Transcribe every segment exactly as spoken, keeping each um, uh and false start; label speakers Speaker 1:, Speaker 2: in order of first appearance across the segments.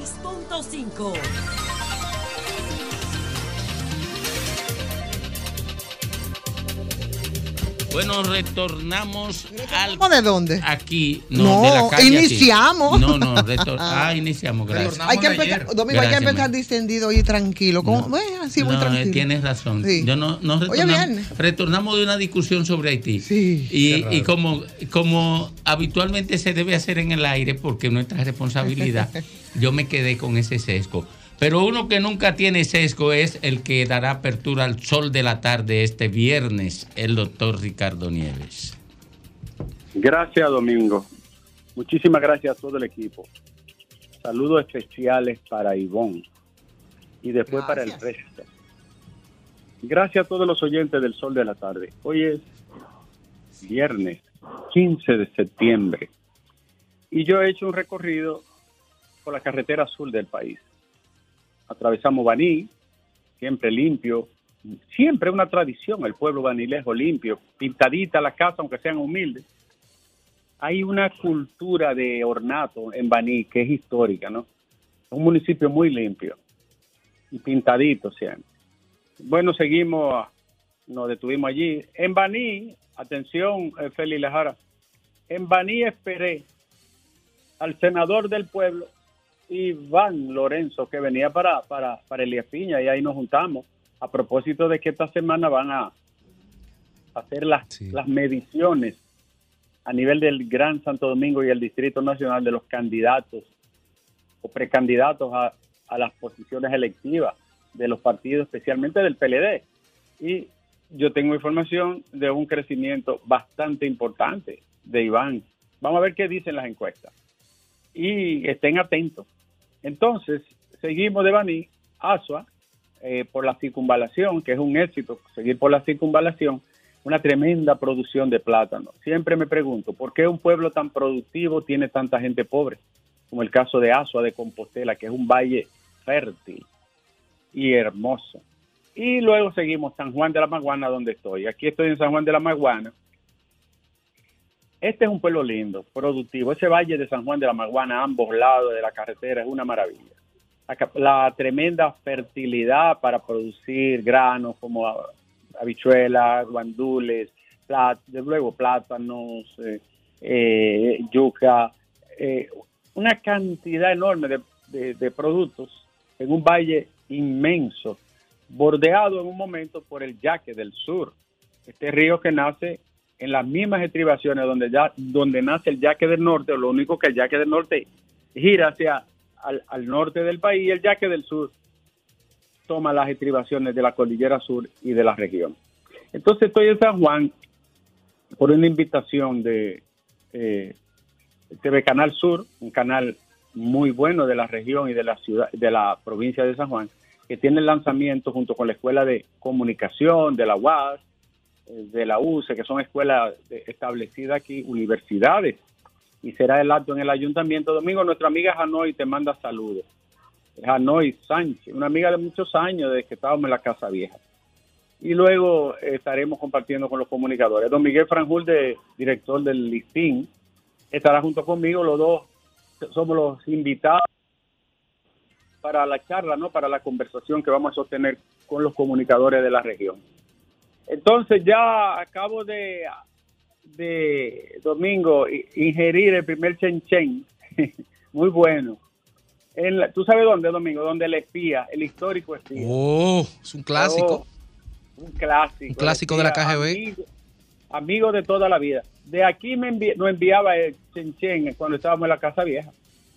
Speaker 1: seis punto cinco.
Speaker 2: Bueno, retornamos al...
Speaker 3: ¿De dónde?
Speaker 2: Aquí, no,
Speaker 3: no
Speaker 2: de la calle.
Speaker 3: iniciamos.
Speaker 2: Aquí. No, no, retor... ah, iniciamos, gracias.
Speaker 3: Hay que empezar, Domingo, hay que empezar distendido y tranquilo. Como,
Speaker 2: no,
Speaker 3: bueno, así muy
Speaker 2: no,
Speaker 3: tranquilo.
Speaker 2: Tienes razón.
Speaker 3: Sí.
Speaker 2: Yo no, no retornamos, retornamos de una discusión sobre Haití.
Speaker 3: Sí.
Speaker 2: Y, y como, como habitualmente se debe hacer en el aire, porque nuestra responsabilidad, yo me quedé con ese sesgo. Pero uno que nunca tiene sesgo es el que dará apertura al sol de la tarde este viernes, el doctor Ricardo Nieves.
Speaker 4: Gracias, Domingo. Muchísimas gracias a todo el equipo. Saludos especiales para Ivonne y después gracias. Para el resto. Gracias a todos los oyentes del Sol de la Tarde. Hoy es viernes quince de septiembre y yo he hecho un recorrido por la carretera sur del país. Atravesamos Baní, siempre limpio, siempre una tradición, el pueblo banilejo limpio, pintadita la casa, aunque sean humildes. Hay una cultura de ornato en Baní que es histórica, ¿no? Es un municipio muy limpio y pintadito siempre. Bueno, seguimos, nos detuvimos allí. En Baní, atención, Félix Lejara, en Baní esperé al senador del pueblo, Iván Lorenzo, que venía para, para, para Elías Piña, y ahí nos juntamos a propósito de que esta semana van a hacer las, sí. las mediciones a nivel del Gran Santo Domingo y el Distrito Nacional de los candidatos o precandidatos a, a las posiciones electivas de los partidos, especialmente del P L D. Y yo tengo información de un crecimiento bastante importante de Iván. Vamos a ver qué dicen las encuestas. Y estén atentos. Entonces, seguimos de Baní, Asua, eh, por la circunvalación, que es un éxito, seguir por la circunvalación, una tremenda producción de plátano. Siempre me pregunto, ¿por qué un pueblo tan productivo tiene tanta gente pobre? Como el caso de Asua de Compostela, que es un valle fértil y hermoso. Y luego seguimos San Juan de la Maguana, donde estoy. Aquí estoy en San Juan de la Maguana. Este es un pueblo lindo, productivo. Ese valle de San Juan de la Maguana, a ambos lados de la carretera, es una maravilla. La, la tremenda fertilidad para producir granos como habichuelas, guandules, plát, de luego plátanos, eh, eh, yuca, eh, una cantidad enorme de, de, de productos en un valle inmenso, bordeado en un momento por el Yaque del Sur, este río que nace en las mismas estribaciones donde ya donde nace el Yaque del Norte, o lo único que el Yaque del Norte gira hacia al, al norte del país, y el Yaque del Sur toma las estribaciones de la Cordillera Sur y de la región. Entonces estoy en San Juan por una invitación de eh, T V Canal Sur, un canal muy bueno de la región y de la ciudad, de la provincia de San Juan, que tiene el lanzamiento junto con la Escuela de Comunicación de la U A S, de la U C E, que son escuelas establecidas aquí, universidades, y será el acto en el Ayuntamiento. Domingo, nuestra amiga Hanoi te manda saludos. Hanoi Sánchez, una amiga de muchos años desde que estábamos en la Casa Vieja. Y luego eh, estaremos compartiendo con los comunicadores. Don Miguel Franjul, de, director del Listín, estará junto conmigo. Los dos somos los invitados para la charla, ¿no? Para la conversación que vamos a sostener con los comunicadores de la región. Entonces ya acabo de, de Domingo, ingerir el primer chen chen, muy bueno. En la, ¿tú sabes dónde, Domingo? Donde el espía, el histórico espía.
Speaker 5: Oh, es un clásico.
Speaker 4: Oh, un clásico.
Speaker 5: Un clásico de la K G B.
Speaker 4: Amigo, amigo de toda la vida. De aquí me envi nos enviaba el chen chen cuando estábamos en la Casa Vieja.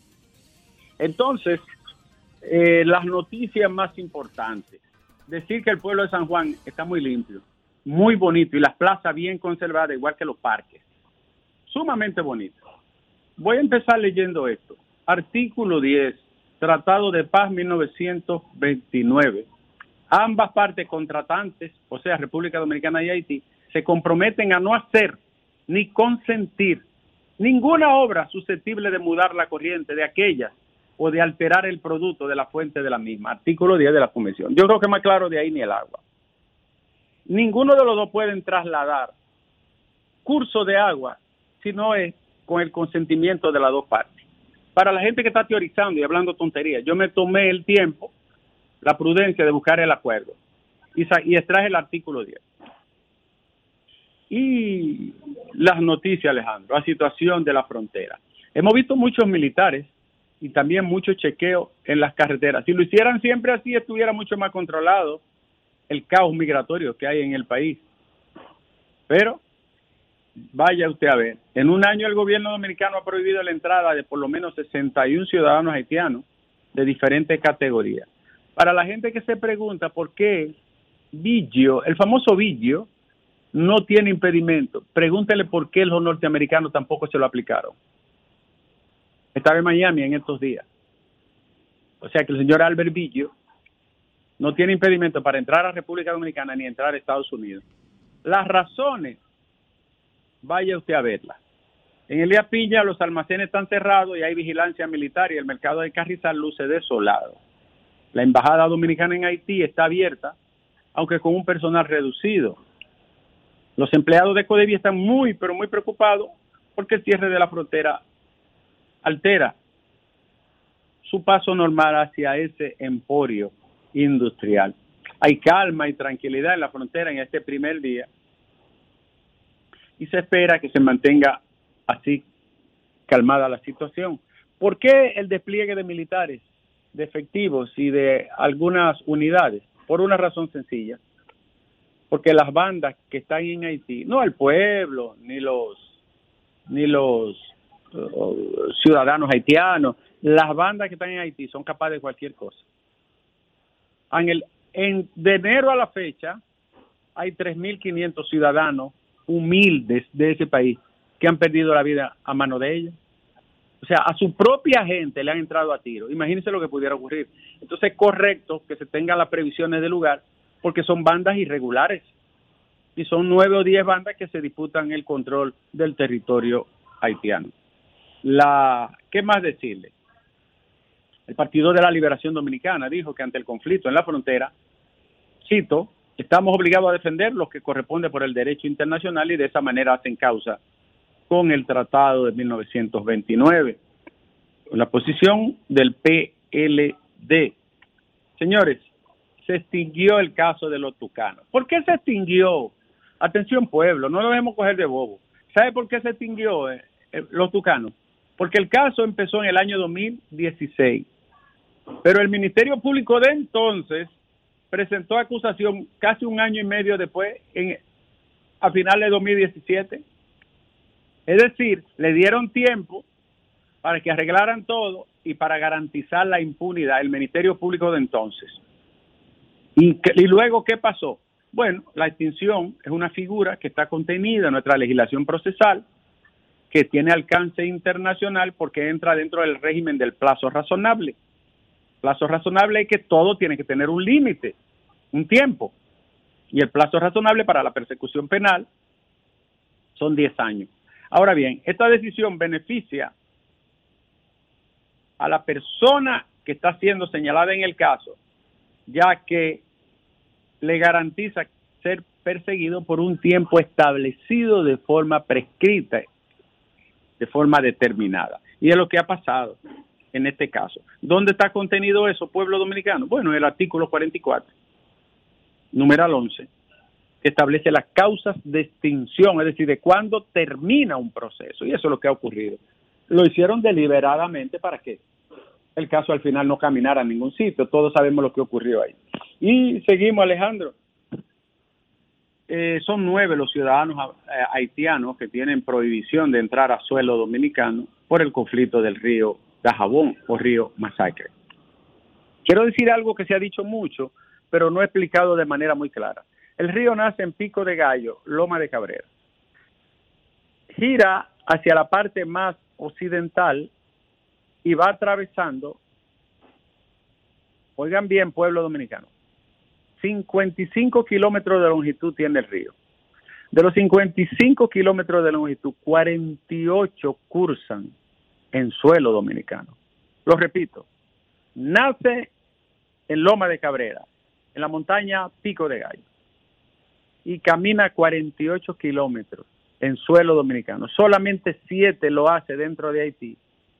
Speaker 4: Entonces, eh, las noticias más importantes. Decir que el pueblo de San Juan está muy limpio, muy bonito, y las plazas bien conservadas, igual que los parques. Sumamente bonito. Voy a empezar leyendo esto. Artículo diez, Tratado de Paz mil novecientos veintinueve. Ambas partes contratantes, o sea, República Dominicana y Haití, se comprometen a no hacer ni consentir ninguna obra susceptible de mudar la corriente de aquellas o de alterar el producto de la fuente de la misma. Artículo diez de la Convención. Yo creo que más claro de ahí ni el agua. Ninguno de los dos pueden trasladar curso de agua si no es con el consentimiento de las dos partes. para la gente que está teorizando y hablando tonterías, yo me tomé el tiempo, la prudencia de buscar el acuerdo y, y extraje el artículo diez. Y las noticias, Alejandro, la situación de la frontera. Hemos visto muchos militares y también mucho chequeo en las carreteras. Si lo hicieran siempre así, estuviera mucho más controlado el caos migratorio que hay en el país. Pero vaya usted a ver, en un año el gobierno dominicano ha prohibido la entrada de por lo menos sesenta y uno ciudadanos haitianos de diferentes categorías. Para la gente que se pregunta por qué Vigio, el famoso Vigio, no tiene impedimento, pregúntele por qué los norteamericanos tampoco se lo aplicaron. Estaba en Miami en estos días. O sea que el señor Albert Vigio no tiene impedimento para entrar a República Dominicana ni entrar a Estados Unidos. Las razones, vaya usted a verlas. En Elías Piña los almacenes están cerrados y hay vigilancia militar y el mercado de Carrizal luce desolado. La embajada dominicana en Haití está abierta, aunque con un personal reducido. Los empleados de Codevi están muy, pero muy preocupados porque el cierre de la frontera altera su paso normal hacia ese emporio industrial. Hay calma y tranquilidad en la frontera en este primer día y se espera que se mantenga así calmada la situación. ¿Por qué el despliegue de militares, de efectivos y de algunas unidades? Por una razón sencilla. Porque las bandas que están en Haití, no el pueblo, ni los ni los uh, ciudadanos haitianos, las bandas que están en Haití son capaces de cualquier cosa. En el, en, de enero a la fecha, hay tres mil quinientos ciudadanos humildes de ese país que han perdido la vida a mano de ellos. O sea, a su propia gente le han entrado a tiro. Imagínense lo que pudiera ocurrir. Entonces es correcto que se tengan las previsiones del lugar, porque son bandas irregulares y son nueve o diez bandas que se disputan el control del territorio haitiano. La, ¿qué más decirle? El Partido de la Liberación Dominicana dijo que ante el conflicto en la frontera, cito, estamos obligados a defender lo que corresponde por el derecho internacional y de esa manera hacen causa con el Tratado de mil novecientos veintinueve. La posición del P L D. Señores, se extinguió el caso de los tucanos. ¿Por qué se extinguió? Atención pueblo, no lo debemos coger de bobo. ¿Sabe por qué se extinguió eh, eh, los tucanos? Porque el caso empezó en el año dos mil dieciséis, pero el Ministerio Público de entonces presentó acusación casi un año y medio después, en, a finales de dos mil diecisiete. Es decir, le dieron tiempo para que arreglaran todo y para garantizar la impunidad el Ministerio Público de entonces. Y, y luego, ¿qué pasó? Bueno, la extinción es una figura que está contenida en nuestra legislación procesal, que tiene alcance internacional porque entra dentro del régimen del plazo razonable. Plazo razonable es que todo tiene que tener un límite, un tiempo. Y el plazo razonable para la persecución penal son diez años. Ahora bien, esta decisión beneficia a la persona que está siendo señalada en el caso, ya que le garantiza ser perseguido por un tiempo establecido de forma prescrita, de forma determinada. Y es lo que ha pasado en este caso. ¿Dónde está contenido eso, pueblo dominicano? Bueno, en el artículo cuarenta y cuatro, numeral once, que establece las causas de extinción, es decir, de cuándo termina un proceso. Y eso es lo que ha ocurrido. Lo hicieron deliberadamente para que el caso al final no caminara a ningún sitio. Todos sabemos lo que ocurrió ahí. Y seguimos, Alejandro. Eh, son nueve los ciudadanos haitianos que tienen prohibición de entrar a suelo dominicano por el conflicto del río Dajabón o río Masacre. Quiero decir algo que se ha dicho mucho, pero no he explicado de manera muy clara. El río nace en Pico de Gallo, Loma de Cabrera. Gira hacia la parte más occidental y va atravesando, oigan bien, pueblo dominicano, cincuenta y cinco kilómetros de longitud tiene el río. De los cincuenta y cinco kilómetros de longitud, cuarenta y ocho cursan en suelo dominicano. Lo repito, nace en Loma de Cabrera, en la montaña Pico de Gallo, y camina cuarenta y ocho kilómetros en suelo dominicano. Solamente siete lo hace dentro de Haití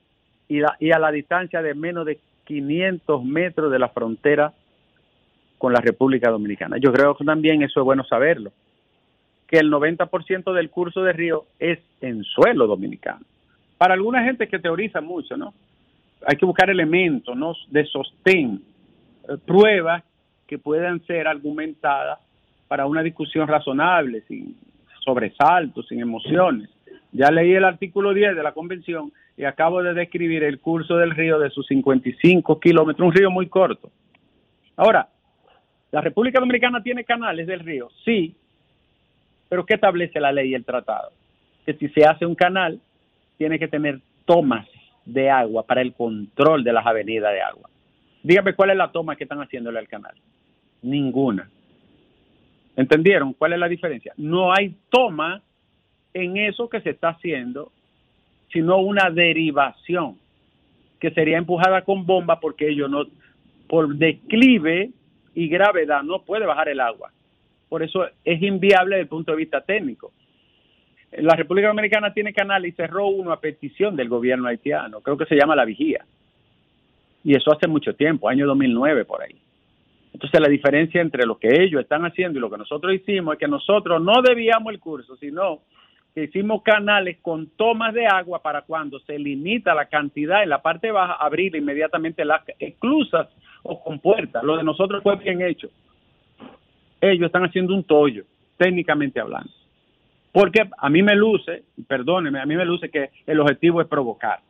Speaker 4: y, la, y a la distancia de menos de quinientos metros de la frontera con la República Dominicana. Yo creo que también eso es bueno saberlo, que el noventa por ciento del curso de río es en suelo dominicano. Para alguna gente que teoriza mucho, ¿no? Hay que buscar elementos, ¿no?, de sostén, eh, pruebas que puedan ser argumentadas para una discusión razonable, sin sobresaltos, sin emociones. Ya leí el artículo diez de la Convención y acabo de describir el curso del río de sus cincuenta y cinco kilómetros, un río muy corto. Ahora, ¿la República Dominicana tiene canales del río? Sí, pero ¿qué establece la ley y el tratado? Que si se hace un canal, tiene que tener tomas de agua para el control de las avenidas de agua. Dígame cuál es la toma que están haciéndole al canal. Ninguna. ¿Entendieron cuál es la diferencia? No hay toma en eso que se está haciendo, sino una derivación que sería empujada con bomba porque ellos no, por declive y gravedad, no puede bajar el agua. Por eso es inviable desde el punto de vista técnico. La República Dominicana tiene canal y cerró uno a petición del gobierno haitiano, creo que se llama La Vigía. Y eso hace mucho tiempo, año dos mil nueve por ahí. Entonces la diferencia entre lo que ellos están haciendo y lo que nosotros hicimos es que nosotros no debíamos el curso, sino que hicimos canales con tomas de agua para cuando se limita la cantidad en la parte baja, abrir inmediatamente las esclusas o compuertas. Lo de nosotros fue bien hecho. Ellos están haciendo un tollo, técnicamente hablando. Porque a mí me luce, perdóneme, a mí me luce que el objetivo es provocar.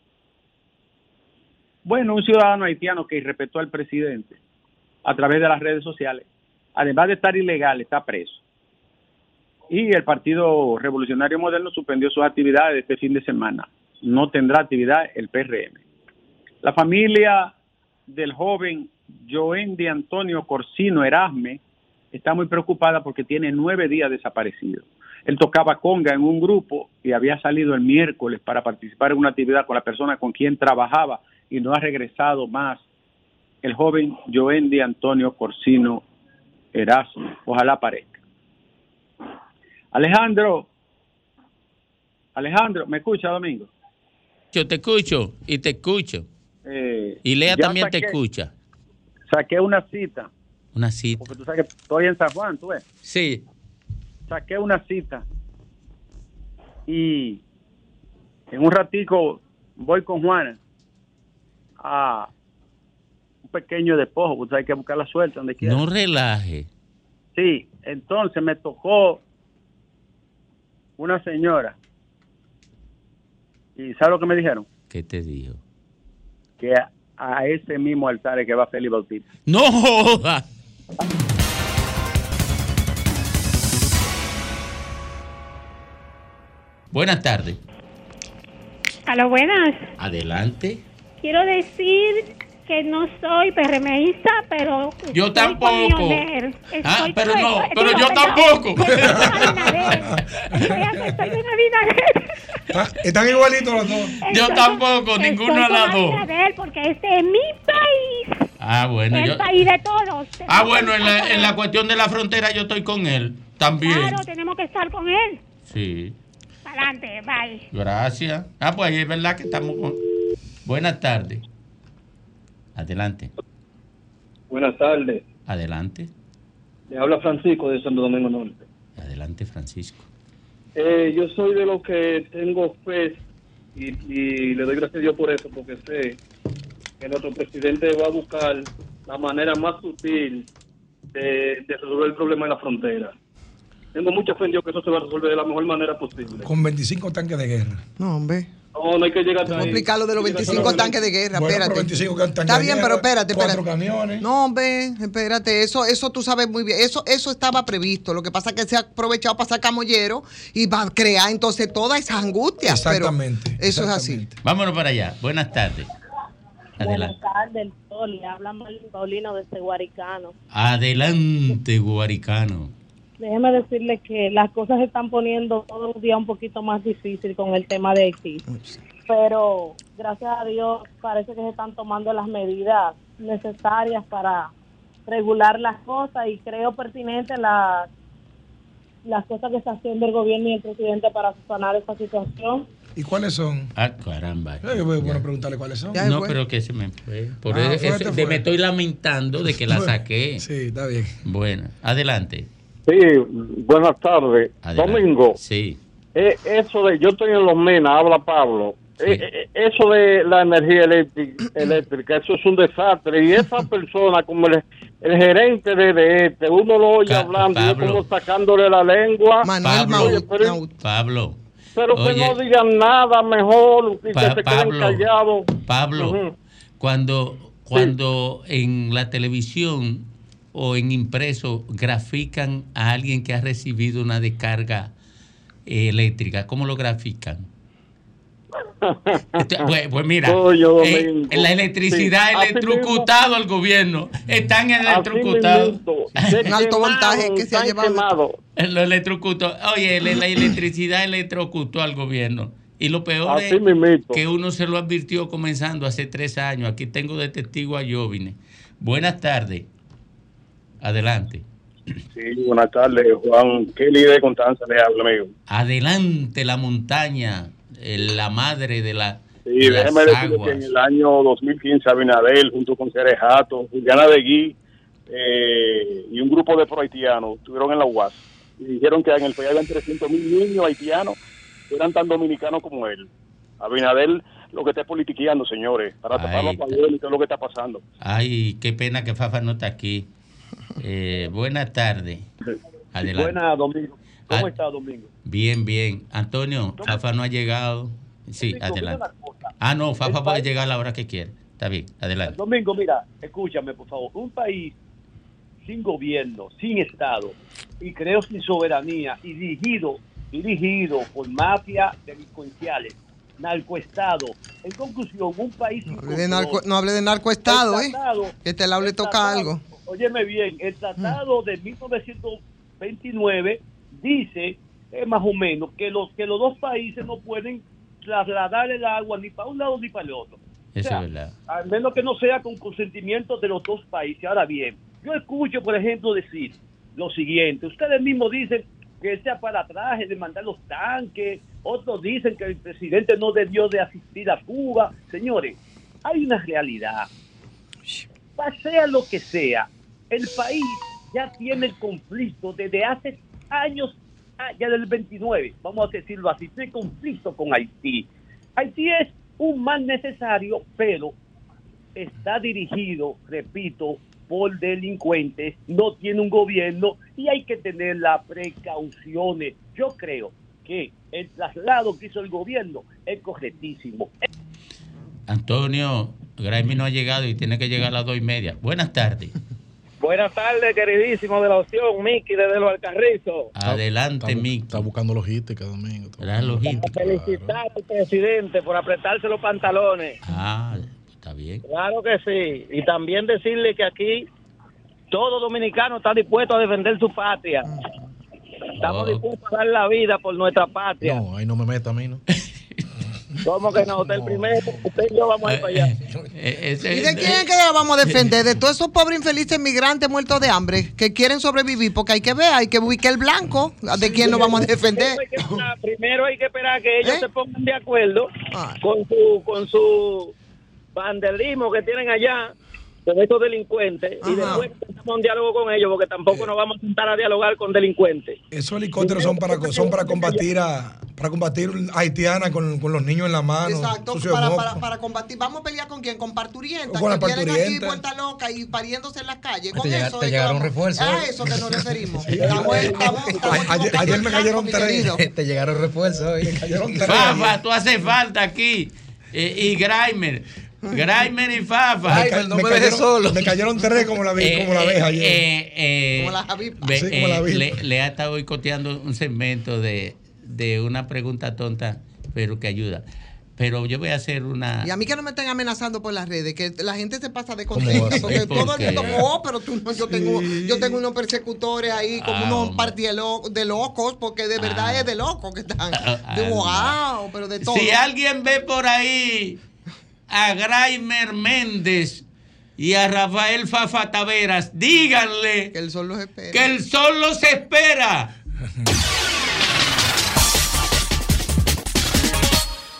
Speaker 4: Bueno, un ciudadano haitiano que irrespetó al presidente a través de las redes sociales, además de estar ilegal, está preso. Y el Partido Revolucionario Moderno suspendió sus actividades este fin de semana. No tendrá actividad el P R M. La familia del joven Joendy Antonio Corsino Erasme está muy preocupada porque tiene nueve días desaparecido. Él tocaba conga en un grupo y había salido el miércoles para participar en una actividad con la persona con quien trabajaba y no ha regresado más. El joven Joendy Antonio Corsino Erasme. Ojalá aparezca. Alejandro, Alejandro, ¿me escucha, Domingo?
Speaker 2: Yo te escucho y te escucho.
Speaker 4: Eh,
Speaker 2: y Lea también
Speaker 4: saqué,
Speaker 2: te escucha.
Speaker 4: Saqué una cita.
Speaker 2: Una cita.
Speaker 4: Porque tú sabes que estoy en San Juan, ¿tú ves?
Speaker 2: Sí.
Speaker 4: Saqué una cita y en un ratico voy con Juana a un pequeño despojo, porque hay que buscar la suerte donde quiera.
Speaker 2: No relaje.
Speaker 4: Sí, entonces me tocó una señora y ¿sabes lo que me dijeron?
Speaker 2: ¿Qué te dijo?
Speaker 4: Que a, a ese mismo altar es que va Félix Bautista.
Speaker 2: ¡No joda! Buenas tardes.
Speaker 1: Aló, buenas.
Speaker 2: Adelante.
Speaker 1: Quiero decir que no soy PRMista, pero
Speaker 2: yo tampoco. Ah, pero
Speaker 1: con,
Speaker 2: no,
Speaker 1: estoy,
Speaker 2: pero
Speaker 1: digo,
Speaker 2: yo
Speaker 1: perdón,
Speaker 2: tampoco.
Speaker 1: Estoy con Abinader.
Speaker 5: Están igualitos los dos.
Speaker 2: Yo estoy, tampoco, ninguno de los dos.
Speaker 1: Porque este es mi país.
Speaker 2: Ah, bueno.
Speaker 1: El
Speaker 2: yo...
Speaker 1: país de todos.
Speaker 2: Ah, bueno, en la, en la cuestión de la frontera yo estoy con él también.
Speaker 1: Claro, tenemos que estar con él.
Speaker 2: Sí.
Speaker 1: Adelante, bye.
Speaker 2: Gracias. Ah, pues es verdad que estamos con... Buenas tardes. Adelante.
Speaker 6: Buenas tardes.
Speaker 2: Adelante.
Speaker 6: Le habla Francisco de Santo Domingo Norte.
Speaker 2: Adelante, Francisco.
Speaker 6: Eh, yo soy de los que tengo fe y, y le doy gracias a Dios por eso, porque sé que nuestro presidente va a buscar la manera más sutil de, de resolver el problema en la frontera. Tengo mucha fe en Dios que eso se va a resolver de la mejor manera posible.
Speaker 5: Con veinticinco tanques de guerra.
Speaker 3: No, hombre.
Speaker 6: No, no hay que llegar
Speaker 3: a ahí. explicar lo de los veinticinco tanques de guerra,
Speaker 5: bueno,
Speaker 3: espérate.
Speaker 5: veinticinco tanques
Speaker 3: Está bien,
Speaker 5: de guerra,
Speaker 3: pero espérate, espérate.
Speaker 5: Cuatro camiones.
Speaker 3: No, hombre, espérate, eso eso tú sabes muy bien. Eso eso estaba previsto. Lo que pasa es que se ha aprovechado para sacar mollero y va a crear entonces toda esa angustia.
Speaker 5: Exactamente.
Speaker 3: Pero eso
Speaker 5: exactamente.
Speaker 3: es así.
Speaker 2: Vámonos para allá. Buenas tardes.
Speaker 7: Adelante. Buenas tardes, Sol. Le habla Marlene Paulino desde Guaricano.
Speaker 2: Adelante, Guaricano.
Speaker 7: Déjeme decirle que las cosas se están poniendo todos los días un poquito más difícil con el tema de Haití. Pero gracias a Dios parece que se están tomando las medidas necesarias para regular las cosas y creo pertinente las las cosas que está haciendo el gobierno y el presidente para sanar esta situación.
Speaker 5: ¿Y cuáles son?
Speaker 2: Ah, caramba.
Speaker 5: Eh, bueno, preguntarle cuáles son.
Speaker 2: No, pero que se me fue. Por
Speaker 5: Ah,
Speaker 2: eso,
Speaker 5: fue,
Speaker 2: eso-
Speaker 5: te
Speaker 2: de-
Speaker 5: fue.
Speaker 2: me estoy lamentando de que la saqué.
Speaker 5: Sí, está bien.
Speaker 2: Bueno, adelante.
Speaker 8: Sí, buenas tardes.
Speaker 2: Adelante.
Speaker 8: Domingo,
Speaker 2: Sí.
Speaker 8: eh, eso de, yo estoy en Los Menas, habla Pablo. Eh, eh, eso de la energía eléctrica, eléctrica, eso es un desastre. Y esa persona, como el, el gerente de, de este, uno lo oye
Speaker 2: Ca-
Speaker 8: hablando y es
Speaker 2: Pablo.
Speaker 8: como sacándole la lengua.
Speaker 2: Pablo,
Speaker 8: Oye, pero,
Speaker 2: Pablo.
Speaker 8: pero que
Speaker 2: Oye,
Speaker 8: no digan nada mejor y
Speaker 2: Pa-
Speaker 8: que se queden
Speaker 2: Pablo,
Speaker 8: callados.
Speaker 2: Pablo,
Speaker 8: Ujú.
Speaker 2: cuando, cuando en la televisión o en impreso grafican a alguien que ha recibido una descarga eh, eléctrica, ¿cómo lo grafican? Este, Pues, pues mira,
Speaker 8: Oye,
Speaker 2: eh,
Speaker 8: Domingo.
Speaker 2: la electricidad
Speaker 8: Sí, así
Speaker 2: electrocutado al gobierno. Están
Speaker 8: Así
Speaker 2: electrocutados.
Speaker 8: mismito. Se
Speaker 3: Un alto voltaje que se ha
Speaker 8: están
Speaker 3: llevado.
Speaker 8: quemados.
Speaker 2: Lo electrocutó. Oye, la, la electricidad electrocutó al gobierno. Y lo peor
Speaker 8: Así
Speaker 2: es
Speaker 8: mismito.
Speaker 2: que uno se lo advirtió comenzando hace tres años. Aquí tengo de testigo a Jovine. Buenas tardes. Adelante.
Speaker 4: Sí, buenas tardes, Juan Kelly de Constanza, le habla, amigo.
Speaker 2: Adelante la montaña, eh, la madre de la
Speaker 4: Sí,
Speaker 2: de las
Speaker 4: déjeme decirle
Speaker 2: aguas.
Speaker 4: que en el año dos mil quince Abinadel, junto con Cerejato, Juliana de Gui eh, y un grupo de pro-haitianos estuvieron en la U A S y dijeron que en el país habían trescientos mil niños haitianos que eran tan dominicanos como él. Abinadel lo que está politiqueando, señores, para tapar los
Speaker 2: Ahí
Speaker 4: pañuelos y todo lo que está pasando.
Speaker 2: Ay, qué pena que Fafa no está aquí. Eh, buenas tardes. Adelante.
Speaker 9: Buenas, Domingo. ¿Cómo
Speaker 2: Ah,
Speaker 9: está, Domingo?
Speaker 2: Bien, bien. Antonio, Fafa no ha llegado. Sí,
Speaker 9: Domingo,
Speaker 2: adelante.
Speaker 9: mira una cosa.
Speaker 2: Ah, no, Fafa
Speaker 9: El
Speaker 2: puede
Speaker 9: país-
Speaker 2: llegar a la hora que quiera. Está bien, adelante.
Speaker 9: Domingo, mira, escúchame, por favor. Un país sin gobierno, sin Estado, y creo sin soberanía, y dirigido, dirigido por mafias delincuenciales, narcoestado. En conclusión, un país sin
Speaker 3: No hable de
Speaker 9: control.
Speaker 3: narco- no hable de narcoestado,
Speaker 9: El
Speaker 3: ¿eh?
Speaker 9: tratado-
Speaker 3: Que este lado le
Speaker 9: el
Speaker 3: toca
Speaker 9: tratado-
Speaker 3: algo.
Speaker 9: Óyeme bien, el tratado de mil novecientos veintinueve dice eh, más o menos que los que los dos países no pueden trasladar el agua ni para un lado ni para el otro.
Speaker 2: Eso
Speaker 9: O sea,
Speaker 2: es verdad.
Speaker 9: al menos que no sea con consentimiento de los dos países. Ahora bien, yo escucho, por ejemplo, decir lo siguiente. Ustedes mismos dicen que ese aparataje de mandar los tanques, otros dicen que el presidente no debió de asistir a Cuba. Señores, hay una realidad. Sea lo que sea, el país ya tiene el conflicto desde hace años, ah, ya del veintinueve, vamos a decirlo así, tiene conflicto con Haití. Haití es un mal necesario, pero está dirigido, repito, por delincuentes, no tiene un gobierno y hay que tener las precauciones. Yo creo que el traslado que hizo el gobierno es correctísimo.
Speaker 2: Antonio, Graeme no ha llegado y tiene que llegar a las dos y media. Buenas tardes.
Speaker 10: Buenas tardes, queridísimo de la opción, Miki, desde los Alcarrizos.
Speaker 2: Adelante, Miki.
Speaker 11: Está buscando logística, Domingo.
Speaker 2: La logística.
Speaker 10: Felicitar al presidente por apretarse los pantalones.
Speaker 2: Ah, está bien.
Speaker 10: Claro que sí. Y también decirle que aquí todo dominicano está dispuesto a defender su patria. Estamos
Speaker 2: Oh.
Speaker 10: dispuestos a dar la vida por nuestra patria.
Speaker 11: No, ahí no me meta a mí, ¿no?
Speaker 10: ¿Cómo que no? Usted el primero, usted y yo vamos a ir para allá.
Speaker 2: Eh,
Speaker 3: ¿Y de quién es que la vamos a defender? De todos esos pobres infelices migrantes muertos de hambre que quieren sobrevivir, porque hay que ver, hay que ubicar el blanco. ¿De quién nos vamos a defender?
Speaker 10: Primero hay que esperar, primero hay que esperar que ellos
Speaker 3: ¿Eh?
Speaker 10: se pongan de acuerdo con su con su banderismo que tienen allá con estos delincuentes y después empezamos un diálogo con ellos porque tampoco nos vamos a sentar a dialogar con delincuentes.
Speaker 5: Esos helicópteros son para son para combatir a para combatir a haitiana con, con los niños en la mano.
Speaker 3: Exacto,
Speaker 5: sucio de
Speaker 3: para,
Speaker 5: moco.
Speaker 3: para, para combatir. ¿Vamos a pelear con quién? Con parturientas,
Speaker 5: Con la
Speaker 3: que vienen aquí
Speaker 5: parturienta.
Speaker 3: vuelta loca y pariéndose en las calles.
Speaker 11: Te
Speaker 3: Con
Speaker 11: llega-
Speaker 3: eso
Speaker 11: te
Speaker 3: es que
Speaker 11: llegaron
Speaker 3: vamos-
Speaker 11: refuerzos,
Speaker 3: A
Speaker 11: ¿eh?
Speaker 3: eso que nos referimos. Estamos, estamos, estamos
Speaker 5: Ayer-
Speaker 3: equivocados
Speaker 5: ayer
Speaker 3: en
Speaker 5: me
Speaker 3: blanco,
Speaker 5: cayeron
Speaker 3: mi
Speaker 5: tres.
Speaker 3: querido.
Speaker 11: Te llegaron refuerzos hoy.
Speaker 2: Fafa, tú haces falta aquí. Eh, y Graimer. Graimer y Fafa.
Speaker 5: Me ca- me cayeron- Me cayeron tres como la, vi- como la abeja ayer.
Speaker 2: Eh, eh,
Speaker 3: Como la javipa.
Speaker 2: ve-
Speaker 5: Sí, como la
Speaker 2: eh,
Speaker 5: avispa.
Speaker 2: le, le ha estado boicoteando un segmento de, de una pregunta tonta, pero que ayuda. Pero yo voy a hacer una.
Speaker 3: Y a mí que no me estén amenazando por las redes, que la gente se pasa de
Speaker 2: ¿Cómo
Speaker 3: contenta,
Speaker 2: así?
Speaker 3: porque
Speaker 2: ¿Por
Speaker 3: todo el
Speaker 2: qué?
Speaker 3: mundo, oh, pero tú no, yo tengo, yo tengo unos persecutores ahí, como
Speaker 2: Ah,
Speaker 3: unos
Speaker 2: hombre.
Speaker 3: partidos de locos, porque de verdad
Speaker 2: Ah.
Speaker 3: es de locos que están.
Speaker 2: Ah,
Speaker 3: De,
Speaker 2: anda.
Speaker 3: wow, pero de todo.
Speaker 2: Si alguien ve por ahí a Graimer Méndez y a Rafael Fafa Taveras, díganle
Speaker 3: que el sol los espera.
Speaker 2: Que el sol los espera.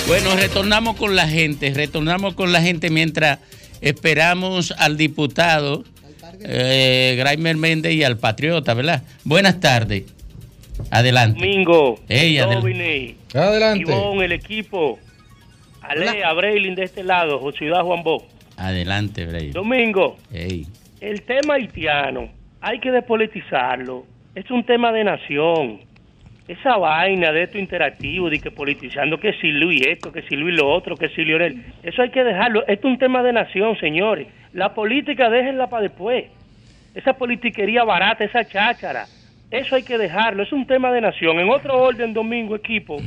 Speaker 2: Bueno, retornamos con la gente, retornamos con la gente mientras esperamos al diputado eh, Graimer Méndez y al patriota, ¿verdad? Buenas tardes. Adelante.
Speaker 12: Domingo.
Speaker 2: Hey, adel-
Speaker 12: Domini,
Speaker 2: Adelante.
Speaker 12: Ivonne, el equipo. Alea, Breilin de este lado, Ciudad Juan Bo.
Speaker 2: Adelante, Brey.
Speaker 12: Domingo.
Speaker 2: Hey.
Speaker 12: El tema haitiano, hay que despolitizarlo. Es un tema de nación. Esa vaina de esto interactivo, de que politizando, que si Luis esto, que si Luis lo otro, que si Lionel, eso hay que dejarlo. Esto es un tema de nación, señores. La política déjenla para después. Esa politiquería barata, esa cháchara, eso hay que dejarlo. Es un tema de nación. En otro orden, Domingo, equipo,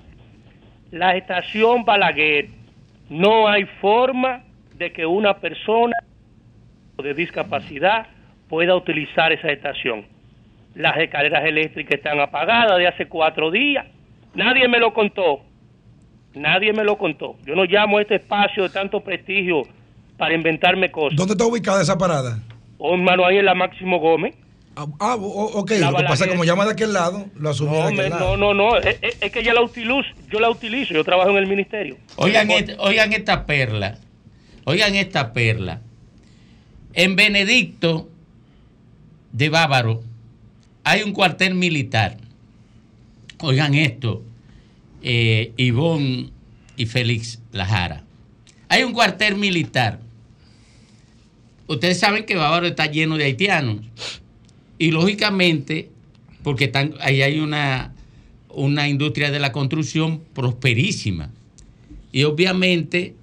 Speaker 12: la estación Balaguer, no hay forma de que una persona de discapacidad pueda utilizar esa estación. Las escaleras eléctricas están apagadas de hace cuatro días. Nadie me lo contó. Nadie me lo contó. Yo no llamo a este espacio de tanto prestigio para inventarme cosas.
Speaker 5: ¿Dónde está ubicada esa parada?
Speaker 12: Oh, hermano, ahí en la Máximo Gómez.
Speaker 5: Ah, ah o- ok.
Speaker 12: La
Speaker 5: Lo que pasa es
Speaker 12: Balaguer.
Speaker 5: que como llama de aquel lado, lo asumí de
Speaker 12: No,
Speaker 5: aquel
Speaker 12: me-
Speaker 5: lado.
Speaker 12: no, no, no. Es, es- es que ya la utilizo. Yo la utilizo. Yo trabajo en el ministerio.
Speaker 2: Oigan, et- oigan esta perla. Oigan esta perla. En Benedicto de Bávaro hay un cuartel militar. Oigan esto, eh, Ivonne y Félix Lajara. Hay un cuartel militar. Ustedes saben que Bávaro está lleno de haitianos. Y lógicamente, porque están, ahí hay una, una industria de la construcción prosperísima. Y obviamente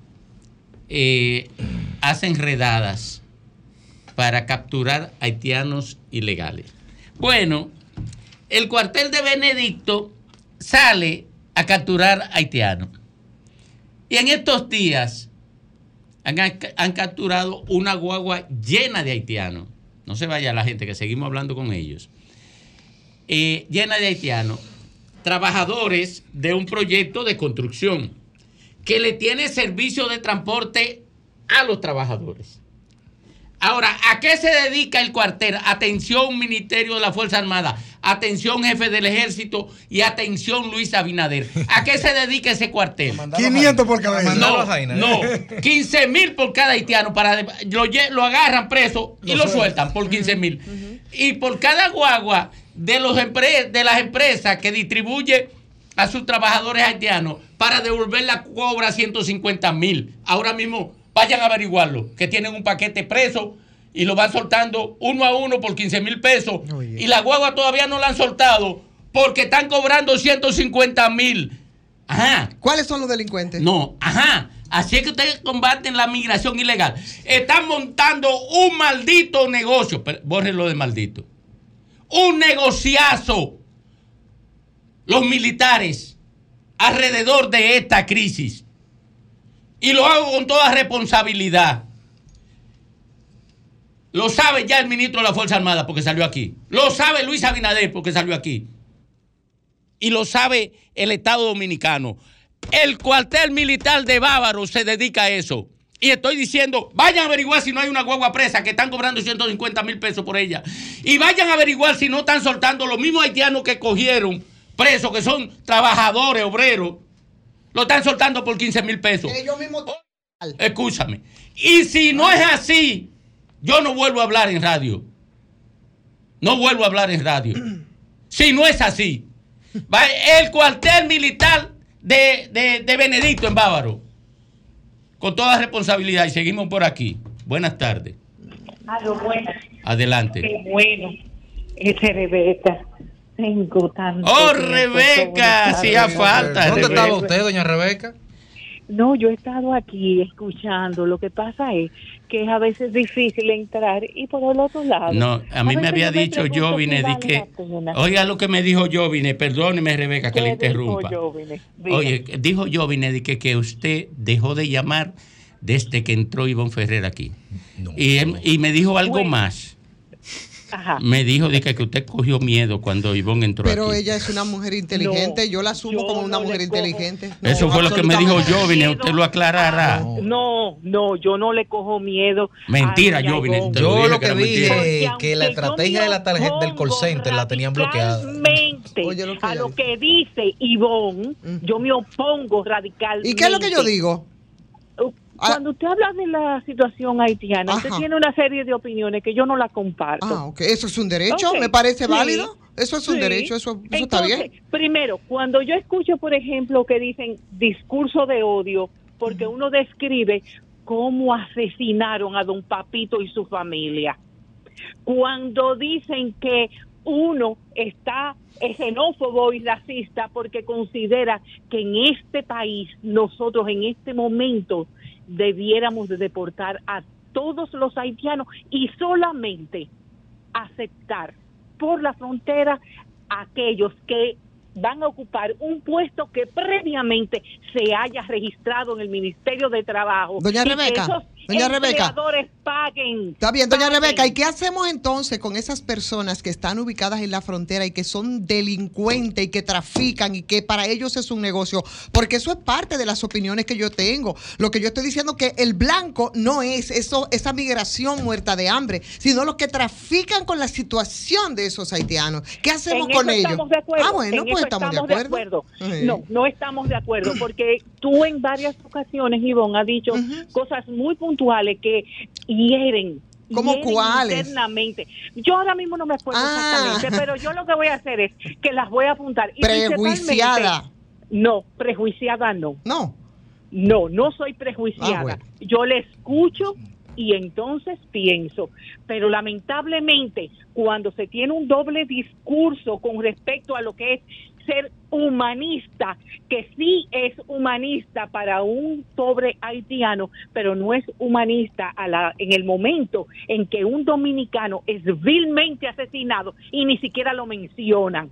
Speaker 2: eh, hacen redadas para capturar haitianos ilegales. Bueno, el cuartel de Benedicto sale a capturar haitianos. Y en estos días han, han capturado una guagua llena de haitianos. No se vaya la gente, que seguimos hablando con ellos. Eh, llena de haitianos, trabajadores de un proyecto de construcción que le tiene servicio de transporte a los trabajadores. Ahora, ¿a qué se dedica el cuartel? Atención, Ministerio de la Fuerza Armada. Atención, Jefe del Ejército. Y atención, Luis Abinader. ¿A qué se dedica ese cuartel?
Speaker 5: quinientos por cabeza.
Speaker 2: No, no. quince mil por cada haitiano. Para, lo, lle- lo agarran preso y
Speaker 5: Lo
Speaker 2: lo,
Speaker 5: sueltan.
Speaker 2: sueltan por quince mil. Y por cada guagua de, los empre- de las empresas que distribuye a sus trabajadores haitianos, para devolver la cobra ciento cincuenta mil. Ahora mismo vayan a averiguarlo, que tienen un paquete preso y lo van soltando uno a uno por quince mil pesos. Y la guagua todavía no la han soltado porque están cobrando ciento cincuenta mil. Ajá.
Speaker 3: ¿Cuáles son los delincuentes?
Speaker 2: No, ajá. Así es que ustedes combaten la migración ilegal. Están montando un maldito negocio. Pero, bórrenlo de maldito. Un negociazo. Los militares alrededor de esta crisis. Y lo hago con toda responsabilidad. Lo sabe ya el ministro de la Fuerza Armada porque salió aquí. Lo sabe Luis Abinader porque salió aquí. Y lo sabe el Estado Dominicano. El cuartel militar de Bávaro se dedica a eso. Y estoy diciendo, vayan a averiguar si no hay una guagua presa que están cobrando ciento cincuenta mil pesos por ella. Y vayan a averiguar si no están soltando los mismos haitianos que cogieron presos, que son trabajadores, obreros. Lo están soltando por quince mil pesos.
Speaker 3: Ellos mismos.
Speaker 2: Escúchame. Y si no es así, yo no vuelvo a hablar en radio. No vuelvo a hablar en radio. Si no es así. Va el cuartel militar de, de, de Benedicto en Bávaro. Con toda responsabilidad. Y seguimos por aquí. Buenas tardes.
Speaker 13: Aló, buenas.
Speaker 2: Adelante.
Speaker 13: Qué bueno. Ese Rebeca. Tengo tanto.
Speaker 2: Oh,
Speaker 13: tiempo
Speaker 2: Rebeca.
Speaker 13: sobre
Speaker 2: Hacía
Speaker 13: esta
Speaker 2: falta.
Speaker 11: ¿Dónde
Speaker 2: Rebeca.
Speaker 11: estaba usted, doña Rebeca?
Speaker 13: No, yo he estado aquí escuchando. Lo que pasa es que es a veces difícil entrar y por el otro lado.
Speaker 2: No, a mí me
Speaker 13: veces
Speaker 2: había
Speaker 13: yo me
Speaker 2: dicho
Speaker 13: pregunto
Speaker 2: Jovine,
Speaker 13: si
Speaker 2: de
Speaker 13: vale
Speaker 2: que,
Speaker 13: la pena.
Speaker 2: oiga lo que me dijo Jovine, perdóneme Rebeca que le
Speaker 13: ¿Qué dijo
Speaker 2: interrumpa.
Speaker 13: Jovine? Diga.
Speaker 2: Oye, dijo Jovine de que, que usted dejó de llamar desde que entró Ivonne Ferrer aquí. y, él- y me dijo algo
Speaker 13: Bueno.
Speaker 2: más.
Speaker 13: Ajá.
Speaker 2: Me dijo de que, que usted cogió miedo cuando Ivonne entró
Speaker 3: Pero
Speaker 2: aquí.
Speaker 3: ella es una mujer inteligente.
Speaker 13: No,
Speaker 3: yo la asumo
Speaker 13: yo
Speaker 3: como una
Speaker 13: no
Speaker 3: mujer
Speaker 13: le cojo-
Speaker 3: inteligente. No,
Speaker 2: Eso fue lo que me dijo
Speaker 3: absolutamente.
Speaker 2: Jovine, usted lo aclarará.
Speaker 13: No, no, yo no le cojo miedo.
Speaker 2: Mentira,
Speaker 13: a doña
Speaker 2: Jovine,
Speaker 13: Ivonne.
Speaker 2: te lo
Speaker 11: Yo
Speaker 2: dije
Speaker 11: lo
Speaker 2: que
Speaker 11: que
Speaker 2: era
Speaker 11: vi
Speaker 2: mentira.
Speaker 11: es
Speaker 13: Porque
Speaker 11: que la
Speaker 13: aunque yo
Speaker 11: estrategia
Speaker 13: me
Speaker 11: de la tarjeta del call
Speaker 13: opongo
Speaker 11: center la tenían bloqueada.
Speaker 13: radicalmente Exactamente.
Speaker 3: Oye, lo que
Speaker 13: a
Speaker 3: ella
Speaker 13: lo
Speaker 3: dice.
Speaker 13: que dice Ivonne,
Speaker 3: Mm.
Speaker 13: yo me opongo radicalmente.
Speaker 3: ¿Y qué es lo que yo digo?
Speaker 13: Cuando usted habla de la situación haitiana, usted
Speaker 3: Ajá.
Speaker 13: tiene una serie de opiniones que yo no la comparto.
Speaker 3: Ah, ok. ¿Eso es un derecho?
Speaker 13: Ok,
Speaker 3: ¿Me parece
Speaker 13: sí,
Speaker 3: válido? Eso es un
Speaker 13: sí.
Speaker 3: derecho, eso, eso está
Speaker 13: Entonces,
Speaker 3: bien.
Speaker 13: Primero, cuando yo escucho, por ejemplo, que dicen discurso de odio, porque uno describe cómo asesinaron a don Papito y su familia. Cuando dicen que uno está es xenófobo y racista porque considera que en este país, nosotros en este momento, debiéramos de deportar a todos los haitianos y solamente aceptar por la frontera a aquellos que van a ocupar un puesto que previamente se haya registrado en el Ministerio de Trabajo.
Speaker 3: Doña
Speaker 13: y que
Speaker 3: Rebeca,
Speaker 13: esos
Speaker 3: doña Rebeca.
Speaker 13: empleadores paguen.
Speaker 3: Está bien, doña
Speaker 13: paguen.
Speaker 3: Rebeca, ¿y qué hacemos entonces con esas personas que están ubicadas en la frontera y que son delincuentes y que trafican y que para ellos es un negocio? Porque eso es parte de las opiniones que yo tengo. Lo que yo estoy diciendo que el blanco no es eso, esa migración muerta de hambre, sino los que trafican con la situación de esos haitianos. ¿Qué hacemos
Speaker 13: En
Speaker 3: con
Speaker 13: eso
Speaker 3: ellos?
Speaker 13: estamos de acuerdo,
Speaker 3: Ah, bueno,
Speaker 13: en
Speaker 3: pues
Speaker 13: eso
Speaker 3: estamos,
Speaker 13: estamos
Speaker 3: de acuerdo. Sí.
Speaker 13: No, no estamos de acuerdo, porque tú en varias ocasiones, Ivonne, has dicho cosas muy puntuales que hieren.
Speaker 3: ¿Cómo
Speaker 13: hieren
Speaker 3: cuáles?
Speaker 13: Internamente. Yo ahora mismo no me acuerdo
Speaker 3: Ah.
Speaker 13: exactamente, pero yo lo que voy a hacer es que las voy a apuntar. Y
Speaker 3: Prejuiciada.
Speaker 13: principalmente- No, prejuiciada no.
Speaker 3: No.
Speaker 13: No, no soy prejuiciada.
Speaker 3: Ah, bueno.
Speaker 13: Yo le escucho y entonces pienso. Pero lamentablemente, cuando se tiene un doble discurso con respecto a lo que es ser humanista, que sí es humanista para un pobre haitiano, pero no es humanista a la, en el momento en que un dominicano es vilmente asesinado y ni siquiera lo mencionan.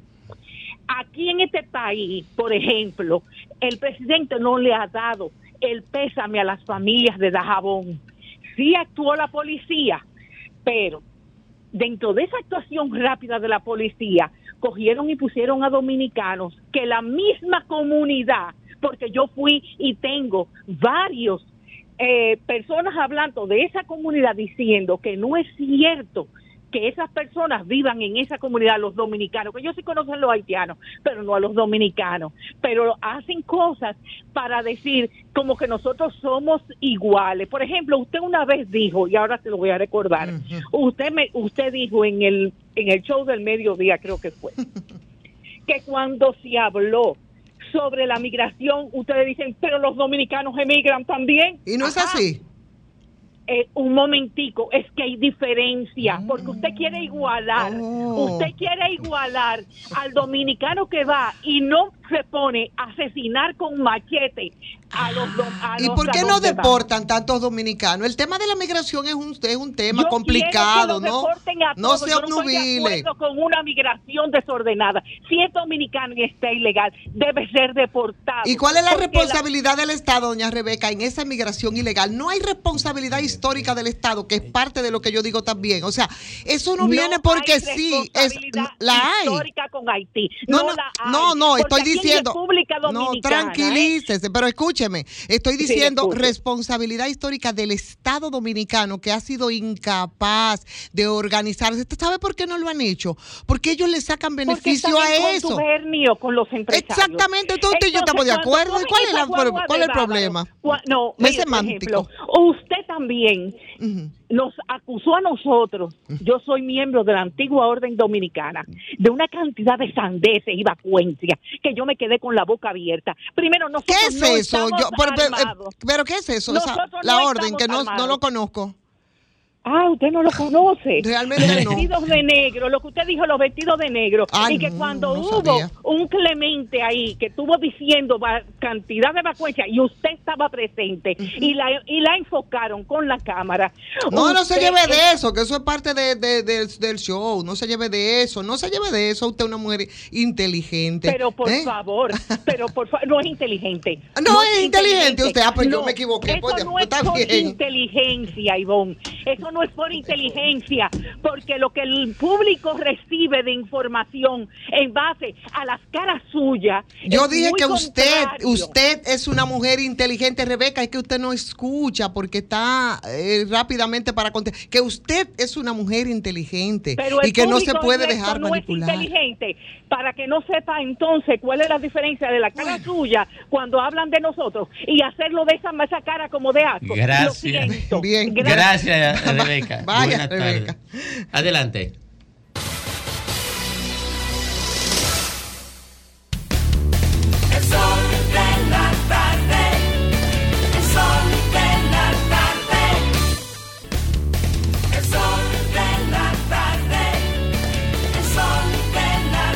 Speaker 13: Aquí en este país, por ejemplo, el presidente no le ha dado el pésame a las familias de Dajabón. Sí actuó la policía, pero dentro de esa actuación rápida de la policía, cogieron y pusieron a dominicanos que la misma comunidad, porque yo fui y tengo varios eh, personas hablando de esa comunidad diciendo que no es cierto que esas personas vivan en esa comunidad, los dominicanos, que ellos sí conocen a los haitianos, pero no a los dominicanos, pero hacen cosas para decir como que nosotros somos iguales. Por ejemplo, usted una vez dijo, y ahora se lo voy a recordar, uh-huh. usted me usted dijo en el en el show del mediodía, creo que fue, que cuando se habló sobre la migración, ustedes dicen, pero los dominicanos emigran también.
Speaker 3: ¿Y no es
Speaker 13: Ajá.
Speaker 3: así?
Speaker 13: Eh, un momentico, es que hay diferencia, porque usted quiere igualar,
Speaker 3: Oh.
Speaker 13: usted quiere igualar al dominicano que va y no se pone a asesinar con machete a los dom- a
Speaker 3: ¿Y
Speaker 13: los
Speaker 3: por qué
Speaker 13: a
Speaker 3: no
Speaker 13: donde va.
Speaker 3: deportan tantos dominicanos? El tema de la migración es un, es un tema
Speaker 13: Yo
Speaker 3: complicado,
Speaker 13: quiero que los
Speaker 3: ¿no?
Speaker 13: deporten a
Speaker 3: No
Speaker 13: todos.
Speaker 3: se
Speaker 13: Yo no estoy
Speaker 3: obnubile.
Speaker 13: de acuerdo con una migración desordenada. Si es dominicano y está ilegal, debe ser deportado.
Speaker 3: ¿Y cuál es la
Speaker 13: Porque
Speaker 3: responsabilidad del Estado, doña Rebeca, en esa migración ilegal? No hay responsabilidad histórica del Estado, que es parte de lo que yo digo también. O sea, eso no, viene porque
Speaker 13: hay
Speaker 3: sí, es,
Speaker 13: responsabilidad
Speaker 3: la hay.
Speaker 13: histórica con Haití.
Speaker 3: No,
Speaker 13: No,
Speaker 3: no,
Speaker 13: la hay.
Speaker 3: no, no,
Speaker 13: Porque
Speaker 3: estoy
Speaker 13: aquí en
Speaker 3: diciendo,
Speaker 13: República
Speaker 3: no,
Speaker 13: Dominicana,
Speaker 3: tranquilícese, pero escúcheme, estoy
Speaker 13: Sí,
Speaker 3: diciendo
Speaker 13: escucho.
Speaker 3: responsabilidad histórica del Estado dominicano que ha sido incapaz de organizarse. ¿Usted sabe por qué no lo han hecho? Porque ellos le sacan
Speaker 13: Porque
Speaker 3: beneficio
Speaker 13: están en
Speaker 3: a eso.
Speaker 13: contubernio con los empresarios.
Speaker 3: Exactamente, entonces usted y yo estamos de
Speaker 13: Entonces, cuando
Speaker 3: acuerdo. ¿Y
Speaker 13: cogen
Speaker 3: cuál es, la-
Speaker 13: esa guagua
Speaker 3: cuál es el
Speaker 13: de
Speaker 3: problema?
Speaker 13: bárbaro, cua- no,
Speaker 3: Es
Speaker 13: mire, por
Speaker 3: semántico.
Speaker 13: ejemplo, usted también nos acusó a nosotros, yo soy miembro de la antigua orden dominicana, de una cantidad de sandeces y vacuencias que yo me quedé con la boca abierta. Primero, nosotros
Speaker 3: ¿Qué es
Speaker 13: no
Speaker 3: eso?
Speaker 13: estamos
Speaker 3: Yo, pero, pero,
Speaker 13: armados.
Speaker 3: eh, pero ¿qué es eso? Esa-
Speaker 13: Nosotros
Speaker 3: la
Speaker 13: no
Speaker 3: orden,
Speaker 13: estamos
Speaker 3: que no, no
Speaker 13: armados.
Speaker 3: lo conozco.
Speaker 13: Ah, usted no lo conoce.
Speaker 3: Realmente
Speaker 13: los
Speaker 3: no.
Speaker 13: vestidos de negro, lo que usted dijo, los vestidos de negro.
Speaker 3: Ah,
Speaker 13: y que
Speaker 3: no,
Speaker 13: cuando
Speaker 3: no
Speaker 13: hubo
Speaker 3: sabía.
Speaker 13: un Clemente ahí que estuvo diciendo va- cantidad de vacuencia y usted estaba presente y la y la enfocaron con la cámara.
Speaker 3: No, no se
Speaker 13: Usted
Speaker 3: lleve
Speaker 13: es-
Speaker 3: de eso, que eso es parte de, de- de- del show. No se lleve de eso, no se lleve de eso. Usted es una mujer inteligente.
Speaker 13: Pero por
Speaker 3: ¿eh?
Speaker 13: favor, pero por favor, no es inteligente.
Speaker 3: No es inteligente usted. Ah, pues yo me equivoqué,
Speaker 13: Eso
Speaker 3: pues,
Speaker 13: no
Speaker 3: pues,
Speaker 13: es
Speaker 3: está
Speaker 13: por
Speaker 3: bien.
Speaker 13: inteligencia, Ivonne. Eso no no es por inteligencia, porque lo que el público recibe de información en base a las caras suyas.
Speaker 3: Yo dije que
Speaker 13: contrario.
Speaker 3: usted, usted es una mujer inteligente, Rebeca, es que usted no escucha porque está eh, rápidamente para contestar. Que usted es una mujer inteligente
Speaker 13: Pero el
Speaker 3: y que no se
Speaker 13: público
Speaker 3: puede
Speaker 13: electo
Speaker 3: dejar
Speaker 13: no
Speaker 3: manipular.
Speaker 13: Es inteligente, para que no sepa entonces cuál es la diferencia de la cara suya cuando hablan de nosotros y hacerlo de esa, esa cara como de asco.
Speaker 2: Gracias.
Speaker 13: Lo siento.
Speaker 3: Bien.
Speaker 2: Gracias, Rebeca.
Speaker 3: Vaya,
Speaker 2: Buenas
Speaker 3: Rebeca.
Speaker 2: tardes. Adelante.
Speaker 14: El sol de la tarde, el sol de la tarde, el sol de la tarde, el sol de la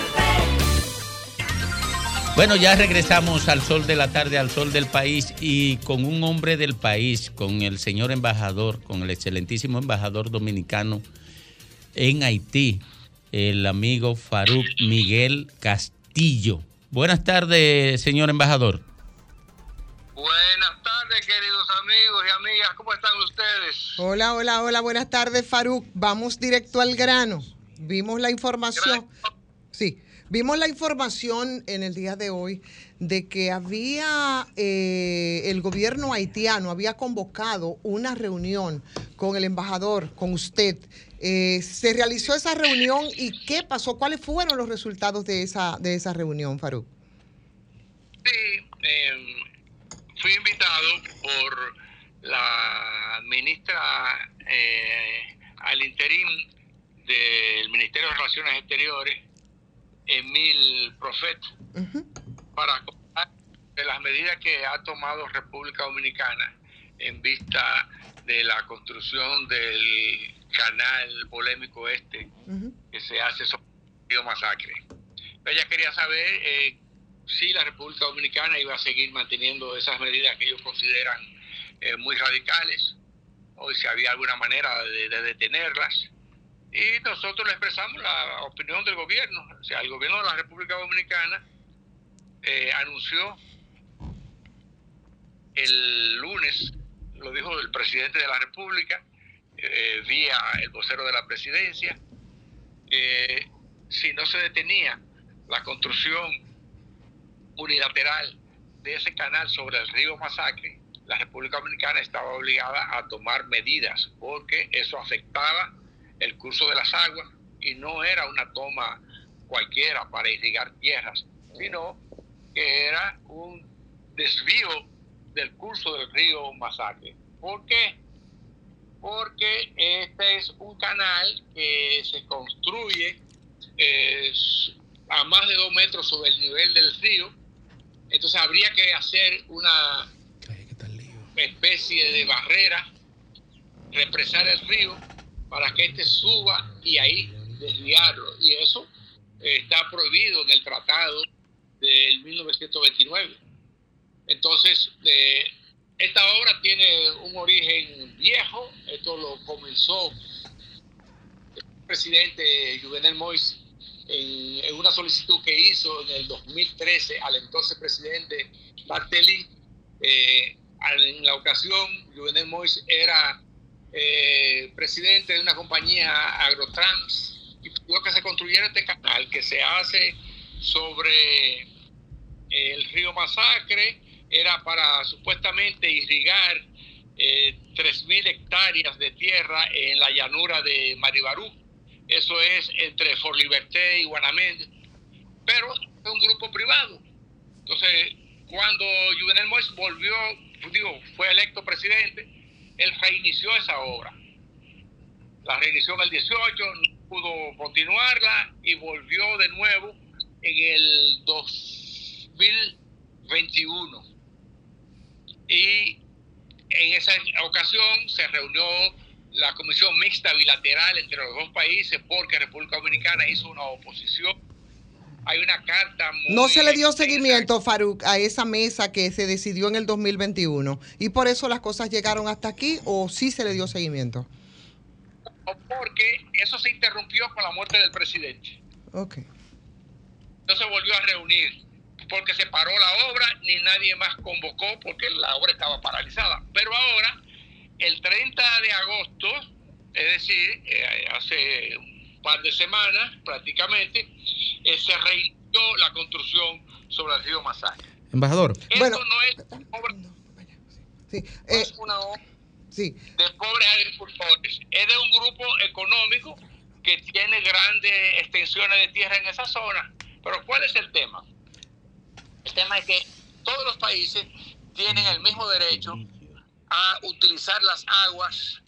Speaker 14: tarde.
Speaker 2: Bueno, ya regresamos al sol de la tarde, al sol del país y con un hombre del país, con el señor embajador, con el excelentísimo embajador dominicano en Haití, el amigo Farouk Miguel Castillo. Buenas tardes, señor embajador.
Speaker 15: Buenas tardes, queridos amigos y amigas, ¿cómo están ustedes?
Speaker 3: Hola, hola, hola, buenas tardes, Farouk. Vamos directo al grano. Vimos la información. Sí, vimos la información en el día de hoy de que había eh, el gobierno haitiano había convocado una reunión con el embajador, con usted. Eh, se realizó esa reunión y ¿qué pasó? ¿Cuáles fueron los resultados de esa de esa reunión, Farouk?
Speaker 15: Sí, eh, fui invitado por la ministra eh, al interín del Ministerio de Relaciones Exteriores, Emil Profet, uh-huh. para contar de las medidas que ha tomado República Dominicana en vista de la construcción del canal polémico este uh-huh. que se hace sobre el río Masacre. Ella quería saber eh, si la República Dominicana iba a seguir manteniendo esas medidas que ellos consideran eh, muy radicales, o si había alguna manera de, de detenerlas. Y nosotros le expresamos la opinión del gobierno. O sea, el gobierno de la República Dominicana eh, anunció el lunes, lo dijo el presidente de la República, eh, vía el vocero de la presidencia, que si no se detenía la construcción unilateral de ese canal sobre el río Masacre, la República Dominicana estaba obligada a tomar medidas, porque eso afectaba el curso de las aguas y no era una toma cualquiera para irrigar tierras, sino que era un desvío del curso del río Masacre. ¿Por qué? Porque este es un canal que se construye eh, a más de dos metros sobre el nivel del río. Entonces habría que hacer una especie de barrera, represar el río para que este suba y ahí desviarlo. Y eso eh, está prohibido en el tratado del mil novecientos veintinueve. Entonces, eh, esta obra tiene un origen viejo. Esto lo comenzó el presidente Juvenel Moïse en, en una solicitud que hizo en el dos mil trece al entonces presidente Barthelemy. Eh, en la ocasión, Juvenel Moïse era eh, presidente de una compañía Agrotrans y pidió que se construyera este canal que se hace sobre el río Masacre. Era para supuestamente irrigar eh, tres mil hectáreas de tierra en la llanura de Maribarú. Eso es entre Fort Liberté y Guanamén. Pero es un grupo privado. Entonces, cuando Juvenel Moïse volvió, digo, fue electo presidente, él reinició esa obra. La reinició en el dieciocho, no pudo continuarla y volvió de nuevo en el dos mil veintiuno. Y en esa ocasión se reunió la comisión mixta bilateral entre los dos países porque República Dominicana hizo una oposición. Hay una carta muy...
Speaker 3: No se le dio seguimiento, Farouk, a esa mesa que se decidió en el dos mil veintiuno. ¿Y por eso las cosas llegaron hasta aquí o sí se le dio seguimiento?
Speaker 15: Porque eso se interrumpió con la muerte del presidente.
Speaker 3: Ok.
Speaker 15: No se volvió a reunir porque se paró la obra, ni nadie más convocó porque la obra estaba paralizada. Pero ahora, el treinta de agosto, es decir, eh, hace un par de semanas prácticamente, eh, se reinició la construcción sobre el río Masacre.
Speaker 16: Embajador.
Speaker 15: Esto
Speaker 3: Bueno,
Speaker 15: no es obra,
Speaker 3: sí,
Speaker 15: no
Speaker 3: eh,
Speaker 15: es una obra
Speaker 3: sí.
Speaker 15: de pobres agricultores, es de un grupo económico que tiene grandes extensiones de tierra en esa zona. Pero ¿cuál es el tema? El tema es que todos los países tienen el mismo derecho a utilizar las aguas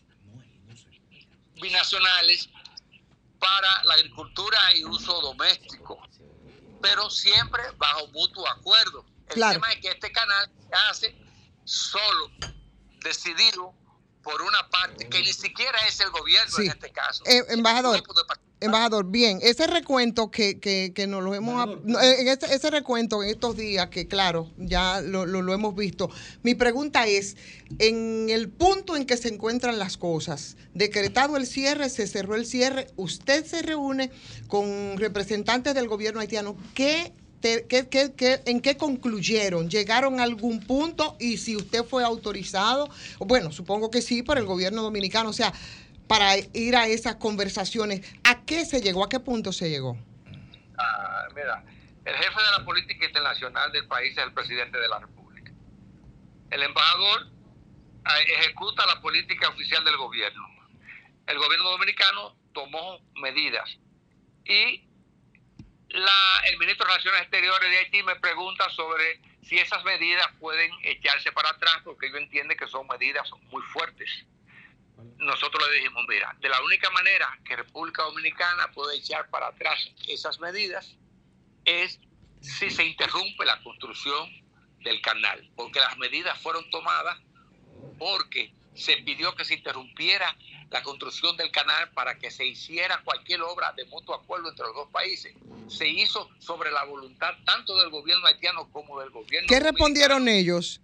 Speaker 15: binacionales para la agricultura y uso doméstico, pero siempre bajo mutuo acuerdo. El
Speaker 3: Claro.
Speaker 15: tema es que este canal se hace solo, decidido por una parte que ni siquiera es el gobierno
Speaker 3: Sí.
Speaker 15: en este caso.
Speaker 3: Eh, embajador,
Speaker 15: Es un grupo de partidos.
Speaker 3: embajador, bien, ese recuento que, que, que nos lo hemos... no, eh, en este, ese recuento en estos días, que claro, ya lo, lo, lo hemos visto. Mi pregunta es, en el punto en que se encuentran las cosas, decretado el cierre, se cerró el cierre, usted se reúne con representantes del gobierno haitiano, ¿qué te- qué- qué- qué- ¿en qué concluyeron? ¿Llegaron a algún punto? Y si usted fue autorizado, bueno, supongo que sí, por el gobierno dominicano, o sea, para ir a esas conversaciones, ¿a qué se llegó? ¿A qué punto se llegó?
Speaker 15: Ah, mira, el jefe de la política internacional del país es el presidente de la República. El embajador ah, ejecuta la política oficial del gobierno. El gobierno dominicano tomó medidas y la, el ministro de Relaciones Exteriores de Haití me pregunta sobre si esas medidas pueden echarse para atrás, porque ellos entienden que son medidas muy fuertes. Nosotros le dijimos, mira, de la única manera que República Dominicana puede echar para atrás esas medidas es si se interrumpe la construcción del canal, porque las medidas fueron tomadas porque se pidió que se interrumpiera la construcción del canal para que se hiciera cualquier obra de mutuo acuerdo entre los dos países. Se hizo sobre la voluntad tanto del gobierno haitiano como del gobierno
Speaker 3: ¿Qué
Speaker 15: dominicano.
Speaker 3: respondieron ellos?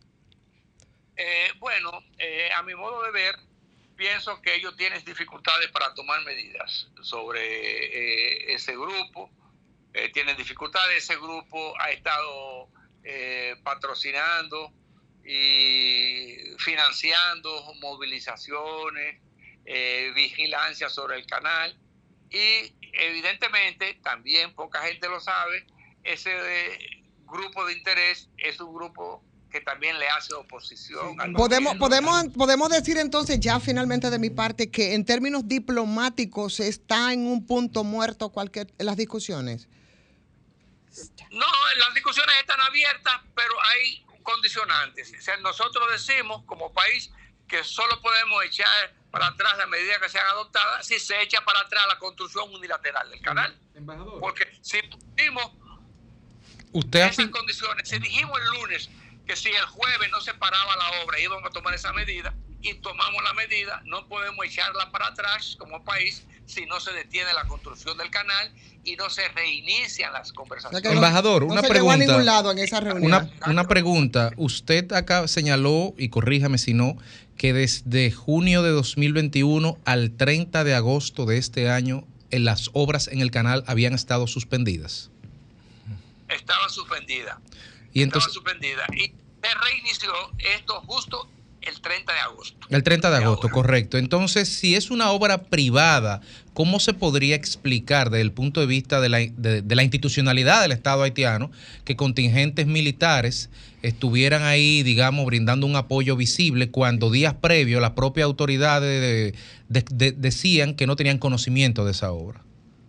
Speaker 15: Eh, bueno, eh, a mi modo de ver, pienso que ellos tienen dificultades para tomar medidas sobre eh, ese grupo. Eh, tienen dificultades. Ese grupo ha estado eh, patrocinando y financiando movilizaciones, eh, vigilancia sobre el canal. Y evidentemente, también poca gente lo sabe, ese eh, grupo de interés es un grupo que también le hace oposición al
Speaker 3: Podemos,
Speaker 15: gobierno.
Speaker 3: podemos, podemos decir entonces ya finalmente de mi parte que en términos diplomáticos está en un punto muerto cualquier las discusiones.
Speaker 15: No, las discusiones están abiertas, pero hay condicionantes. O sea, nosotros decimos como país que solo podemos echar para atrás las medidas que sean adoptadas si se echa para atrás la construcción unilateral del canal.
Speaker 16: Embajador.
Speaker 15: Porque si pusimos
Speaker 16: Usted
Speaker 15: esas condiciones, si dijimos el lunes que si el jueves no se paraba la obra íbamos a tomar esa medida y tomamos la medida, no podemos echarla para atrás como país si no se detiene la construcción del canal y no se reinician las conversaciones.
Speaker 3: O sea que
Speaker 16: Embajador,
Speaker 3: no
Speaker 16: una
Speaker 3: se llegó a
Speaker 16: pregunta.
Speaker 3: ningún lado en esa reunión.
Speaker 16: Una, una pregunta. Usted acá señaló, y corríjame si no, que desde junio de dos mil veintiuno al treinta de agosto de este año, en las obras en el canal habían estado suspendidas.
Speaker 15: Estaban suspendidas.
Speaker 16: Y entonces,
Speaker 15: Estaba suspendida y se reinició esto justo el treinta de agosto.
Speaker 16: el treinta de agosto, correcto. Entonces, si es una obra privada, ¿cómo se podría explicar desde el punto de vista de la, de, de la institucionalidad del Estado haitiano que contingentes militares estuvieran ahí, digamos, brindando un apoyo visible cuando días previos las propias autoridades de, de, de, decían que no tenían conocimiento de esa obra?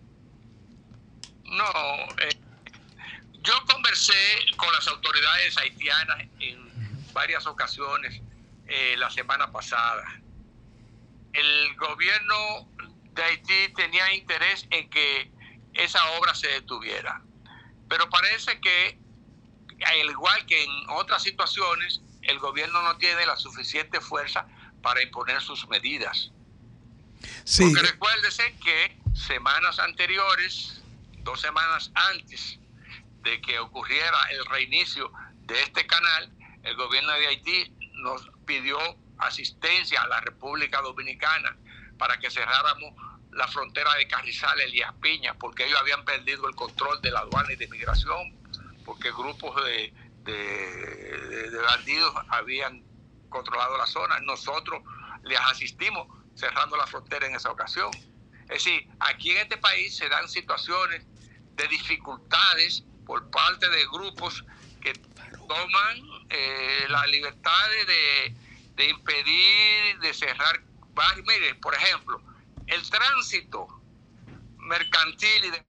Speaker 15: No, eh, yo conversé con las autoridades haitianas en varias ocasiones eh, la semana pasada. El gobierno de Haití tenía interés en que esa obra se detuviera, pero parece que, al igual que en otras situaciones, el gobierno no tiene la suficiente fuerza para imponer sus medidas.
Speaker 5: Sí.
Speaker 15: Porque recuérdese que semanas anteriores, dos semanas antes de que ocurriera el reinicio de este canal, el gobierno de Haití nos pidió asistencia a la República Dominicana para que cerráramos la frontera de Carrizales, Elías Piña, porque ellos habían perdido el control de la aduana y de migración, porque grupos de, de, de, de bandidos habían controlado la zona. Nosotros les asistimos cerrando la frontera en esa ocasión. Es decir, aquí en este país se dan situaciones de dificultades por parte de grupos que toman eh, la libertad de, de impedir, de cerrar barrios. Mire, por ejemplo, el tránsito mercantil y de,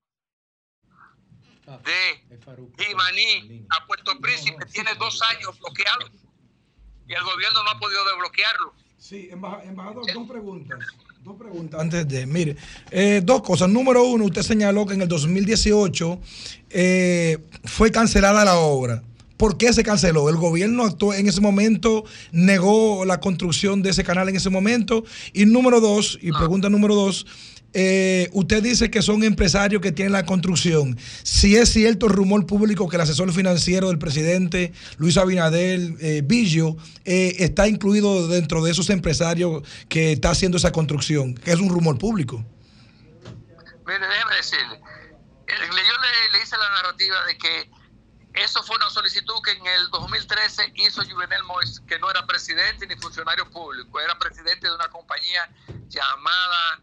Speaker 15: de Jimaní a Puerto Príncipe tiene dos años bloqueado y el gobierno no ha podido desbloquearlo.
Speaker 5: Sí, embajador, dos preguntas. Dos preguntas antes de, mire, eh, dos cosas. Número uno, usted señaló que en el dos mil dieciocho eh, fue cancelada la obra. ¿Por qué se canceló? ¿El gobierno actuó en ese momento, negó la construcción de ese canal en ese momento? Y número dos, y pregunta número dos, eh, usted dice que son empresarios que tienen la construcción. Si es cierto el rumor público que el asesor financiero del presidente Luis Abinader, eh, Billo, eh, está incluido dentro de esos empresarios que está haciendo esa construcción, que es un rumor público.
Speaker 15: Mire, déjeme decirle, yo le, le hice la narrativa de que eso fue una solicitud que en el dos mil trece hizo Juvenel Moïse, que no era presidente ni funcionario público, era presidente de una compañía llamada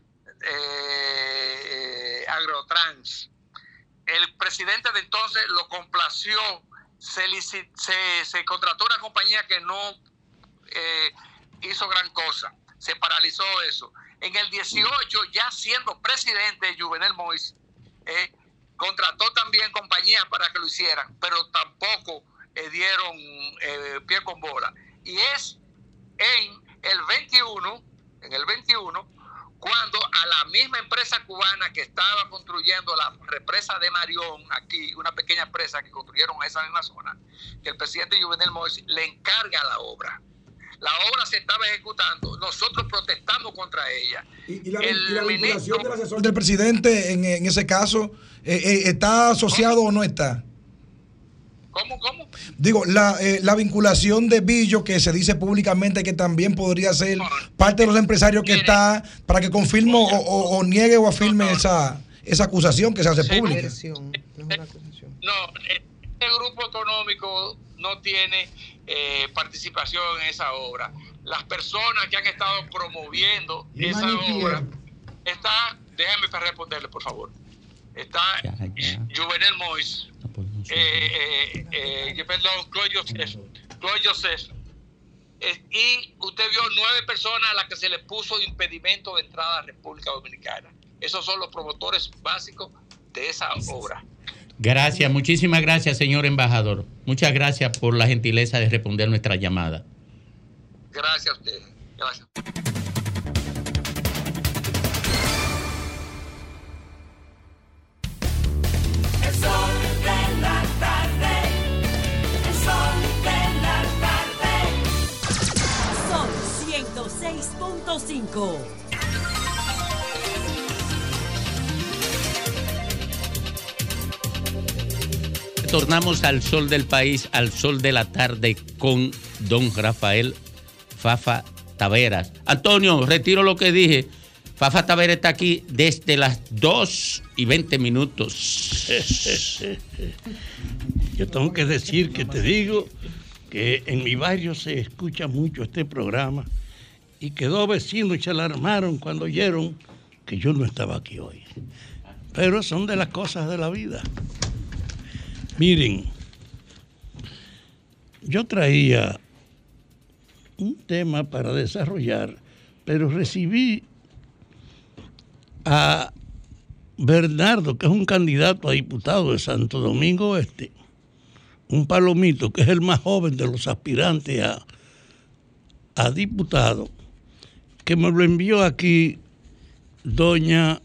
Speaker 15: eh, Agrotrans. El presidente de entonces lo complació, se, licit, se, se contrató una compañía que no eh, hizo gran cosa, se paralizó eso. En el dieciocho, ya siendo presidente Juvenel Moïse, eh, contrató también compañías para que lo hicieran, pero tampoco eh, dieron eh, pie con bola. Y es en el veintiuno, en el veintiuno, cuando a la misma empresa cubana que estaba construyendo la represa de Marión, aquí, una pequeña presa que construyeron esa en la zona, que el presidente Juvenel Moïse le encarga la obra. La obra se estaba ejecutando, nosotros protestamos contra ella.
Speaker 5: ¿Y, y la,
Speaker 15: el
Speaker 5: y la
Speaker 15: ministro,
Speaker 5: vinculación del asesor del presidente en, en ese caso, eh, eh, está asociado ¿Cómo? o no está?
Speaker 15: ¿Cómo, cómo?
Speaker 5: Digo, la, eh, la vinculación de Billo, que se dice públicamente que también podría ser no, parte de los empresarios que mire, está, para que confirme o, o, o niegue o afirme no, no. esa esa acusación que se hace sí, pública.
Speaker 15: No, este grupo económico no tiene eh, participación en esa obra. Las personas que han estado promoviendo esa obra, está, déjame para responderle, por favor. Está ya, ya. Juvenel Moïse, eh, eh, eh, perdón, Claude Joseph, Claude Joseph. Eh, y usted vio nueve personas a las que se le puso impedimento de entrada a la República Dominicana. Esos son los promotores básicos de esa obra.
Speaker 2: Gracias, muchísimas gracias, señor embajador. Muchas gracias por la gentileza de responder nuestra llamada.
Speaker 15: Gracias a usted. Gracias.
Speaker 14: El sol de la tarde. El sol de la tarde. Sol ciento seis punto cinco.
Speaker 2: Tornamos al sol del país, al sol de la tarde con don Rafael Fafa Taveras. Antonio, retiro lo que dije. Fafa Taveras está aquí desde las dos y veinte minutos.
Speaker 17: Yo tengo que decir que te digo que en mi barrio se escucha mucho este programa y que dos vecinos se alarmaron cuando oyeron que yo no estaba aquí hoy. Pero son de las cosas de la vida. Miren, yo traía un tema para desarrollar, pero recibí a Bernardo, que es un candidato a diputado de Santo Domingo Este, un palomito, que es el más joven de los aspirantes a, a diputado, que me lo envió aquí doña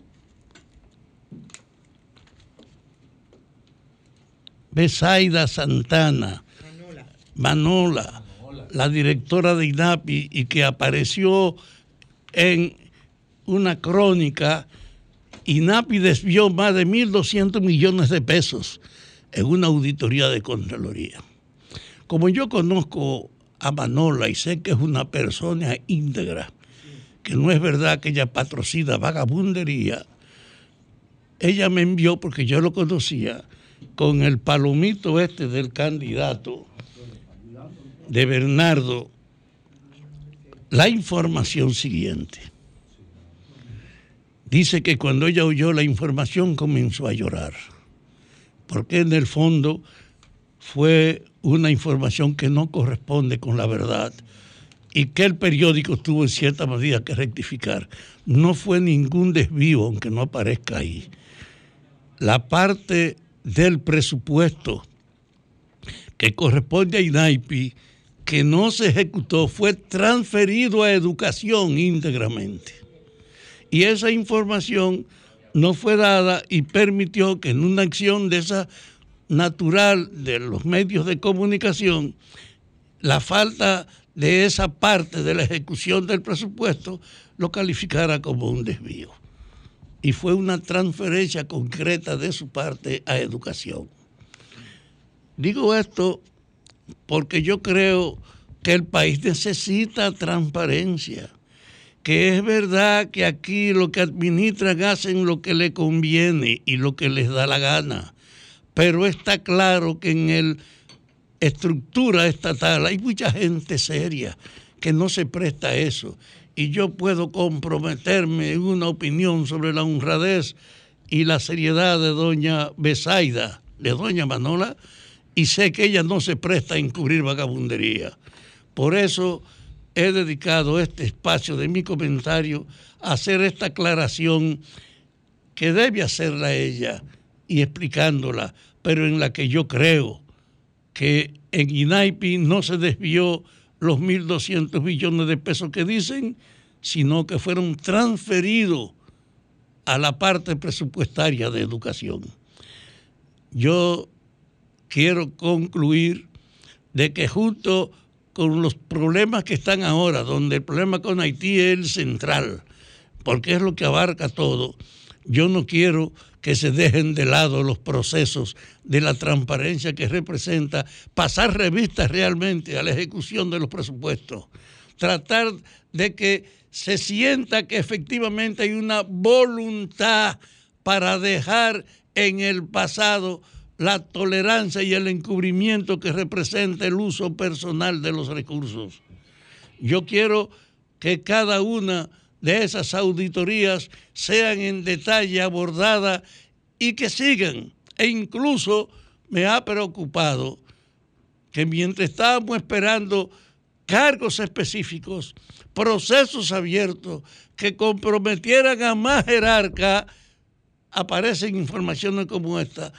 Speaker 17: Besaida Santana, Manola, Manola, la directora de INAPI, y que apareció en una crónica. INAPI desvió más de mil doscientos millones de pesos en una auditoría de Contraloría. Como yo conozco a Manola y sé que es una persona íntegra, que no es verdad que ella patrocina vagabundería, ella me envió, porque yo lo conocía, con el palomito este del candidato de Bernardo, la información siguiente. Dice que cuando ella oyó la información comenzó a llorar, porque en el fondo fue una información que no corresponde con la verdad y que el periódico tuvo en cierta medida que rectificar. No fue ningún desvío, aunque no aparezca ahí. La parte del presupuesto que corresponde a INAIPI que no se ejecutó fue transferido a educación íntegramente. Y esa información no fue dada y permitió que en una acción de esa natural de los medios de comunicación, la falta de esa parte de la ejecución del presupuesto lo calificara como un desvío. Y fue una transferencia concreta de su parte a educación. Digo esto porque yo creo que el país necesita transparencia, que es verdad que aquí lo que administran hacen lo que les conviene y lo que les da la gana, pero está claro que en el estructura estatal hay mucha gente seria que no se presta a eso, y yo puedo comprometerme en una opinión sobre la honradez y la seriedad de doña Besaida, de doña Manola, y sé que ella no se presta a encubrir vagabundería. Por eso he dedicado este espacio de mi comentario a hacer esta aclaración que debe hacerla ella y explicándola, pero en la que yo creo que en INAIPI no se desvió los mil doscientos billones de pesos que dicen, sino que fueron transferidos a la parte presupuestaria de educación. Yo quiero concluir de que junto con los problemas que están ahora, donde el problema con Haití es el central, porque es lo que abarca todo, yo no quiero que se dejen de lado los procesos de la transparencia que representa pasar revistas realmente a la ejecución de los presupuestos, tratar de que se sienta que efectivamente hay una voluntad para dejar en el pasado la tolerancia y el encubrimiento que representa el uso personal de los recursos. Yo quiero que cada una de esas auditorías sean en detalle abordadas y que sigan. E incluso me ha preocupado que mientras estábamos esperando cargos específicos, procesos abiertos que comprometieran a más jerarcas, aparecen informaciones como esta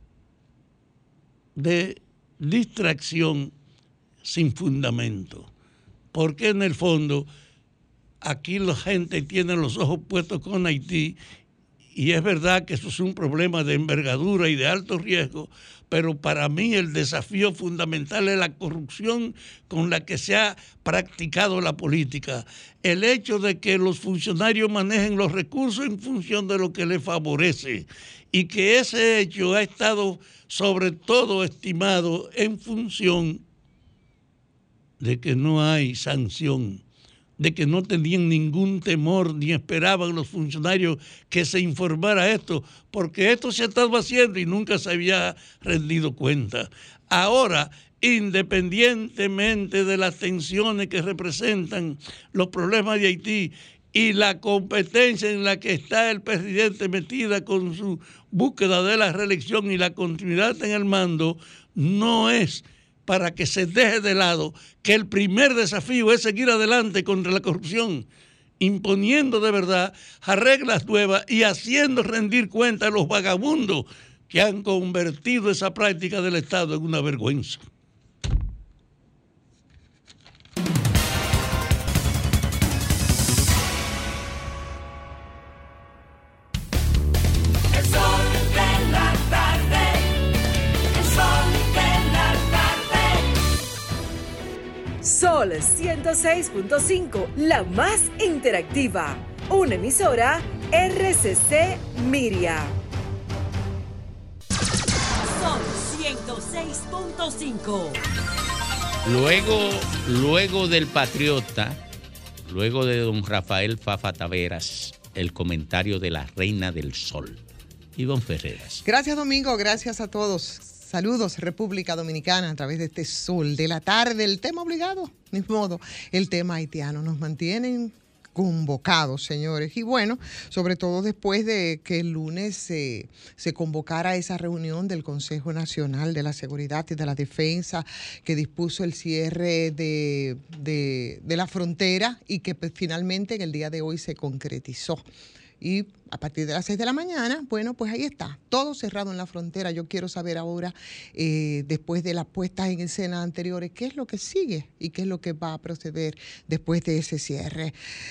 Speaker 17: de distracción sin fundamento, porque en el fondo aquí la gente tiene los ojos puestos con Haití y es verdad que eso es un problema de envergadura y de alto riesgo, pero para mí el desafío fundamental es la corrupción con la que se ha practicado la política, el hecho de que los funcionarios manejen los recursos en función de lo que les favorece y que ese hecho ha estado sobre todo estimado en función de que no hay sanción, de que no tenían ningún temor ni esperaban los funcionarios que se informara esto, porque esto se estaba haciendo y nunca se había rendido cuenta. Ahora, independientemente de las tensiones que representan los problemas de Haití y la competencia en la que está el presidente metida con su búsqueda de la reelección y la continuidad en el mando, no es para que se deje de lado que el primer desafío es seguir adelante contra la corrupción, imponiendo de verdad reglas nuevas y haciendo rendir cuenta a los vagabundos que han convertido esa práctica del Estado en una vergüenza.
Speaker 18: Sol ciento seis punto cinco, la más interactiva. Una emisora R C C Miria.
Speaker 14: Sol ciento seis punto cinco.
Speaker 2: Luego, luego del Patriota, luego de don Rafael Fafa Taveras, el comentario de la Reina del Sol. Ivonne Ferreras.
Speaker 3: Gracias, Domingo. Gracias a todos. Saludos, República Dominicana, a través de este sol de la tarde. El tema obligado, ni modo, el tema haitiano. Nos mantienen convocados, señores. Y bueno, sobre todo después de que el lunes se, se convocara esa reunión del Consejo Nacional de la Seguridad y de la Defensa que dispuso el cierre de, de, de la frontera y que pues, finalmente en el día de hoy se concretizó. Y a partir de las seis de la mañana, bueno, pues ahí está, todo cerrado en la frontera. Yo quiero saber ahora, eh, después de las puestas en escena anteriores, qué es lo que sigue y qué es lo que va a proceder después de ese cierre.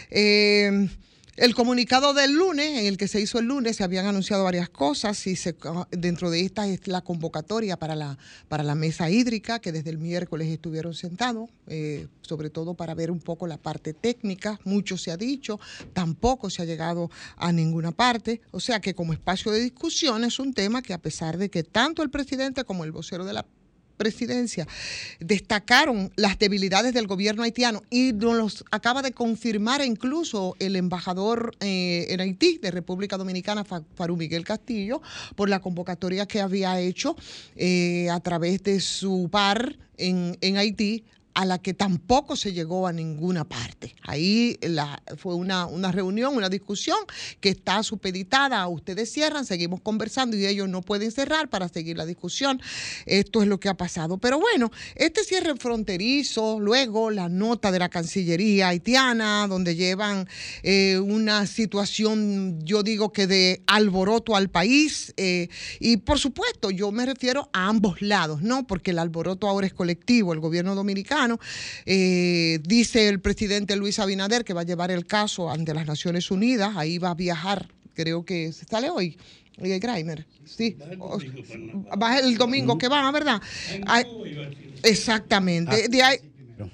Speaker 3: Eh, El comunicado del lunes, en el que se hizo el lunes, se habían anunciado varias cosas y se, dentro de estas es la convocatoria para la, para la mesa hídrica, que desde el miércoles estuvieron sentados, eh, sobre todo para ver un poco la parte técnica. Mucho se ha dicho, tampoco se ha llegado a ninguna parte. O sea que como espacio de discusión es un tema que, a pesar de que tanto el presidente como el vocero de la presidencia destacaron las debilidades del gobierno haitiano y nos los acaba de confirmar incluso el embajador eh, en Haití de República Dominicana, Farú Miguel Castillo, por la convocatoria que había hecho eh, a través de su par en, en Haití, a la que tampoco se llegó a ninguna parte. Ahí la, fue una, una reunión, una discusión que está supeditada. Ustedes cierran, seguimos conversando y ellos no pueden cerrar para seguir la discusión. Esto es lo que ha pasado. Pero bueno, este cierre fronterizo, luego la nota de la Cancillería haitiana, donde llevan eh, una situación, yo digo que de alboroto al país. Eh, y por supuesto, yo me refiero a ambos lados, ¿no? Porque el alboroto ahora es colectivo. El gobierno dominicano Eh, dice el presidente Luis Abinader que va a llevar el caso ante las Naciones Unidas. Ahí va a viajar, creo que se sale hoy, el Graimer. Sí, va el domingo que va, ¿verdad? Ahí, exactamente. De ahí,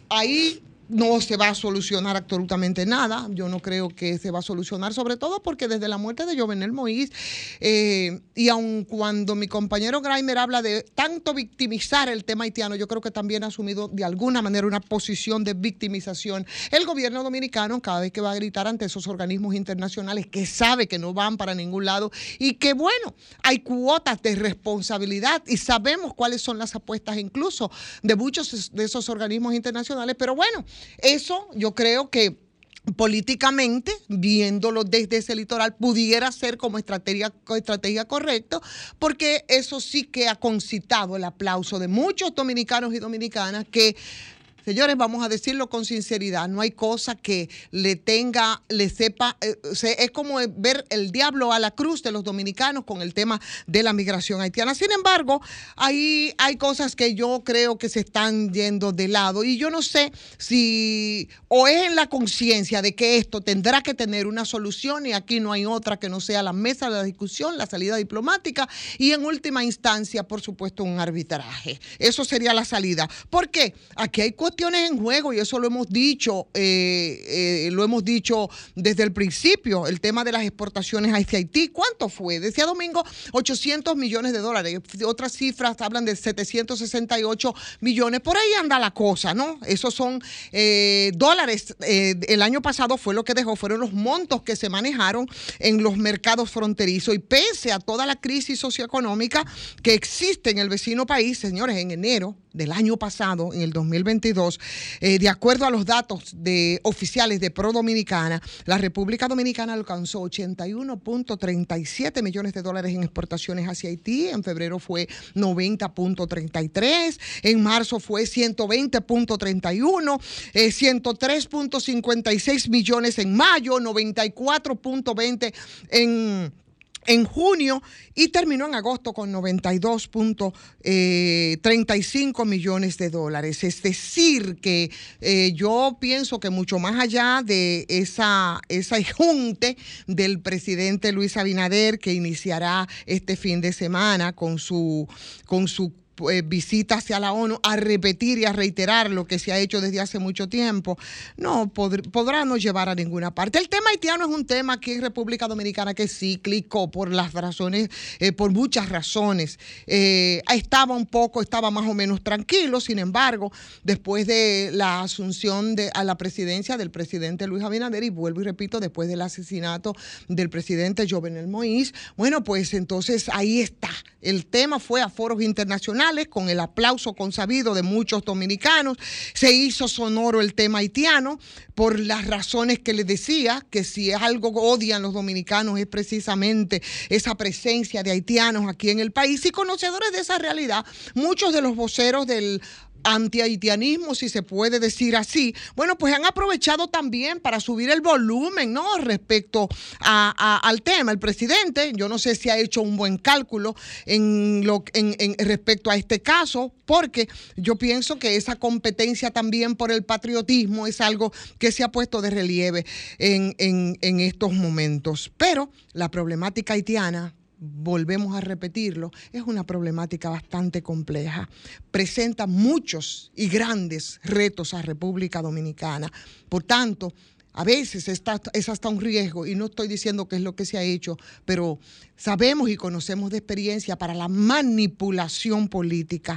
Speaker 3: ahí no se va a solucionar absolutamente nada. Yo no creo que se va a solucionar, sobre todo porque desde la muerte de Jovenel Moïse, eh, y aun cuando mi compañero Graimer habla de tanto victimizar el tema haitiano, yo creo que también ha asumido de alguna manera una posición de victimización. El gobierno dominicano, cada vez que va a gritar ante esos organismos internacionales que sabe que no van para ningún lado y que, bueno, hay cuotas de responsabilidad y sabemos cuáles son las apuestas incluso de muchos de esos organismos internacionales, pero bueno, eso yo creo que políticamente, viéndolo desde ese litoral, pudiera ser como estrategia, estrategia correcta, porque eso sí que ha concitado el aplauso de muchos dominicanos y dominicanas que, señores, vamos a decirlo con sinceridad, no hay cosa que le tenga, le sepa, eh, es como ver el diablo a la cruz de los dominicanos con el tema de la migración haitiana. Sin embargo, ahí hay cosas que yo creo que se están yendo de lado y yo no sé si o es en la conciencia de que esto tendrá que tener una solución y aquí no hay otra que no sea la mesa de la discusión, la salida diplomática y en última instancia, por supuesto, un arbitraje. Eso sería la salida. ¿Por qué? Aquí hay cuestiones en juego y eso lo hemos dicho, eh, eh, lo hemos dicho desde el principio, el tema de las exportaciones hacia Haití. ¿Cuánto fue? Decía Domingo, ochocientos millones de dólares. Otras cifras hablan de setecientos sesenta y ocho millones. Por ahí anda la cosa, ¿no? Esos son eh, dólares. Eh, el año pasado fue lo que dejó, fueron los montos que se manejaron en los mercados fronterizos y pese a toda la crisis socioeconómica que existe en el vecino país, señores, en enero del año pasado, en el dos mil veintidós, eh, de acuerdo a los datos de, oficiales de Pro Dominicana, la República Dominicana alcanzó ochenta y uno punto treinta y siete millones de dólares en exportaciones hacia Haití, en febrero fue noventa punto treinta y tres, en marzo fue ciento veinte punto treinta y uno, eh, ciento tres punto cincuenta y seis millones en mayo, noventa y cuatro punto veinte en... en junio y terminó en agosto con noventa y dos punto treinta y cinco millones de dólares. Es decir, que eh, yo pienso que mucho más allá de esa, esa junte del presidente Luis Abinader que iniciará este fin de semana con su, con su pues, visita hacia la ONU a repetir y a reiterar lo que se ha hecho desde hace mucho tiempo, no pod- podrá no llevar a ninguna parte. El tema haitiano es un tema aquí en República Dominicana que es cíclico por las razones, eh, por muchas razones. Eh, estaba un poco, estaba más o menos tranquilo, sin embargo, después de la asunción de, a la presidencia del presidente Luis Abinader, y vuelvo y repito, después del asesinato del presidente Jovenel Moïse, bueno, pues entonces ahí está. El tema fue a foros internacionales con el aplauso consabido de muchos dominicanos. Se hizo sonoro el tema haitiano por las razones que les decía, que si algo odian los dominicanos es precisamente esa presencia de haitianos aquí en el país. Y conocedores de esa realidad, muchos de los voceros del antihaitianismo, si se puede decir así, bueno, pues han aprovechado también para subir el volumen, ¿no? Respecto a, a, al tema. El presidente, yo no sé si ha hecho un buen cálculo en lo en, en respecto a este caso, porque yo pienso que esa competencia también por el patriotismo es algo que se ha puesto de relieve en, en, en estos momentos. Pero la problemática haitiana, volvemos a repetirlo, es una problemática bastante compleja. Presenta muchos y grandes retos a República Dominicana. Por tanto, a veces está, es hasta un riesgo, y no estoy diciendo que es lo que se ha hecho, pero sabemos y conocemos de experiencia para la manipulación política.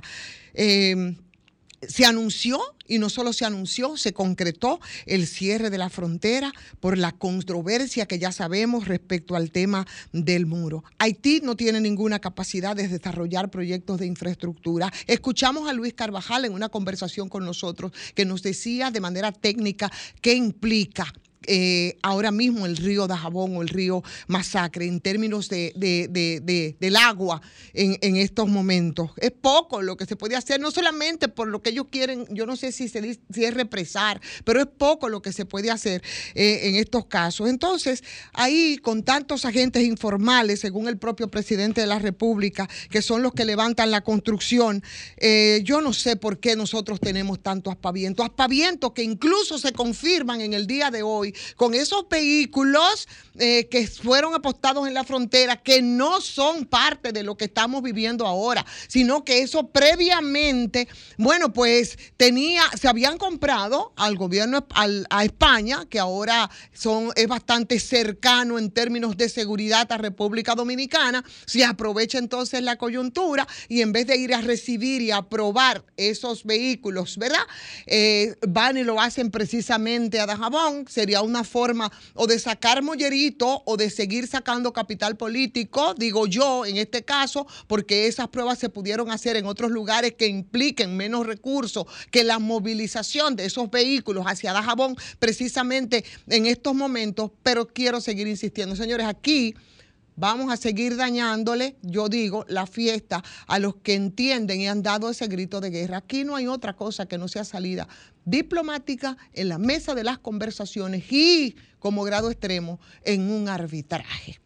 Speaker 3: Eh, Se anunció, y no solo se anunció, se concretó el cierre de la frontera por la controversia que ya sabemos respecto al tema del muro. Haití no tiene ninguna capacidad de desarrollar proyectos de infraestructura. Escuchamos a Luis Carvajal en una conversación con nosotros que nos decía de manera técnica qué implica Eh, ahora mismo el río Dajabón o el río Masacre en términos de, de, de, de, del agua en, en estos momentos. Es poco lo que se puede hacer, no solamente por lo que ellos quieren, yo no sé si, se, si es represar, pero es poco lo que se puede hacer eh, en estos casos. Entonces, ahí con tantos agentes informales, según el propio presidente de la República, que son los que levantan la construcción, eh, yo no sé por qué nosotros tenemos tanto aspaviento, aspavientos que incluso se confirman en el día de hoy con esos vehículos eh, que fueron apostados en la frontera, que no son parte de lo que estamos viviendo ahora, sino que eso previamente, bueno, pues tenía, se habían comprado al gobierno, al, a España, que ahora son, es bastante cercano en términos de seguridad a República Dominicana. Se aprovecha entonces la coyuntura y en vez de ir a recibir y a aprobar esos vehículos, ¿verdad? Eh, van y lo hacen precisamente a Dajabón. Sería una forma o de sacar mollerito o de seguir sacando capital político, digo yo, en este caso, porque esas pruebas se pudieron hacer en otros lugares que impliquen menos recursos que la movilización de esos vehículos hacia Dajabón precisamente en estos momentos. Pero quiero seguir insistiendo, señores, aquí vamos a seguir dañándole, yo digo, la fiesta a los que entienden y han dado ese grito de guerra. Aquí no hay otra cosa que no sea salida diplomática en la mesa de las conversaciones y, como grado extremo, en un arbitraje.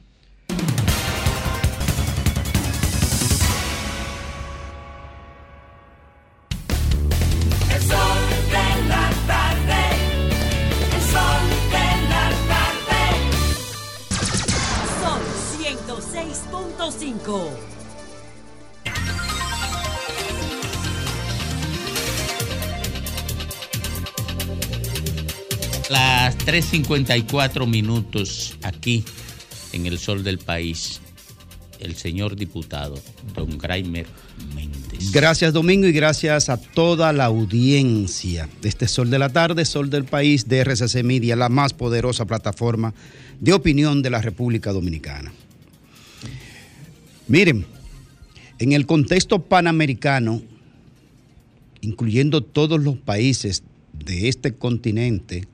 Speaker 14: El sol de la tarde, el sol de la tarde. Sol ciento seis punto cinco.
Speaker 2: Las tres cincuenta y cuatro minutos aquí en el Sol del País. El señor diputado, don Graimer Méndez.
Speaker 19: Gracias, Domingo, y gracias a toda la audiencia de este Sol de la Tarde, Sol del País, de R C C Media, la más poderosa plataforma de opinión de la República Dominicana. Miren, en el contexto panamericano, incluyendo todos los países de este continente,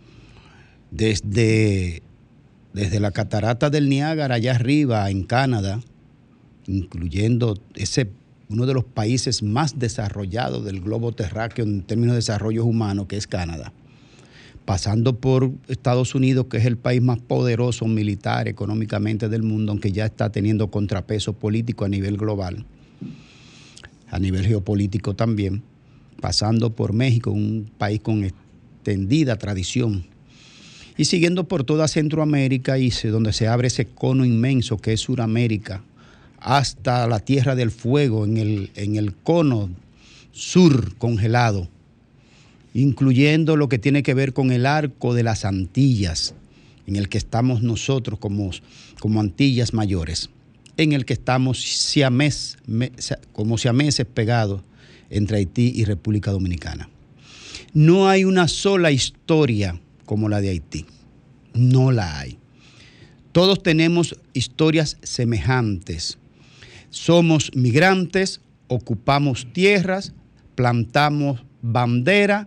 Speaker 19: desde, desde la catarata del Niágara allá arriba en Canadá, incluyendo ese uno de los países más desarrollados del globo terráqueo en términos de desarrollo humano, que es Canadá, pasando por Estados Unidos, que es el país más poderoso militar económicamente del mundo, aunque ya está teniendo contrapeso político a nivel global, a nivel geopolítico también, pasando por México, un país con extendida tradición, y siguiendo por toda Centroamérica y donde se abre ese cono inmenso que es Suramérica, hasta la Tierra del Fuego, en el, en el cono sur congelado, incluyendo lo que tiene que ver con el arco de las Antillas, en el que estamos nosotros como, como Antillas Mayores, en el que estamos siamés, me, como siameses pegados entre Haití y República Dominicana. No hay una sola historia como la de Haití, no la hay. Todos tenemos historias semejantes. Somos migrantes, ocupamos tierras, plantamos bandera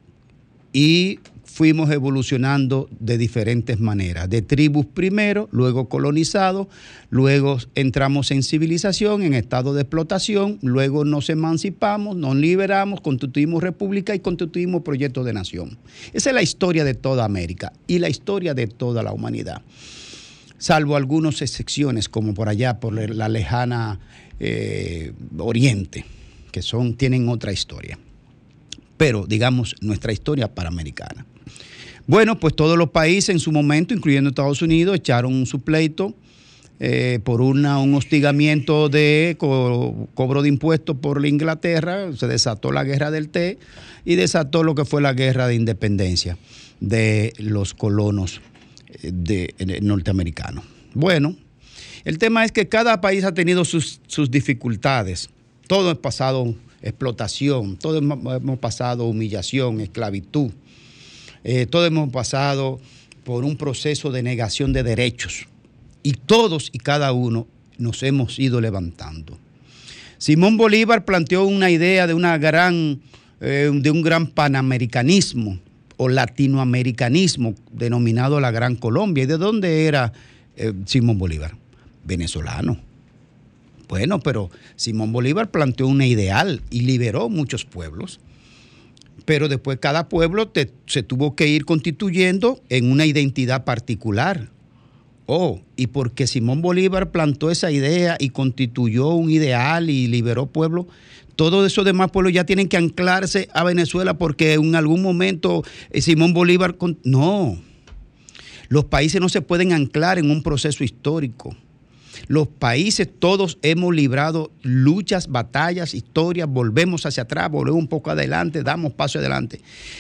Speaker 19: y fuimos evolucionando de diferentes maneras. De tribus primero, luego colonizados, luego entramos en civilización, en estado de explotación, luego nos emancipamos, nos liberamos, constituimos república y constituimos proyecto de nación. Esa es la historia de toda América y la historia de toda la humanidad. Salvo algunas excepciones, como por allá, por la lejana eh, Oriente, que son, tienen otra historia. Pero, digamos, nuestra historia panamericana. Bueno, pues todos los países en su momento, incluyendo Estados Unidos, echaron su pleito eh, por una, un hostigamiento de co cobro de impuestos por la Inglaterra. Se desató la guerra del té y desató lo que fue la guerra de independencia de los colonos de, de, norteamericanos. Bueno, el tema es que cada país ha tenido sus, sus dificultades. Todo ha pasado explotación, todos hemos pasado humillación, esclavitud, eh, todos hemos pasado por un proceso de negación de derechos y todos y cada uno nos hemos ido levantando. Simón Bolívar planteó una idea de, una gran, eh, de un gran panamericanismo o latinoamericanismo denominado la Gran Colombia. ¿Y de dónde era eh, Simón Bolívar? Venezolano. Bueno, pero Simón Bolívar planteó una ideal y liberó muchos pueblos, pero después cada pueblo te, se tuvo que ir constituyendo en una identidad particular. Oh, y porque Simón Bolívar plantó esa idea y constituyó un ideal y liberó pueblos, todos esos demás pueblos ya tienen que anclarse a Venezuela porque en algún momento Simón Bolívar... No, los países no se pueden anclar en un proceso histórico. Los países todos hemos librado luchas, batallas, historias, volvemos hacia atrás, volvemos un poco adelante, damos paso adelante.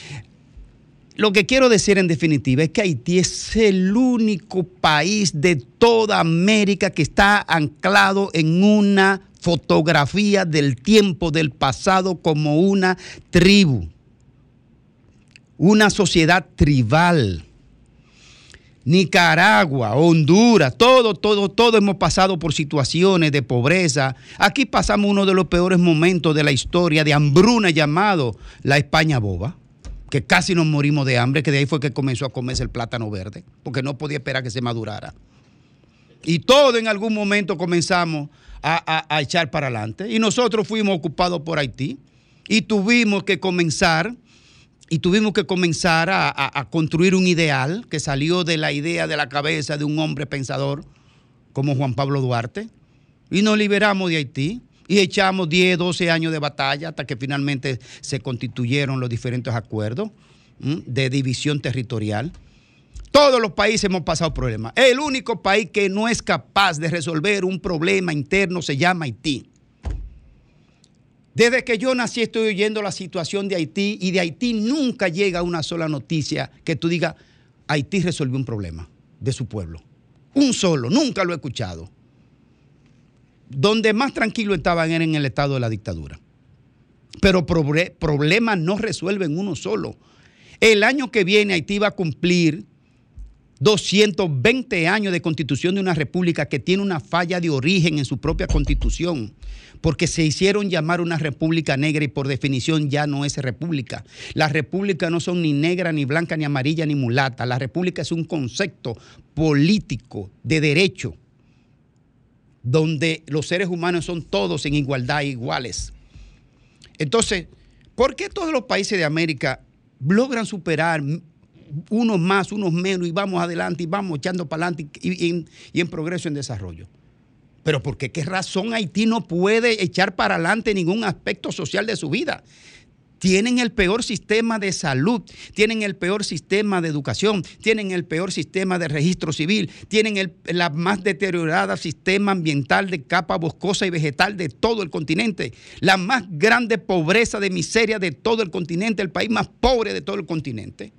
Speaker 19: Lo que quiero decir en definitiva es que Haití es el único país de toda América que está anclado en una fotografía del tiempo del pasado como una tribu, una sociedad tribal. Nicaragua, Honduras, todo, todo, todo hemos pasado por situaciones de pobreza. Aquí pasamos uno de los peores momentos de la historia de hambruna llamado la España boba, que casi nos morimos de hambre, que de ahí fue que comenzó a comerse el plátano verde, porque no podía esperar que se madurara. Y todo en algún momento comenzamos a, a, a echar para adelante. Y nosotros fuimos ocupados por Haití y tuvimos que comenzar... Y tuvimos que comenzar a, a, a construir un ideal que salió de la idea de la cabeza de un hombre pensador como Juan Pablo Duarte. Y nos liberamos de Haití y echamos diez, doce años de batalla hasta que finalmente se constituyeron los diferentes acuerdos ¿m? de división territorial. Todos los países hemos pasado problemas. El único país que no es capaz de resolver un problema interno se llama Haití. Desde que yo nací estoy oyendo la situación de Haití y de Haití nunca llega una sola noticia que tú digas, Haití resolvió un problema de su pueblo. Un solo, nunca lo he escuchado. Donde más tranquilo estaban era en el estado de la dictadura. Pero proble- problemas no resuelven uno solo. El año que viene Haití va a cumplir doscientos veinte años de constitución de una república que tiene una falla de origen en su propia constitución, porque se hicieron llamar una república negra y por definición ya no es república. Las repúblicas no son ni negra, ni blanca, ni amarilla, ni mulata. La república es un concepto político de derecho, donde los seres humanos son todos en igualdad e iguales. Entonces, ¿por qué todos los países de América logran superar unos más, unos menos, y vamos adelante y vamos echando para adelante y, y, y en progreso, en desarrollo? Pero ¿por qué? ¿Qué razón Haití no puede echar para adelante ningún aspecto social de su vida? tienen el peor sistema de salud, tienen el peor sistema de educación, tienen el peor sistema de registro civil, tienen el la más deteriorada sistema ambiental de capa boscosa y vegetal de todo el continente, la más grande pobreza de miseria de todo el continente, el país más pobre de todo el continente.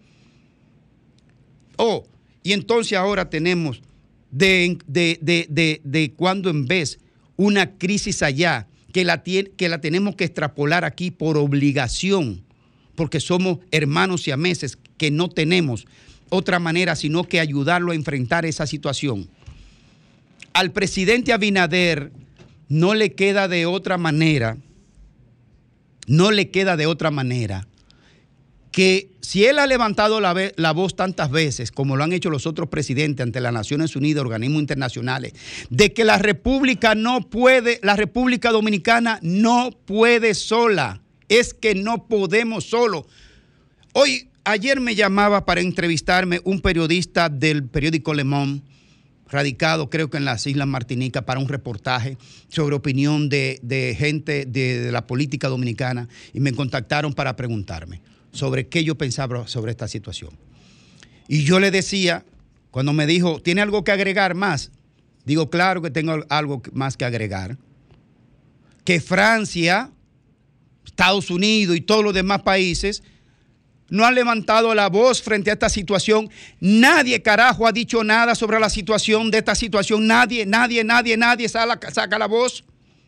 Speaker 19: Oh, y entonces ahora tenemos de, de, de, de, de cuando en vez una crisis allá, que la, que la tenemos que extrapolar aquí por obligación, porque somos hermanos siameses que no tenemos otra manera sino que ayudarlo a enfrentar esa situación. Al presidente Abinader no le queda de otra manera, no le queda de otra manera que si él ha levantado la, ve, la voz tantas veces, como lo han hecho los otros presidentes ante las Naciones Unidas, organismos internacionales, de que la República no puede, la República Dominicana no puede sola, es que no podemos solo. Hoy, ayer me llamaba para entrevistarme un periodista del periódico Le Monde, radicado creo que en las Islas Martinica, para un reportaje sobre opinión de, de gente de, de la política dominicana, y me contactaron para preguntarme sobre qué yo pensaba sobre esta situación. Y yo le decía, cuando me dijo, ¿tiene algo que agregar más? Digo, claro que tengo algo más que agregar. Que Francia, Estados Unidos y todos los demás países no han levantado la voz frente a esta situación. Nadie, carajo, ha dicho nada sobre la situación de esta situación. Nadie, nadie, nadie, nadie saca, saca la voz.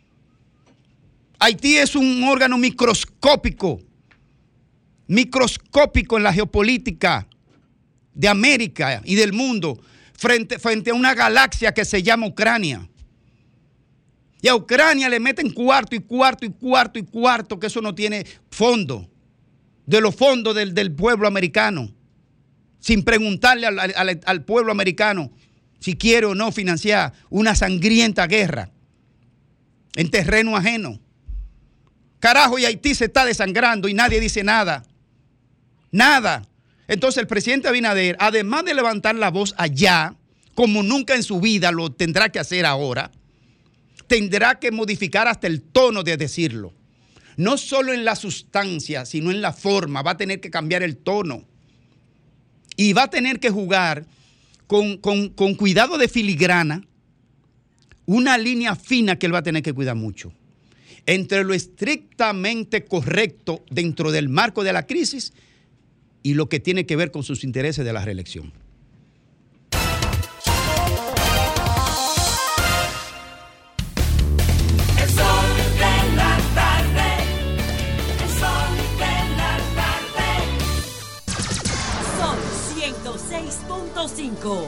Speaker 19: Haití es un órgano microscópico. microscópico en la geopolítica de América y del mundo frente, frente a una galaxia que se llama Ucrania. Y a Ucrania le meten cuarto y cuarto y cuarto y cuarto, que eso no tiene fondo, de los fondos del, del pueblo americano, sin preguntarle al, al, al pueblo americano si quiere o no financiar una sangrienta guerra en terreno ajeno. Carajo, y Haití se está desangrando y nadie dice nada. Nada. Entonces el presidente Abinader, además de levantar la voz allá, como nunca en su vida lo tendrá que hacer ahora, tendrá que modificar hasta el tono de decirlo. No solo en la sustancia, sino en la forma. Va a tener que cambiar el tono. Y va a tener que jugar con, con, con cuidado de filigrana, una línea fina que él va a tener que cuidar mucho, entre lo estrictamente correcto dentro del marco de la crisis y lo que tiene que ver con sus intereses de la reelección.
Speaker 14: El sol de la tarde, el sol de la tarde. Sol ciento seis punto cinco.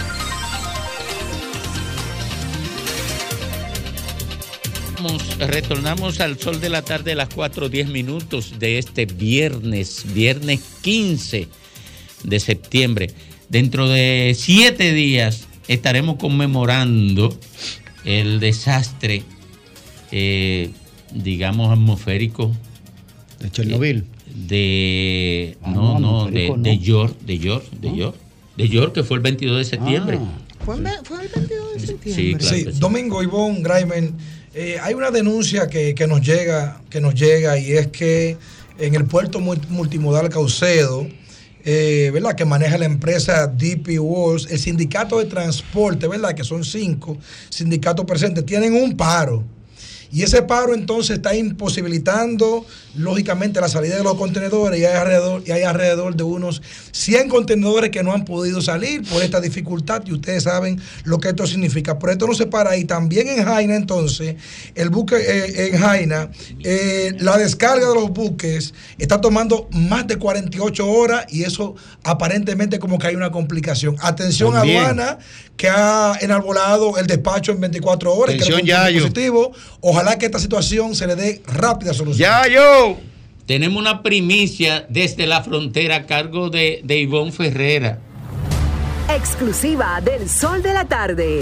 Speaker 2: Retornamos al sol de la tarde a las cuatro diez minutos de este viernes, viernes quince de septiembre. Dentro de siete días estaremos conmemorando el desastre, eh, digamos, atmosférico.
Speaker 19: ¿De Chernobyl?
Speaker 2: De,
Speaker 19: Ah,
Speaker 2: no,
Speaker 19: no,
Speaker 2: no, de,
Speaker 19: atmosférico,
Speaker 2: de
Speaker 19: no.
Speaker 2: York, de York, de
Speaker 19: ¿No?
Speaker 2: York. De York, que fue el veintidós de septiembre.
Speaker 3: ¿Fue, en- fue el veintidós de septiembre?
Speaker 2: Sí, claro
Speaker 5: Sí,
Speaker 2: que sí.
Speaker 5: Domingo Ivón, Graimen, eh, hay una denuncia que, que nos llega, que nos llega y es que en el puerto mul- multimodal Caucedo, eh, ¿verdad? Que maneja la empresa D P World, el sindicato de transporte, ¿verdad? Que son cinco sindicatos presentes, tienen un paro. Y ese paro entonces está imposibilitando, lógicamente, la salida de los contenedores y hay alrededor, y hay alrededor de unos cien contenedores que no han podido salir por esta dificultad y ustedes saben lo que esto significa. Pero esto no se para ahí. También en Jaina, entonces, el buque eh, en Jaina, eh, la descarga de los buques está tomando más de cuarenta y ocho horas y eso aparentemente como que hay una complicación. Atención,
Speaker 19: También.
Speaker 5: aduana, que ha enarbolado el despacho en veinticuatro horas.
Speaker 19: Atención,
Speaker 5: que era un punto
Speaker 19: Yayo.
Speaker 5: positivo. Ojalá que esta situación se le dé rápida solución.
Speaker 19: ¡Ya yo!
Speaker 2: Tenemos una primicia desde la frontera a cargo de, de Ivonne Ferrera.
Speaker 18: Exclusiva del Sol de la Tarde.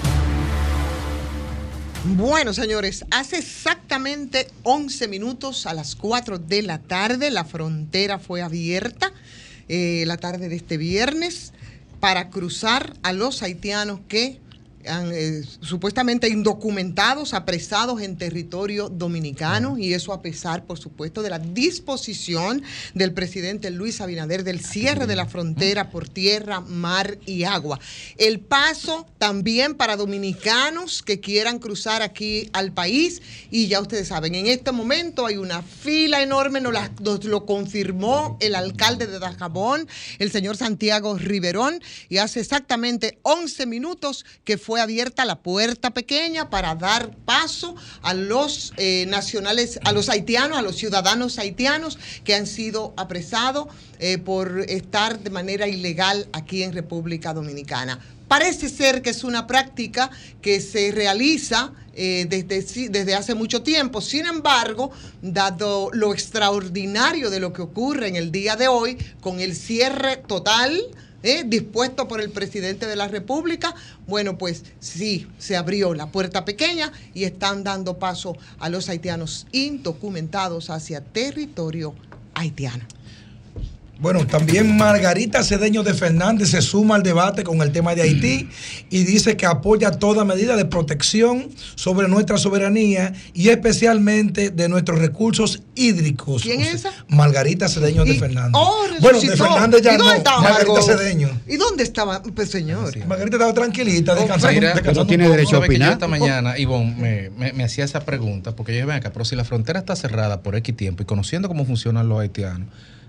Speaker 3: Bueno, señores, hace exactamente once minutos a las cuatro de la tarde la frontera fue abierta, eh, la tarde de este viernes, para cruzar a los haitianos que han, eh, supuestamente indocumentados, apresados en territorio dominicano, y eso a pesar, por supuesto, de la disposición del presidente Luis Abinader del cierre de la frontera por tierra, mar y agua. El paso también para dominicanos que quieran cruzar aquí al país, y ya ustedes saben, en este momento hay una fila enorme, nos, la, nos lo confirmó el alcalde de Dajabón, el señor Santiago Riverón, y hace exactamente once minutos que fue abierta la puerta pequeña para dar paso a los eh, nacionales, a los haitianos, a los ciudadanos haitianos que han sido apresados eh, por estar de manera ilegal aquí en República Dominicana. Parece ser que es una práctica que se realiza eh, desde, desde hace mucho tiempo. Sin embargo, dado lo extraordinario de lo que ocurre en el día de hoy, con el cierre total Eh, dispuesto por el presidente de la República, bueno, pues sí, se abrió la puerta pequeña y están dando paso a los haitianos indocumentados hacia territorio haitiano.
Speaker 5: Bueno, también Margarita Cedeño de Fernández se suma al debate con el tema de Haití y dice que apoya toda medida de protección sobre nuestra soberanía y especialmente de nuestros recursos hídricos.
Speaker 3: ¿Quién es esa?
Speaker 5: Margarita Cedeño de Fernández.
Speaker 3: Oh,
Speaker 5: bueno, de Fernández ya
Speaker 3: ¿Y dónde
Speaker 5: no,
Speaker 3: estaba
Speaker 5: Margarita
Speaker 3: Margot?
Speaker 5: Cedeño.
Speaker 3: ¿Y dónde estaba, pues, señor?
Speaker 5: Margarita estaba tranquilita, descansando.
Speaker 16: Mira,
Speaker 5: descansando
Speaker 16: no tiene
Speaker 5: un poco.
Speaker 16: derecho a opinar. Yo esta mañana, Ivonne, me, me, me hacía esa pregunta, porque yo dije, ven acá, pero si la frontera está cerrada por X tiempo y conociendo cómo funcionan los haitianos,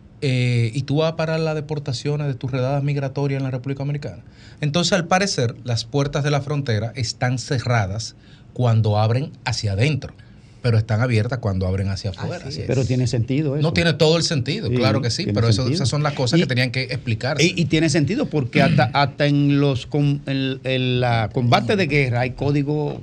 Speaker 16: Eh, y tú vas a parar las deportaciones de tus redadas migratorias en la República Dominicana. Entonces, al parecer, las puertas de la frontera están cerradas cuando abren hacia adentro, pero están abiertas cuando abren hacia afuera.
Speaker 19: Así pero tiene sentido eso.
Speaker 16: No tiene todo el sentido,
Speaker 19: Sí,
Speaker 16: claro que sí, pero eso, esas son las cosas
Speaker 19: y,
Speaker 16: que tenían que explicarse.
Speaker 19: Y, y tiene sentido porque hasta, hasta en los com, el, el la combate de guerra hay códigos